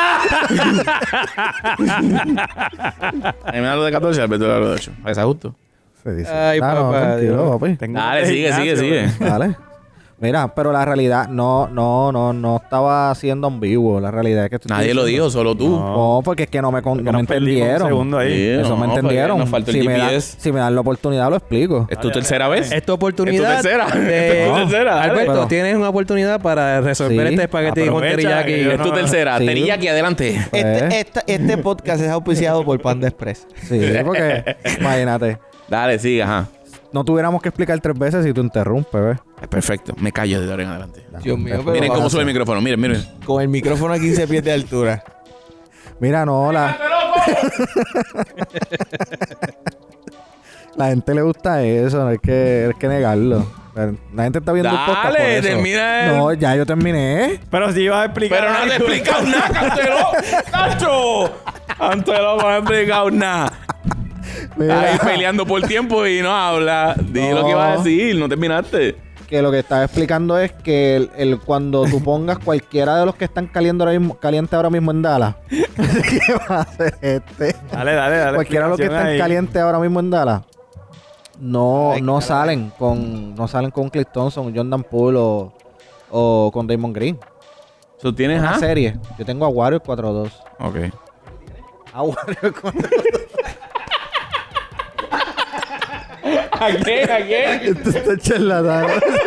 A mí me da lo de 14 y Alberto le da lo de 8. Para que sea justo. Se dice. Ay, Ah, no, papá, tranquilo, Dios. papi. Tengo Dale, un sigue. gimnasio, Dale. Mira, pero la realidad no estaba siendo ambiguo. La realidad es que Nadie lo dijo, solo tú. No, porque es que no me Porque entendieron. perdimos un segundo ahí. Sí, Eso me porque entendieron. Nos faltó el GPS. Si me dan la oportunidad, lo explico. ¿Es tu tercera vez? Es tu oportunidad. Es tu tercera. de- Es tu tercera, dale. Alberto, Pero- tienes una oportunidad para resolver Sí. este espagueti con Aprovecha teriyaki. que yo Es tu tercera. Sí. Teriyaki, adelante. Este podcast es auspiciado por Panda Express. Sí, porque imagínate. Dale, sigue, ajá. No tuviéramos que explicar 3 veces si tú interrumpes, ¿ves? Es perfecto. Me callo de ahora en adelante. Dios mío, pero Miren cómo vas a sube el hacer micrófono. Miren. con el micrófono a 15 pies de altura. Mira, no, la gente le gusta eso, no hay que negarlo. La gente está viendo el podcast por Dale, eso. termina el- No, ya yo terminé. Pero si ibas a explicar. Pero no te he algo. explicado nada, Cantelo. ¡Cacho! Cantelo no me ha explicado nada. Mira, Ahí peleando por tiempo y no habla. Di No. lo que ibas a decir. No terminaste. que lo que estaba explicando es que cuando tú pongas cualquiera de los que están caliente ahora mismo en Dallas, ¿qué va a hacer este? Dale. Cualquiera de los que están explicación ahí. calientes ahora mismo en Dallas, no salen con Klay Thompson, Jordan Poole o con Draymond Green. ¿Tú tienes Una a? serie. Yo tengo a Warriors 4-2. Ok. A Warriors 4-2. ¿A quién? Esto está charlatán.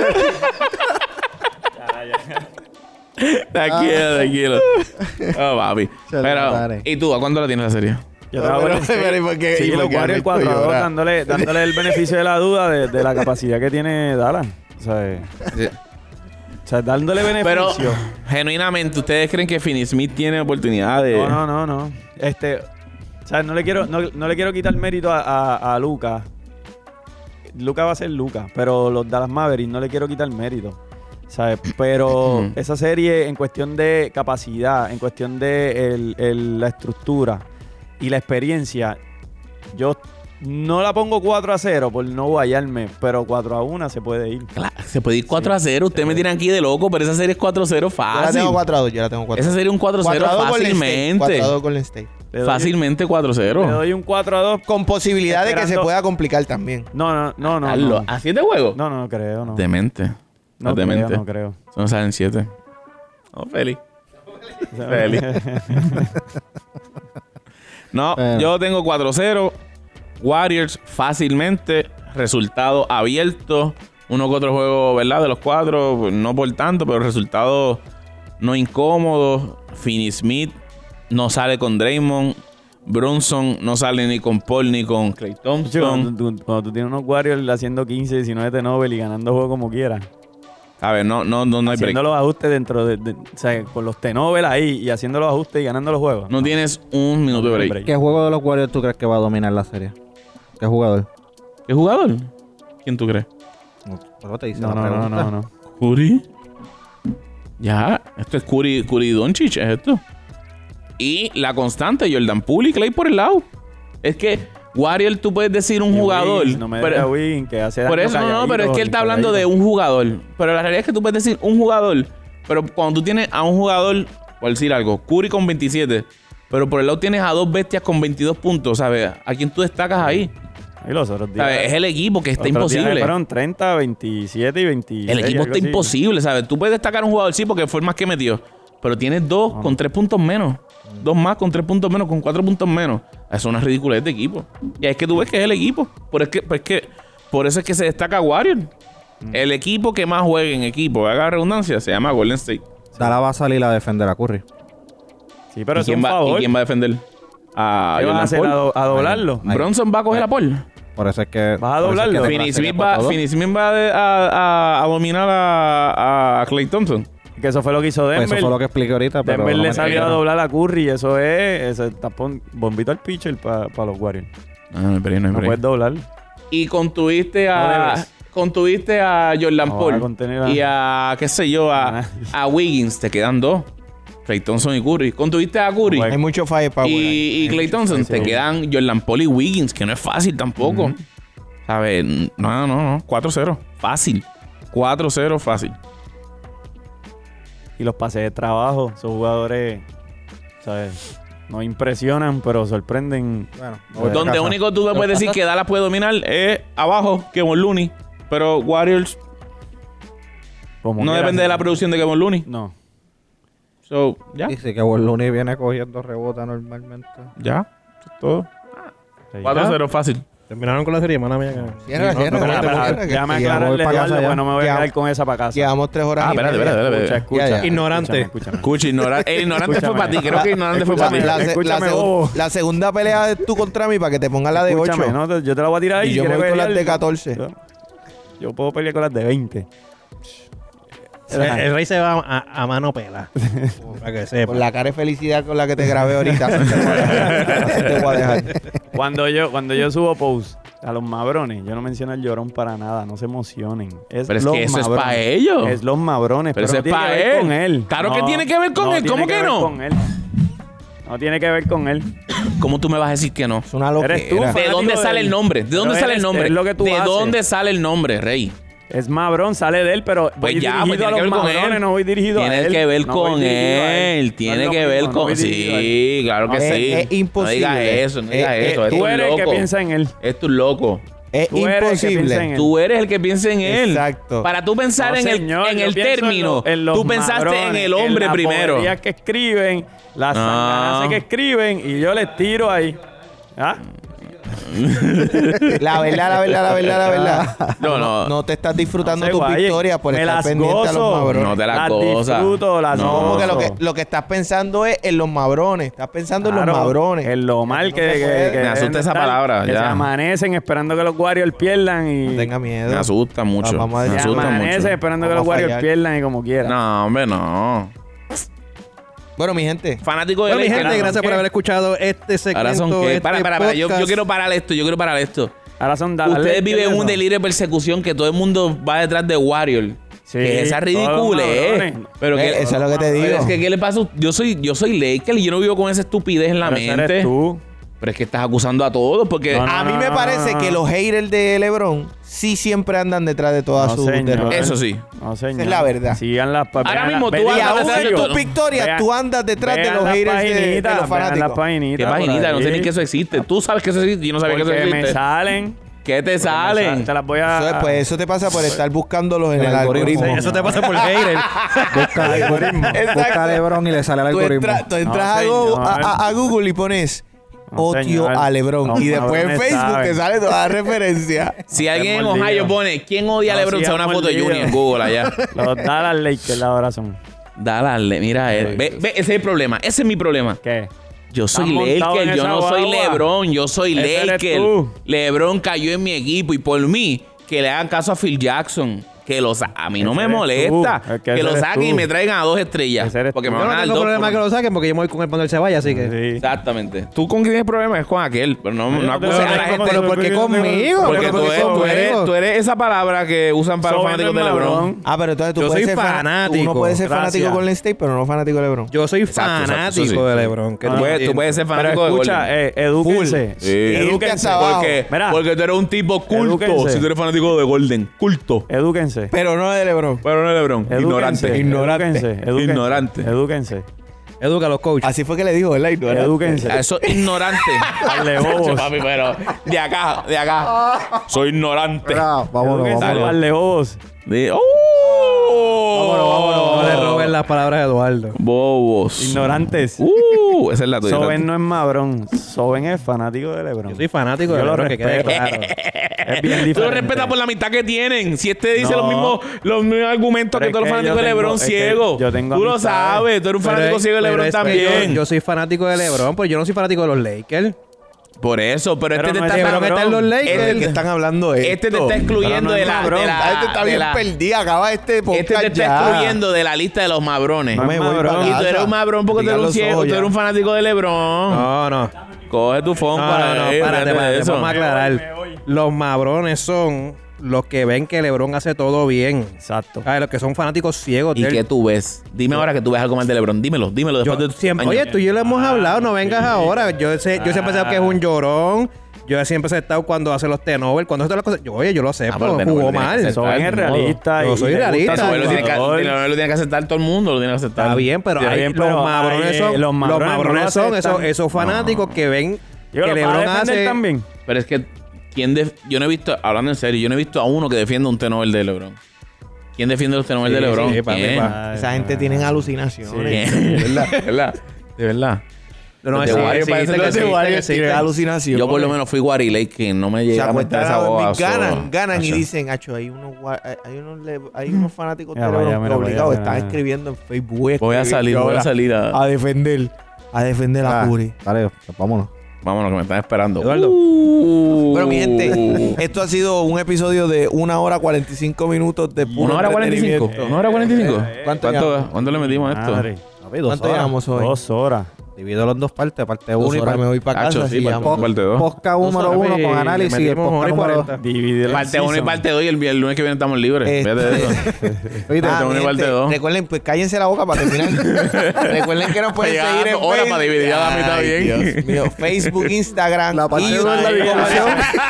Tranquilo. Oh, papi. Pero, Charlatanes. ¿y tú? ¿A cuándo la tienes la serie? Yo trabajo en- Sí, los Warriors 4-2 dándole el beneficio de la duda de la capacidad que tiene Dallas. O sea, dándole Pero, beneficio. genuinamente, ¿ustedes creen que Finney Smith tiene oportunidad de...? No. O sea, no le quiero quitar mérito a Luka. Luka va a ser Luka, pero los Dallas Mavericks no le quiero quitar mérito. ¿Sabes? Pero esa serie en cuestión de capacidad, en cuestión de la estructura y la experiencia, yo no la pongo 4-0 por no guayarme, pero 4-1 se puede ir. Claro, se puede ir 4-0. Ustedes me tiran aquí de loco, pero esa serie es 4-0 Yo la fácil. tengo 4-2. Yo la tengo 4-2. Esa serie es un 4-0 fácilmente. 4-2 con el State. Le doy- Fácilmente Le 4-0. doy un 4-2. Con posibilidad de que se Esperando- pueda complicar también. No. Hazlo. ¿A 7 juegos? No creo, no. Demente. No demente. creo. No salen 7. Oh, Feli. Feli. No, Bueno. yo tengo 4-0. Warriors fácilmente. Resultado abierto. Uno que otro juego, ¿verdad? De los 4. Pues, no por tanto, pero resultado no incómodo. Finney Smith no sale con Draymond. Brunson no sale ni con Paul ni con Klay Thompson. Cuando tú tienes unos Warriors haciendo 15, 19 turnovers y ganando juego como quieras. A ver, no hay break. Haciendo los ajustes dentro de o sea, con los turnovers ahí y haciendo los ajustes y ganando los juegos. No tienes un minuto de break. ¿Qué juego de los Warriors tú crees que va a dominar la serie? ¿Qué jugador? ¿Qué jugador? ¿Quién tú crees? Luego te hice No, la pregunta. no. Curry. Ya, esto es Curry Doncic, es esto. Y la constante, Jordan Poole y Klay por el lado. Es que Warrior, tú puedes decir un Y jugador. Wiggins, no me pero- digas Wiggins, que hace por daño eso no, pero es calladito, que él está hablando de calladito. un jugador. Pero la realidad es que tú puedes decir un jugador. Pero cuando tú tienes a un jugador, por decir algo, Curry con 27, pero por el lado tienes a dos bestias con 22 puntos, ¿sabes? ¿A quién tú destacas ahí? Y los otros días. ¿Sabes? Es el equipo que está Otros días imposible. Fueron 30, 27 y 26. El equipo algo está así. imposible, ¿sabes? Tú puedes destacar a un jugador, sí, porque fue el más que metió. Pero tienes dos con 3 puntos menos. Dos más con 3 puntos menos, con 4 puntos menos. Eso es una ridiculez de equipo. Y es que tú ves que es el equipo. Por eso es que se destaca Warrior. El equipo que más juega en equipo, haga redundancia, se llama Golden State. Dallas va a salir a defender a Curry. Sí, pero ¿Y es un quién favor. va a defender? A ¿Qué vas a hacer? Paul. ¿A doblarlo? Ahí. Bronson va a coger a Paul. Por eso es que... ¿Vas a por eso es que doblarlo? te Finney serie Smith va 4-2. Finney Smith va a dominar a Klay Thompson. Que eso fue lo que hizo Pues Denver. eso fue lo que expliqué ahorita, pero... Denver no le me salió a creyeron. doblar a Curry y eso es tapón, bombito al pitcher para los Warriors. No hay break, no hay No break. puedes doblar. Y contuviste a... No debes. Contuviste a Jordan No, Paul va a contener a- y a, qué sé yo, a Wiggins. Te quedan 2. Klay Thompson y Curry. Contuviste a Curry Bueno, Hay mucho firepower. y Klay Thompson. Te quedan Jordan Paul y Wiggins, que no es fácil tampoco. ¿Sabes? No. 4-0. Fácil. 4-0 fácil. Y los pases de trabajo, esos jugadores, ¿sabes? No impresionan, pero sorprenden. Bueno, Donde único tú me puedes decir que Dallas puede dominar es abajo, Kevon Looney. Pero Warriors Como no quiera. depende de la producción de Kevon Looney. No. So, ya. Dice que Looney viene cogiendo rebota normalmente. Ya. Eso es todo. Sí, 4-0 fácil. Terminaron con la serie, mala mía. Cierra. Déjame que aclararle, para casa Eduardo, ya. pues no me voy a Ya. quedar con esa para casa. Llevamos 3 horas. Ah, y media. espérate. Escucha. Ya. Ignorante. Escúchame. Escucha, el ignorante fue para ti. Creo que ignorante fue para Escúchame, ti. Escúchame, bobo. la segunda pelea es tú contra mí para que te pongas la de 8. Escúchame, no, yo te la voy a tirar ahí. Y yo me ¿quieres voy con las pelear? de 14. Yo puedo pelear con las de 20. El rey se va a mano pela. Para que sepa. Con la cara de felicidad con la que te grabé ahorita. Así te voy a dejar. Cuando yo subo post a los mabrones, yo no menciono el llorón para nada, no se emocionen. Pero es los que eso es mabrones. para ellos. Es los mabrones, Pero pero, eso no es tiene pa' que ver él. con él. Claro que tiene que ver con él, tiene ¿cómo que ver no? con él. No tiene que ver con él. ¿Cómo tú me vas a decir que no? Es una locura. Eres tú, ¿De fanático dónde sale del- el nombre? ¿De dónde Pero sale el eres- nombre? es lo que tú ¿De haces. dónde sale el nombre, Rey? Es mabrón, sale de él, pero Pues voy ya, dirigido pues tiene a que los ver con mabrones, él. no voy dirigido a él. Tiene que ver No voy con dirigido a él. Tiene No es que lo ver mismo, no con... voy dirigido a él. Sí, claro que sí. Es imposible. No digas eso, no digas Es- eso. Tú Esto es eres el que loco. piensa en él. Esto es loco. Es Tú eres el que piensa en imposible. él. Tú eres el que piensa en él. Exacto. Para tú pensar No, en señor, el yo pienso término, en los tú pensaste en mabrones, el hombre en las primero. boberías que escriben, las sanganazas que escriben, y yo les tiro ahí. ¿Ah? La verdad. No. No te estás disfrutando No se tus vayan. victorias por Me estar las pendiente a los gozo. mabrones. No te las Las gozas. disfruto, las No, No, porque gozo. lo que estás pensando es en los mabrones. Estás pensando en los Claro, mabrones. En lo mal No que, se puede. que Me asusta deben esa estar, palabra, que ya. se amanecen esperando que los Warriors pierdan y No tenga miedo. Me asusta mucho. Vamos a Me decir- se asusta amanecen mucho. esperando que Vamos los a Warriors fallar. pierdan y como quieran. No, hombre, no. Bueno, mi gente. Fanático de Bueno, mi Lakers. gente, gracias por ¿qué? haber escuchado este segmento. Ahora son qué. este Para. Yo podcast. quiero parar esto. Ahora son Dallas Ustedes Lakers, viven eso. un delirio de persecución que todo el mundo va detrás de Warrior. Sí, Que esa todos los ridícula, mabrones. Pero que, Eso es lo que te digo. Pero es que, ¿qué le pasa? Yo soy Laker y yo no vivo con esa estupidez en la Pero ese mente. eres tú. Pero es que estás acusando a todos porque... No, no, A mí me no, parece no. que los haters de LeBron sí siempre andan detrás de todas No, sus señor. derrotas. Eso sí. No, señor. Esa es la verdad. Sigan las Ahora mismo tú Y andas aún detrás de en todo. tus victorias, Vean- tú andas detrás de vean los las haters de paginitas, los vean las fanáticos. paginitas ¿Qué por paginita? No sé ahí. ni que eso existe. Tú sabes que eso existe y yo no sabía que eso Porque me existe. salen. ¿Qué te salen? Te las voy a... Pues eso te pasa por estar buscándolos en el algoritmo. Sí, eso te pasa por hater. Busca a LeBron y le sale el Tú algoritmo. entras No, a Google y pones No, odio señor. a LeBron. Los Y después en cabrones Facebook saben. te sale toda la referencia. Si alguien en mordido. Ohio pone ¿quién odia a No, LeBron? sí, Se una foto de mordido. Junior en Google allá. Los Dallas Lakers ahora son. Dale, mira él. Ve, ese es el problema. Ese es mi problema. ¿Qué? Yo soy Estás montado Laker, en yo esa no soy guagua. LeBron, yo soy Ese eres Laker. tú. LeBron cayó en mi equipo y por mí, que le hagan caso a Phil Jackson. Que a mí no Ese me eres molesta. tú. Es que Que ese lo eres saquen y tú. me traigan a 2 estrellas. Ese eres Porque tú. me Yo van no a dar tengo 2 problema que lo saquen porque yo me voy con él cuando él se vaya, así que... Sí. Exactamente. Tú con quién tienes problemas es con aquel. Pero no Yo acuses tengo a la problema gente. Pero ¿por qué conmigo? Porque Pero tú eres esa palabra que usan para los Soy fanáticos de el LeBron. Mabrón. Ah, pero entonces tú Yo puedes soy ser fanático. Uno puede ser Gracias. fanático con Golden State, pero no fanático de LeBron. Yo soy Exacto, fanático eso sí. de LeBron. que Tú puedes ser Pero fanático de escucha, Golden. edúquense. Sí. Edúquense. hasta abajo. Mira. Porque tú eres un tipo culto. Edúquense. Si tú eres fanático de Golden. Culto. Edúquense. Pero no de LeBron. Pero no de LeBron. Edúquense. Ignorante. Edúquense. Ignorante. Edúquense. Educa a los coaches. Así fue que le dijo, ¿verdad? Ignorante. Edúquense. Eso es ignorante. Dale, bobos. Papi, pero de acá. Soy ignorante. Mira, vámonos, Edúquense, vámonos. dale, bobos. No le roben las palabras a Eduardo. Bobos. Ignorantes. Esa es la tuya. Soben no es Mabrón. Soben es fanático de LeBron. Yo soy fanático de Yo lo LeBron, que quede respeto. claro. Es bien Tú diferente. lo respetas por la mitad que tienen. Si este dice No. los mismos argumentos Pero que todos es los que fanáticos de yo LeBron tengo- es que ciego. yo tengo Tú lo amistades. sabes. Tú eres un fanático ciego de LeBron Pero también. Yo soy fanático de LeBron, pero yo no soy fanático de los Lakers. Por eso. Pero Pero este no te es está... LeBron está en los Lakers. ¿De qué están hablando esto? Este te está excluyendo Pero no de es la... Mabrón. de la- Ah, este está de bien la- perdida. Acaba este podcast Este te está ya. excluyendo de la lista de los mabrones. No me voy Mabrón. para Y tú casa. eres un mabrón porque tú Digan eres un los ciego. ojos Tú ya. eres un fanático de LeBron. No. Coge tu phone No, para no, ahí, párate, olvídate de eso. vamos a aclarar. Los mabrones son los que ven que LeBron hace todo bien. Exacto. Los que son fanáticos ciegos. ¿Y qué tú ves? Dime ahora que tú ves algo más de LeBron. Dímelo después Yo de siempre, años. oye, tú y yo lo hemos hablado, no vengas ahora. Yo siempre he pensado que es un llorón. Yo siempre he estado cuando hace los turnovers, cuando hace las cosas. Yo lo sé, pero pero jugó tiene que mal. ser- Eso es realista. Yo y soy le gusta realista. su Eso lo tiene, jugador. lo tiene que aceptar todo el mundo, lo tiene que aceptar. Está bien, pero Está hay, bien, pero los mabrones hay, son, los mabrones no lo son aceptan. esos fanáticos que ven Digo, que ¿lo va a LeBron defender hace... también? Pero es que, yo no he visto, hablando en serio, yo no he visto a uno que defienda un turnover de LeBron. ¿Quién defiende los turnovers de LeBron? sí, papi, ¿Quién? papi. Esa gente tiene alucinaciones. ¿Quién? ¿De verdad? ¿De verdad? ¿De verdad? No, De sí, Warriors sí, parece sí, que sí, sí, Warriors sí, tiene sí. alucinaciones. Yo por lo menos fui Wari Lake, que no me se llega a meter acuestan esa a dormir, boba. ganan y Acho. dicen, acho, hay unos fanáticos de Mira, LeBron vaya, que mira, obligados vaya, están mira. escribiendo en Facebook. Voy a salir a defender a Curry. Dale, vámonos. Vámonos, que me están esperando. Eduardo. Bueno, mi gente, esto ha sido un episodio de 1 hora 45 minutos de puro 1 hora 45. entretenimiento. 1 hora 45. ¿Cuánto ¿Cuánto le metimos a esto? Madre, Papi, 2 ¿Cuánto horas. llevamos hoy? 2 horas. Divídelo en 2 partes. Parte 2 1 y horas me parte voy para casa. Cacho, así sí, llamo. parte 2. Podcast número 1 con análisis. Y el Metimos podcast 1 y número 40. Dividir Parte 1 y parte 2 y el lunes que viene estamos libres. Este- Fíjate de eso. Oíste, Ah, Parte uno y mi parte gente, dos. recuerden, pues cállense la boca para terminar. Recuerden que nos pueden Ya seguir en horas para dividir a la mitad Ay, bien. Dios mío. Facebook, Instagram, La parte y dos es la YouTube. división.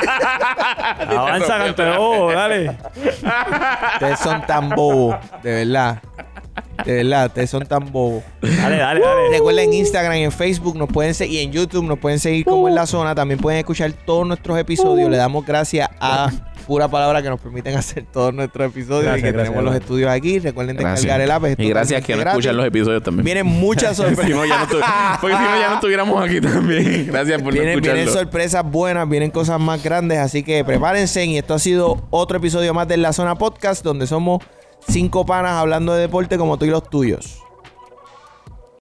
Avanza, campeón, dale. Ustedes son tan bobos, de verdad. De verdad, ustedes son tan bobos. Dale. Recuerden en Instagram y en Facebook nos pueden seguir, y en YouTube nos pueden seguir como En La Zona. También pueden escuchar todos nuestros episodios. Le damos gracias a Pura Palabra que nos permiten hacer todos nuestros episodios Gracias, y que gracias, tenemos los hermano. estudios aquí. Recuerden Gracias. descargar el app. es Y gracias totalmente que no gratis. escuchan los episodios también. Vienen muchas sorpresas. Si no, porque si no, ya no estuviéramos aquí también. Gracias por Vienen escucharlo. sorpresas buenas, vienen cosas más grandes, así que prepárense. Y esto ha sido otro episodio más de La Zona Podcast, donde somos 5 panas hablando de deporte como tú y los tuyos.